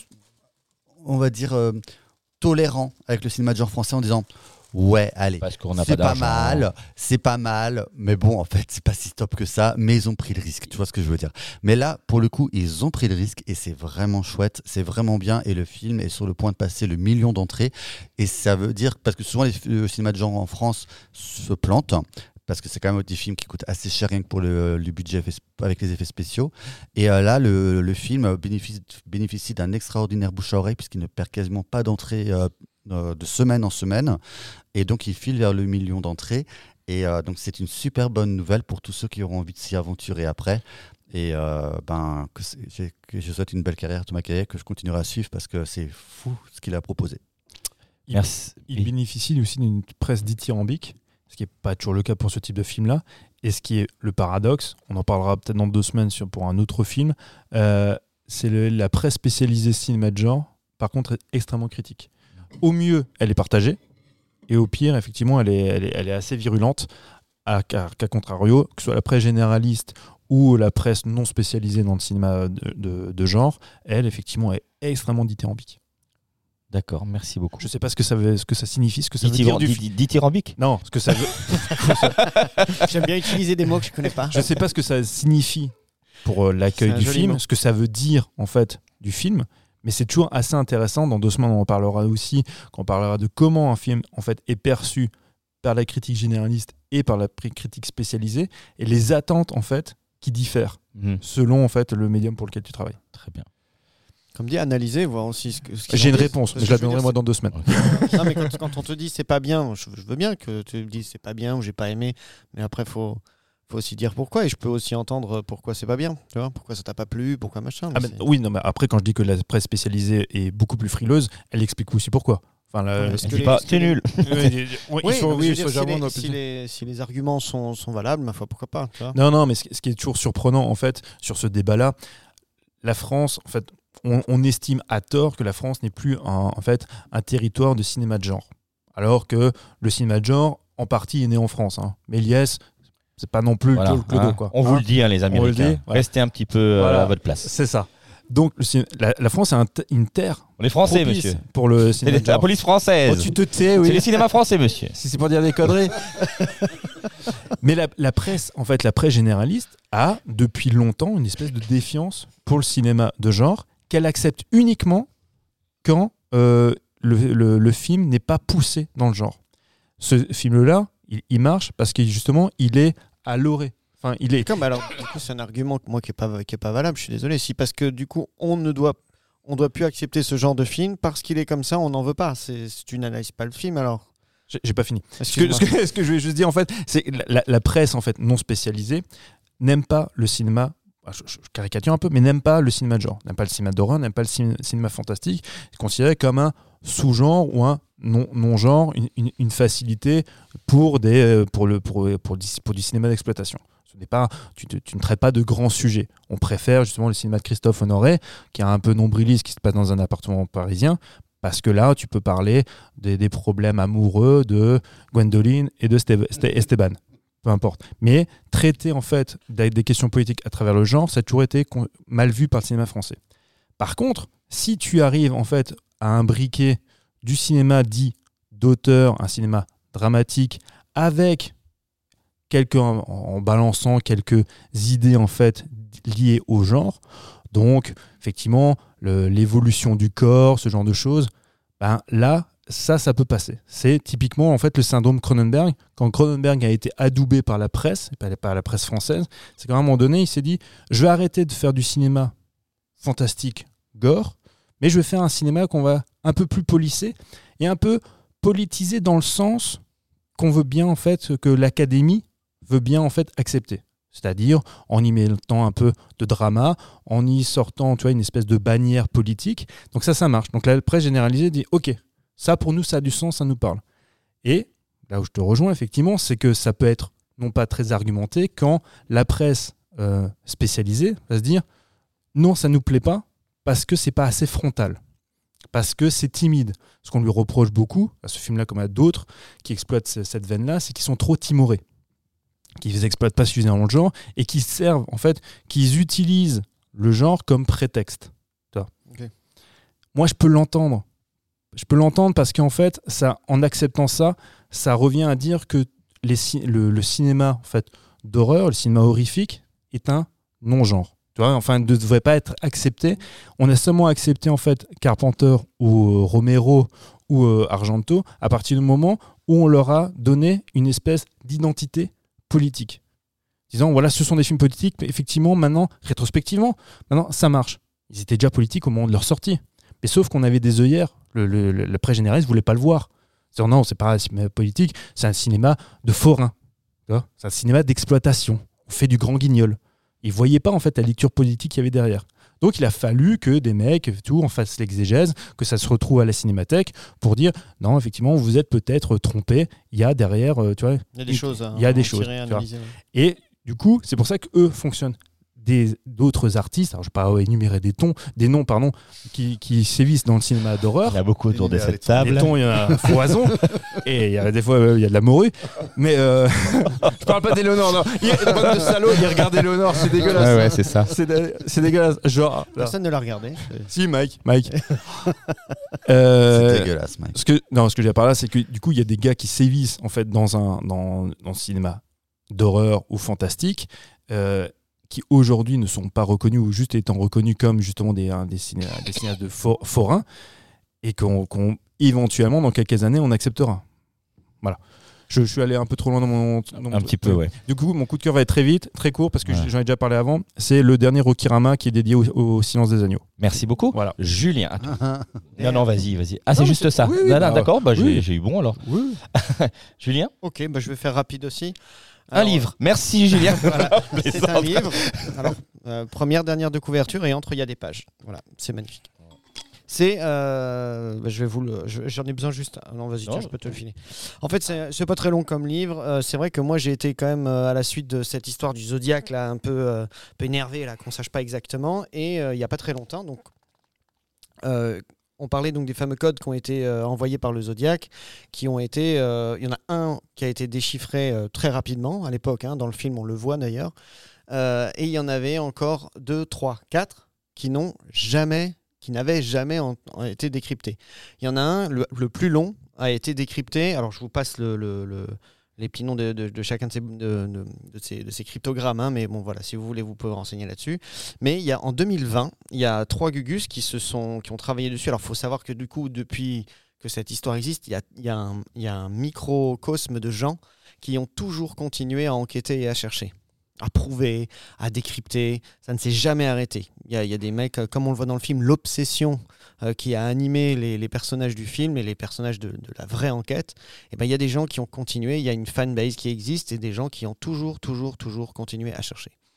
on va dire, euh, tolérant avec le cinéma de genre français en disant ouais, allez, Parce qu'on n'a c'est pas pas, d'argent. mal, c'est pas mal, mais bon, en fait, c'est pas si top que ça, mais ils ont pris le risque, tu vois ce que je veux dire. Mais là, pour le coup, ils ont pris le risque et c'est vraiment chouette, c'est vraiment bien et le film est sur le point de passer le million d'entrées et ça veut dire, parce que souvent les, le cinéma de genre en France se plante, parce que c'est quand même des films qui coûtent assez cher rien que pour le, le budget effets- avec les effets spéciaux. Et euh, là, le, le film bénéficie, bénéficie d'un extraordinaire bouche à oreille puisqu'il ne perd quasiment pas d'entrée euh, euh, de semaine en semaine. Et donc, il file vers le million d'entrées. Et euh, donc, c'est une super bonne nouvelle pour tous ceux qui auront envie de s'y aventurer après. Et euh, ben, que, c'est- j'ai- que je souhaite une belle carrière à Thomas Caillet, que je continuerai à suivre parce que c'est fou ce qu'il a proposé. Il, Merci. il bénéficie aussi d'une presse dithyrambique, ce qui n'est pas toujours le cas pour ce type de film-là. Et ce qui est le paradoxe, on en parlera peut-être dans deux semaines sur, pour un autre film, euh, c'est le- la presse spécialisée cinéma de genre, par contre, est extrêmement critique. Au mieux, elle est partagée, et au pire, effectivement, elle est, elle est, elle est assez virulente, à, qu'à, qu'à contrario, que ce soit la presse généraliste ou la presse non spécialisée dans le cinéma de, de, de genre, elle, effectivement, est extrêmement dithyrambique. D'accord, merci beaucoup. Je ne sais pas ce que ça, veut, ce que ça signifie, ce que ça veut dire Dithyram- du dit- film. dit- Dithyrambique Non, ce que ça veut... J'aime bien utiliser des mots que je connais pas. Je ne sais pas ce que ça signifie pour euh, l'accueil C'est un du joli film, mot. ce que ça veut dire en fait du film, mais c'est toujours assez intéressant. Dans deux semaines, on en parlera aussi, quand on parlera de comment un film en fait est perçu par la critique généraliste et par la pr- critique spécialisée, et les attentes en fait qui diffèrent Mhm. selon en fait le médium pour lequel tu travailles. Très bien. Comme dit, analyser, voir aussi ce que. ce qu'ils J'ai en une disent. réponse, Parce mais je que la veux donnerai dire, moi dans deux semaines. Non, mais quand, quand on te dit c'est pas bien, je, je veux bien que tu me dises c'est pas bien ou j'ai pas aimé, mais après faut faut aussi dire pourquoi et je peux aussi entendre pourquoi c'est pas bien, tu vois, pourquoi ça t'a pas plu, pourquoi machin. Ah, mais mais c'est- oui, non, mais après quand je dis que la presse spécialisée est beaucoup plus frileuse, elle explique aussi pourquoi. Enfin, la- Ouais, parce On que dit les- pas, parce que c'est les- nul. Oui, Oui, il faut- non, mais je veux il faut dire, si, jamais les, en si, plus- les, si les arguments sont, sont valables, ma foi, pourquoi pas, tu vois. Non, non, mais ce qui ce qui est toujours surprenant, en fait, sur ce débat-là, la France, en fait, on, on estime à tort que la France n'est plus un, en fait, un territoire de cinéma de genre. Alors que le cinéma de genre, en partie, est né en France. Hein. Méliès, c'est pas non plus Voilà, le Clodo, hein. quoi. On vous Hein. le dit, hein, les On vous le Américains. dit, voilà. Restez un petit peu euh, Voilà. à votre place. C'est ça. Donc, le ciné- la, la France est un t- une terre On est français, propice monsieur. pour le C'est cinéma de la genre. police Oh, française. tu te tais, C'est oui. les cinémas français, monsieur. Si c'est pour dire des conneries. Mais la, la presse, en fait, la presse généraliste a depuis longtemps une espèce de défiance pour le cinéma de genre qu'elle accepte uniquement quand euh, le, le- le film n'est pas poussé dans le genre. Ce film-là, il, il marche parce que justement, il est à l'orée. Enfin, il est. Comme alors, du coup, c'est un argument que moi qui est pas qui est pas valable. Je suis désolé. Si parce que du coup, on ne doit on doit plus accepter ce genre de film parce qu'il est comme ça, on n'en veut pas. C'est si tu n'analyses pas le film alors. J'ai j'ai pas fini. Ce que, Excuse-moi. ce que- ce que je vais juste dire, en fait, c'est que la, la- la presse en fait non spécialisée n'aime pas le cinéma je, je caricature un peu, mais n'aiment pas le cinéma de genre, n'aiment pas le cinéma d'horreur, n'aiment pas le cinéma, cinéma fantastique, c'est considéré comme un sous-genre ou un non, non-genre, une, une, une facilité pour, des, pour, le, pour, pour, pour du cinéma d'exploitation. Ce n'est pas, tu, tu ne traites pas de grands sujets. On préfère justement le cinéma de Christophe Honoré, qui a un peu nombriliste, qui se passe dans un appartement parisien, parce que là, tu peux parler des, des problèmes amoureux de Gwendoline et de Ste- Ste- Esteban. Peu importe. Mais traiter en fait des, des questions politiques à travers le genre, ça a toujours été con- mal vu par le cinéma français. Par contre, si tu arrives en fait à imbriquer du cinéma dit d'auteur, un cinéma dramatique, avec quelques, en, en balançant quelques idées en fait liées au genre, donc effectivement le, l'évolution du corps, ce genre de choses, ben là ça ça peut passer. C'est typiquement en fait le syndrome Cronenberg. Quand Cronenberg a été adoubé par la presse, par la presse française, c'est qu'à un moment donné il s'est dit je vais arrêter de faire du cinéma fantastique gore, mais je vais faire un cinéma qu'on va un peu plus polisser et un peu politisé dans le sens qu'on veut bien en fait, que l'académie veut bien en fait accepter. C'est-à-dire en y mettant un peu de drama, en y sortant tu vois, une espèce de bannière politique. Donc ça, ça marche. Donc la presse généralisée dit ok, ça pour nous ça a du sens, ça nous parle. Et là où je te rejoins effectivement, c'est que ça peut être non pas très argumenté quand la presse euh, spécialisée va se dire non, ça nous plaît pas parce que c'est pas assez frontal, parce que c'est timide. Ce qu'on lui reproche beaucoup à ce film-là comme à d'autres qui exploitent cette veine-là, c'est qu'ils sont trop timorés, qu'ils n'exploitent pas suffisamment le genre et qu'ils servent, en fait, qu'ils utilisent le genre comme prétexte. Okay. Moi, je peux l'entendre. Je peux l'entendre parce qu'en fait, ça, en acceptant ça, ça revient à dire que les, le, le cinéma en fait, d'horreur, le cinéma horrifique, est un non-genre. Tu vois, enfin, ne devrait pas être accepté. On a seulement accepté en fait Carpenter ou euh, Romero ou euh, Argento à partir du moment où on leur a donné une espèce d'identité politique. Disant, voilà, ce sont des films politiques, mais effectivement, maintenant, rétrospectivement, maintenant, ça marche. Ils étaient déjà politiques au moment de leur sortie. Mais sauf qu'on avait des œillères. Le, le, le, le presse généraliste ne voulait pas le voir. C'est-à-dire, non, c'est pas un cinéma politique, c'est un cinéma de forain. Tu vois, c'est un cinéma d'exploitation. On fait du grand guignol. Ils ne voyaient pas en fait la lecture politique qu'il y avait derrière. Donc il a fallu que des mecs tout, en fassent l'exégèse, que ça se retrouve à la cinémathèque pour dire non, effectivement, vous êtes peut-être trompé, il y a derrière, euh, tu vois, il y a des choses à il y a des choses, analyser, ouais. Et du coup, c'est pour ça qu'eux fonctionnent. Des, d'autres artistes, alors je ne vais pas énumérer des, tons, des noms pardon, qui, qui sévissent dans le cinéma d'horreur. Il y en a beaucoup autour de cette table. Des tons, il y en a foison. Et il y a des fois, euh, il y a de la morue. Mais euh, je parle pas d'Éléonore, non. Il y a une bande de salauds, il regarde Éléonore, c'est dégueulasse. Ouais, ouais, c'est ça. C'est, de, c'est dégueulasse. Genre, personne ne l'a regardé. Si, Mike. Mike. euh, c'est dégueulasse, Mike. Ce que, non, ce que j'ai par là, c'est que du coup, il y a des gars qui sévissent en fait, dans, un, dans, dans le cinéma d'horreur ou fantastique. Euh, qui aujourd'hui ne sont pas reconnus ou juste étant reconnus comme justement des, hein, des, ciné- des cinéastes de for- forains et qu'on, qu'on éventuellement dans quelques années on acceptera. Voilà. Je, je suis allé un peu trop loin dans mon... Dans un mon petit peu, ouais. Du coup, mon coup de cœur va être très vite, très court, parce que ouais. j'en ai déjà parlé avant. C'est le dernier Rokirama qui est dédié au, au Silence des agneaux. Merci beaucoup. Voilà. Julien. non, non, vas-y, vas-y. Ah, c'est non, juste c'est... ça. Oui, oui, non, bah, non, d'accord, bah, oui. j'ai, j'ai eu bon alors. Oui. Julien. Ok, bah, je vais faire rapide aussi. Alors, un livre. Merci Julien. Voilà, c'est un livre. Alors, euh, première, dernière de couverture et entre il y a des pages. Voilà, c'est magnifique. C'est, euh, bah, je vais vous le, je, j'en ai besoin juste. Non, vas-y, non, tiens, je peux te le filer. En fait, c'est, c'est pas très long comme livre. Euh, c'est vrai que moi, j'ai été quand même euh, à la suite de cette histoire du Zodiac là, un peu, euh, un peu énervé là, qu'on sache pas exactement. Et euh, il y a pas très longtemps, donc. Euh, On parlait donc des fameux codes qui ont été euh, envoyés par le Zodiac, qui ont été, euh, il y en a un qui a été déchiffré euh, très rapidement à l'époque, hein, dans le film on le voit d'ailleurs, euh, et il y en avait encore deux, trois, quatre qui n'ont jamais, qui n'avaient jamais en, en été décryptés. Il y en a un, le, le plus long, a été décrypté. Alors je vous passe le, le, le les petits noms de, de, de chacun de ces, de, de, de ces, de ces cryptogrammes, hein, mais bon voilà, si vous voulez, vous pouvez vous renseigner là-dessus. Mais il y a, en deux mille vingt, il y a trois Gugus qui, se sont, qui ont travaillé dessus. Alors il faut savoir que du coup, depuis que cette histoire existe, il y a, il y a un, il y a un microcosme de gens qui ont toujours continué à enquêter et à chercher, à prouver, à décrypter. Ça ne s'est jamais arrêté. Il y a, il y a des mecs, comme on le voit dans le film, l'obsession euh, qui a animé les, les personnages du film et les personnages de, de la vraie enquête. Et ben, il y a des gens qui ont continué, il y a une fanbase qui existe et des gens qui ont toujours, toujours, toujours continué à chercher.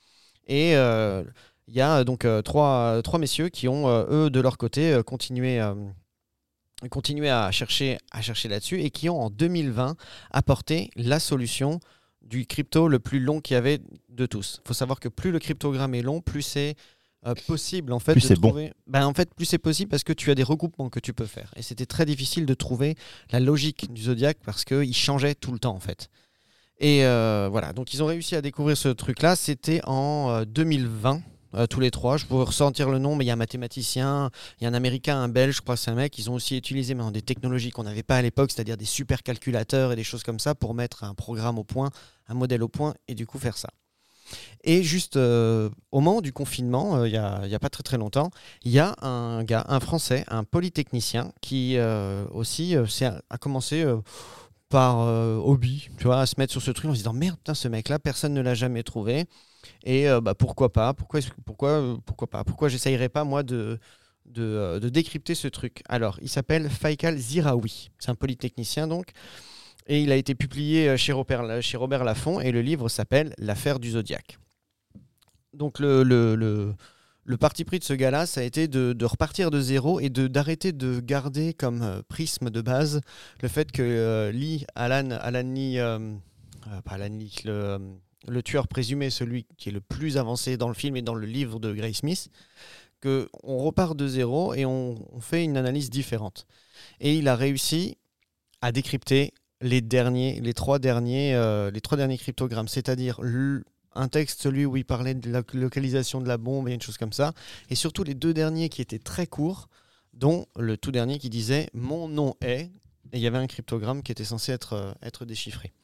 Et euh, il y a donc euh, trois, trois messieurs qui ont, euh, eux, de leur côté, euh, continué, euh, continué à chercher, à chercher là-dessus et qui ont, en deux mille vingt, apporté la solution du crypto le plus long qu'il y avait de tous. Il faut savoir que plus le cryptogramme est long, plus c'est euh, possible en fait, Plus de c'est bon. trouver... Ben, en fait, plus c'est possible parce que tu as des recoupements que tu peux faire. Et c'était très difficile de trouver la logique du zodiaque parce qu'il changeait tout le temps en fait. Et euh, voilà, donc ils ont réussi à découvrir ce truc-là. C'était en euh, deux mille vingt. Euh, tous les trois, je pourrais ressentir le nom, mais il y a un mathématicien, il y a un américain, un belge, je crois que c'est un mec. Ils ont aussi utilisé maintenant des technologies qu'on n'avait pas à l'époque, c'est-à-dire des supercalculateurs et des choses comme ça pour mettre un programme au point, un modèle au point et du coup faire ça. Et juste euh, au moment du confinement, euh, il n'y a, y a pas très très longtemps, il y a un gars, un Français, un polytechnicien qui euh, aussi euh, c'est, a commencé euh, par euh, hobby, tu vois, à se mettre sur ce truc en se disant merde, putain, ce mec-là, personne ne l'a jamais trouvé. Et euh, bah, pourquoi pas pourquoi, pourquoi, euh, pourquoi pas Pourquoi j'essayerais pas, moi, de, de, euh, de décrypter ce truc. Alors, il s'appelle Faisal Ziraoui. C'est un polytechnicien, donc. Et il a été publié chez Robert, chez Robert Laffont. Et le livre s'appelle L'affaire du Zodiaque. Donc, le, le, le, le parti pris de ce gars-là, ça a été de, de repartir de zéro et de, d'arrêter de garder comme euh, prisme de base le fait que euh, Lee, Alan, Alan Lee, euh, euh, pas Alan Lee, le... Euh, le tueur présumé, celui qui est le plus avancé dans le film et dans le livre de Grace Smith, qu'on repart de zéro et on, on fait une analyse différente. Et il a réussi à décrypter les derniers, les trois derniers, euh, les trois derniers cryptogrammes, c'est-à-dire le, un texte, celui où il parlait de la localisation de la bombe et une chose comme ça, et surtout les deux derniers qui étaient très courts, dont le tout dernier qui disait « Mon nom est », et il y avait un cryptogramme qui était censé être, euh, être déchiffré.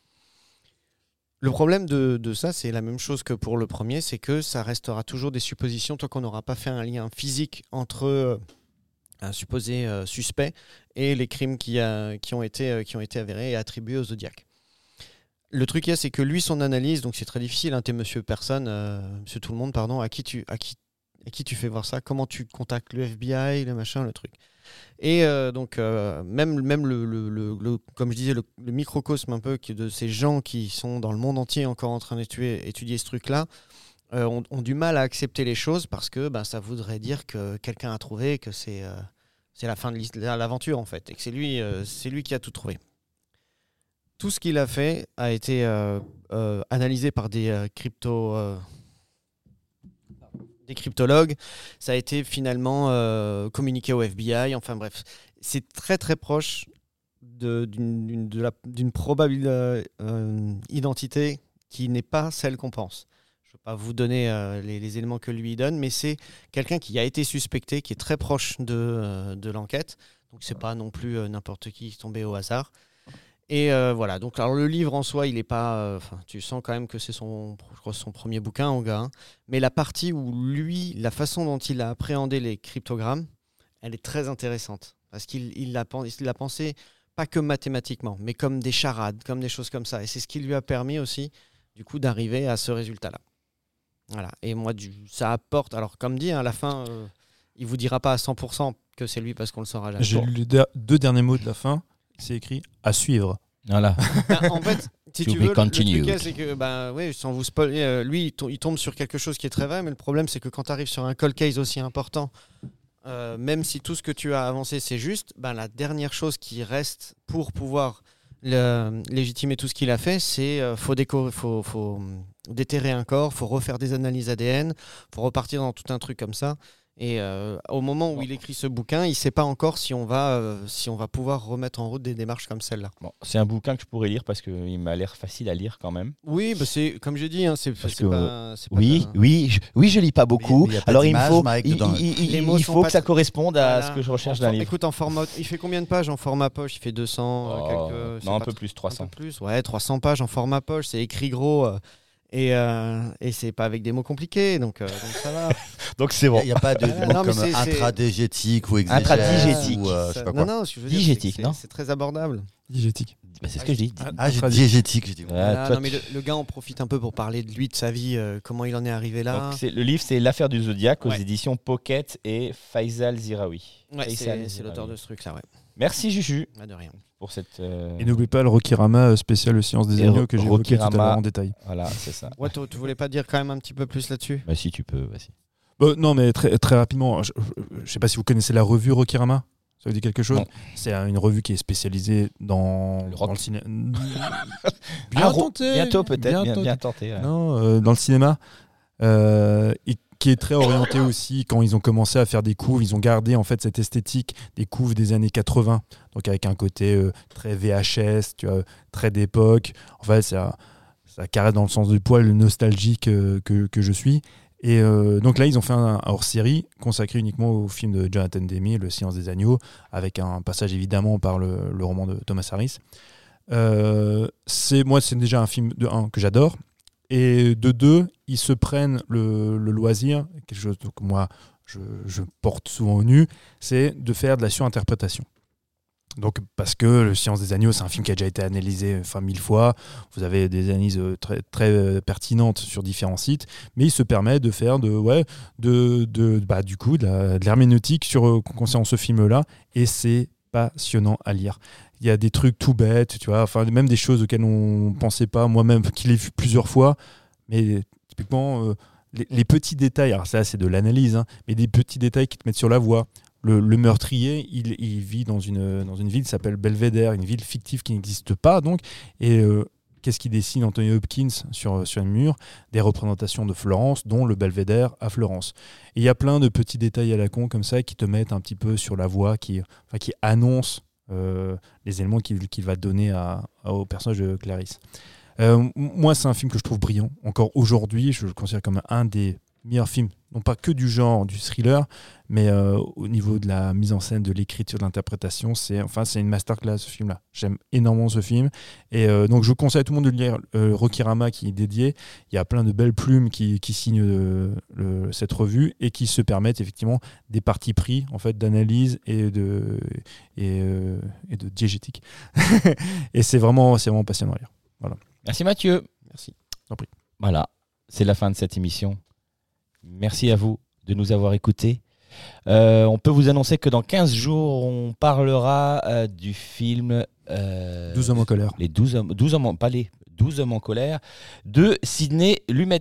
Le problème de, de ça, c'est la même chose que pour le premier, c'est que ça restera toujours des suppositions tant qu'on n'aura pas fait un lien physique entre euh, un supposé euh, suspect et les crimes qui, a, qui, ont été, euh, qui ont été avérés et attribués au Zodiac. Le truc, c'est que lui, son analyse, donc c'est très difficile, hein, t'es monsieur personne, euh, monsieur tout le monde, pardon, à qui, tu, à, qui, à qui tu fais voir ça, comment tu contactes le F B I, le machin, le truc. Et euh, donc, euh, même, même le, le, le, le, comme je disais, le, le microcosme un peu de ces gens qui sont dans le monde entier encore en train d'étudier, étudier ce truc-là, euh, ont, ont du mal à accepter les choses parce que ben, ça voudrait dire que quelqu'un a trouvé, que c'est, euh, c'est la fin de l'aventure en fait, et que c'est lui, euh, c'est lui qui a tout trouvé. Tout ce qu'il a fait a été euh, euh, analysé par des euh, crypto... Euh, des cryptologues, ça a été finalement euh, communiqué au F B I, enfin bref, c'est très très proche de, d'une, d'une, de la, d'une probable euh, euh, identité qui n'est pas celle qu'on pense. Je ne vais pas vous donner euh, les, les éléments que lui donne, mais c'est quelqu'un qui a été suspecté, qui est très proche de, euh, de l'enquête, donc c'est pas non plus euh, n'importe qui qui est tombé au hasard. Et euh, voilà, donc alors le livre en soi, il est pas, enfin, euh, tu sens quand même que c'est son, je crois, son premier bouquin, au gars. Hein, mais la partie où lui, la façon dont il a appréhendé les cryptogrammes, elle est très intéressante parce qu'il il l'a, il l'a pensé pas que mathématiquement, mais comme des charades, comme des choses comme ça. Et c'est ce qui lui a permis aussi, du coup, d'arriver à ce résultat-là. Voilà. Et moi, du, ça apporte. Alors, comme dit, hein, à la fin, euh, il vous dira pas à cent pour cent que c'est lui parce qu'on le saura jamais. J'ai lu les de- deux derniers mots de la fin. C'est écrit à suivre. Voilà. Ben, en fait, si To tu be veux, le, le continued. truc, c'est que, ben, oui, sans vous spoiler, euh, lui, il, to- il tombe sur quelque chose qui est très vrai, mais le problème, c'est que quand tu arrives sur un cold case aussi important, euh, même si tout ce que tu as avancé, c'est juste, ben, la dernière chose qui reste pour pouvoir le, légitimer tout ce qu'il a fait, c'est euh, faut, déco- faut, faut déterrer un corps, faut refaire des analyses A D N, faut repartir dans tout un truc comme ça. Et euh, au moment où bon. il écrit ce bouquin, il ne sait pas encore si on, va, euh, si on va pouvoir remettre en route des démarches comme celle-là. Bon, c'est un bouquin que je pourrais lire parce qu'il m'a l'air facile à lire quand même. Oui, bah c'est, comme j'ai dit, hein, c'est, c'est, que, pas, c'est pas... Oui, un... oui, je, oui, je lis pas beaucoup. Mais, mais Alors il me faut, Mike, il, dans... il, il, Les mots il sont faut pas que ça t- corresponde à voilà. ce que je recherche en, d'un livre. Écoute, en format, il fait combien de pages en format poche? Il fait deux cents, Oh, quelques... non, un pas peu t- plus, trois cents. Un peu plus, ouais, trois cents pages en format poche, c'est écrit gros. Euh... Et, euh, et c'est pas avec des mots compliqués, donc, euh, donc ça va. Donc c'est bon. Il n'y a pas de Euh, mots non, mais comme c'est- c'est- intradégétique ou exégèse Intradigétique. ou euh, je sais Ça- pas quoi. non, non, ce que je veux dire, Digétique, c'est- non c'est, c'est très abordable. Digétique. Bah, c'est ce que je dis. Ah, j'ai diégétique, j'ai dit. Ouais, Voilà, toi, non, mais tu- le, le gars en profite un peu pour parler de lui, de sa vie, euh, comment il en est arrivé là. Donc, c'est- le livre, c'est L'affaire du Zodiac aux Ouais. éditions Pocket et Faisal Ziraoui. Ouais, Faisal c'est c'est Ziraoui. l'auteur de ce truc-là, ouais. Merci Juju Pas de rien. pour cette. euh, Et n'oublie pas le Rokirama spécial Sciences des Et Agneaux que j'ai évoqué tout à Rokirama. l'heure en détail. Voilà, c'est ça. Ouais, tu tu voulais pas dire quand même un petit peu plus là-dessus? Bah si tu peux, vas-y. Bah, non, mais très, très rapidement, je ne sais pas si vous connaissez la revue Rokirama. Ça vous dit quelque chose? Non. C'est euh, une revue qui est spécialisée dans Le dans rock. le cinéma. Ah, Ro- Bientôt peut-être, bien, bien tenté. ouais. Non, euh, dans le cinéma. Euh, et qui est très orienté aussi quand ils ont commencé à faire des couves, ils ont gardé en fait cette esthétique des couves des années quatre-vingts, donc avec un côté euh, très V H S, tu vois, très d'époque. En fait, ça, ça caresse dans le sens du poil nostalgique euh, que, que je suis. Et euh, donc là, ils ont fait un, un hors-série consacré uniquement au film de Jonathan Demme, Le Silence des Agneaux, avec un passage évidemment par le, le roman de Thomas Harris. Euh, c'est, moi, c'est déjà un film de un que j'adore. Et de deux, ils se prennent le, le loisir, quelque chose que moi je, je porte souvent au nu, c'est de faire de la surinterprétation. Donc, parce que Le Silence des Agneaux, c'est un film qui a déjà été analysé enfin, mille fois. Vous avez des analyses très, très euh, pertinentes sur différents sites, mais il se permet de faire de, ouais, de, de, bah, du coup, de, la, de l'herméneutique sur, euh, concernant ce film-là, et c'est passionnant à lire. Il y a des trucs tout bêtes, tu vois, enfin, même des choses auxquelles on ne pensait pas, moi-même, qui l'ai vu plusieurs fois, mais typiquement, euh, les, les petits détails, alors ça, c'est de l'analyse, hein, mais des petits détails qui te mettent sur la voie. Le, le meurtrier, il, il vit dans une, dans une ville qui s'appelle Belvédère, une ville fictive qui n'existe pas, donc, et euh, qu'est-ce qu'il dessine Anthony Hopkins sur, sur un mur? Des représentations de Florence, dont le Belvédère à Florence. Et il y a plein de petits détails à la con comme ça qui te mettent un petit peu sur la voie, qui, enfin, qui annoncent euh, les éléments qu'il, qu'il va donner à, à, au personnage de Clarisse. Euh, moi, c'est un film que je trouve brillant. Encore aujourd'hui, je le considère comme un des meilleurs films, non pas que du genre du thriller, mais euh, au niveau de la mise en scène, de l'écriture, de l'interprétation, c'est, enfin, c'est une masterclass ce film-là. J'aime énormément ce film. Et euh, donc je conseille à tout le monde de lire euh, Rokirama qui est dédié. Il y a plein de belles plumes qui, qui signent euh, le, cette revue et qui se permettent effectivement des partis pris en fait, d'analyse et de, et, euh, et de diégétique. Et c'est vraiment, c'est vraiment passionnant à lire. Voilà. Merci Mathieu. Merci. T'en prie. Voilà, c'est la fin de cette émission. Merci à vous de nous avoir écoutés. Euh, on peut vous annoncer que dans quinze jours, on parlera euh, du film euh, douze hommes en colère. Les douze hommes, douze hommes en, pas les douze hommes en colère de Sidney Lumet.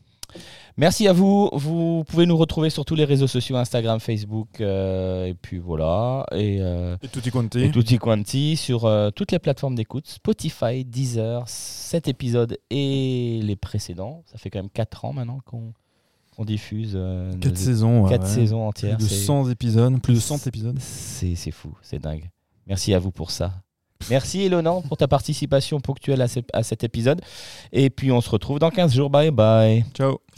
Merci à vous. Vous pouvez nous retrouver sur tous les réseaux sociaux, Instagram, Facebook, euh, et puis voilà. Et, euh, Et tutti quanti. et tutti quanti sur euh, toutes les plateformes d'écoute, Spotify, Deezer, cet épisode et les précédents. Ça fait quand même quatre ans maintenant qu'on qu'on diffuse. Euh, Quatre nos- saisons. ouais, quatre ouais. saisons entières. Plus de c'est- cent épisodes. Plus de cent épisodes. C'est, c'est fou, c'est dingue. Merci à vous pour ça. Merci Elonan pour ta participation ponctuelle à, ce- à cet épisode. Et puis on se retrouve dans quinze jours. Bye bye. Ciao.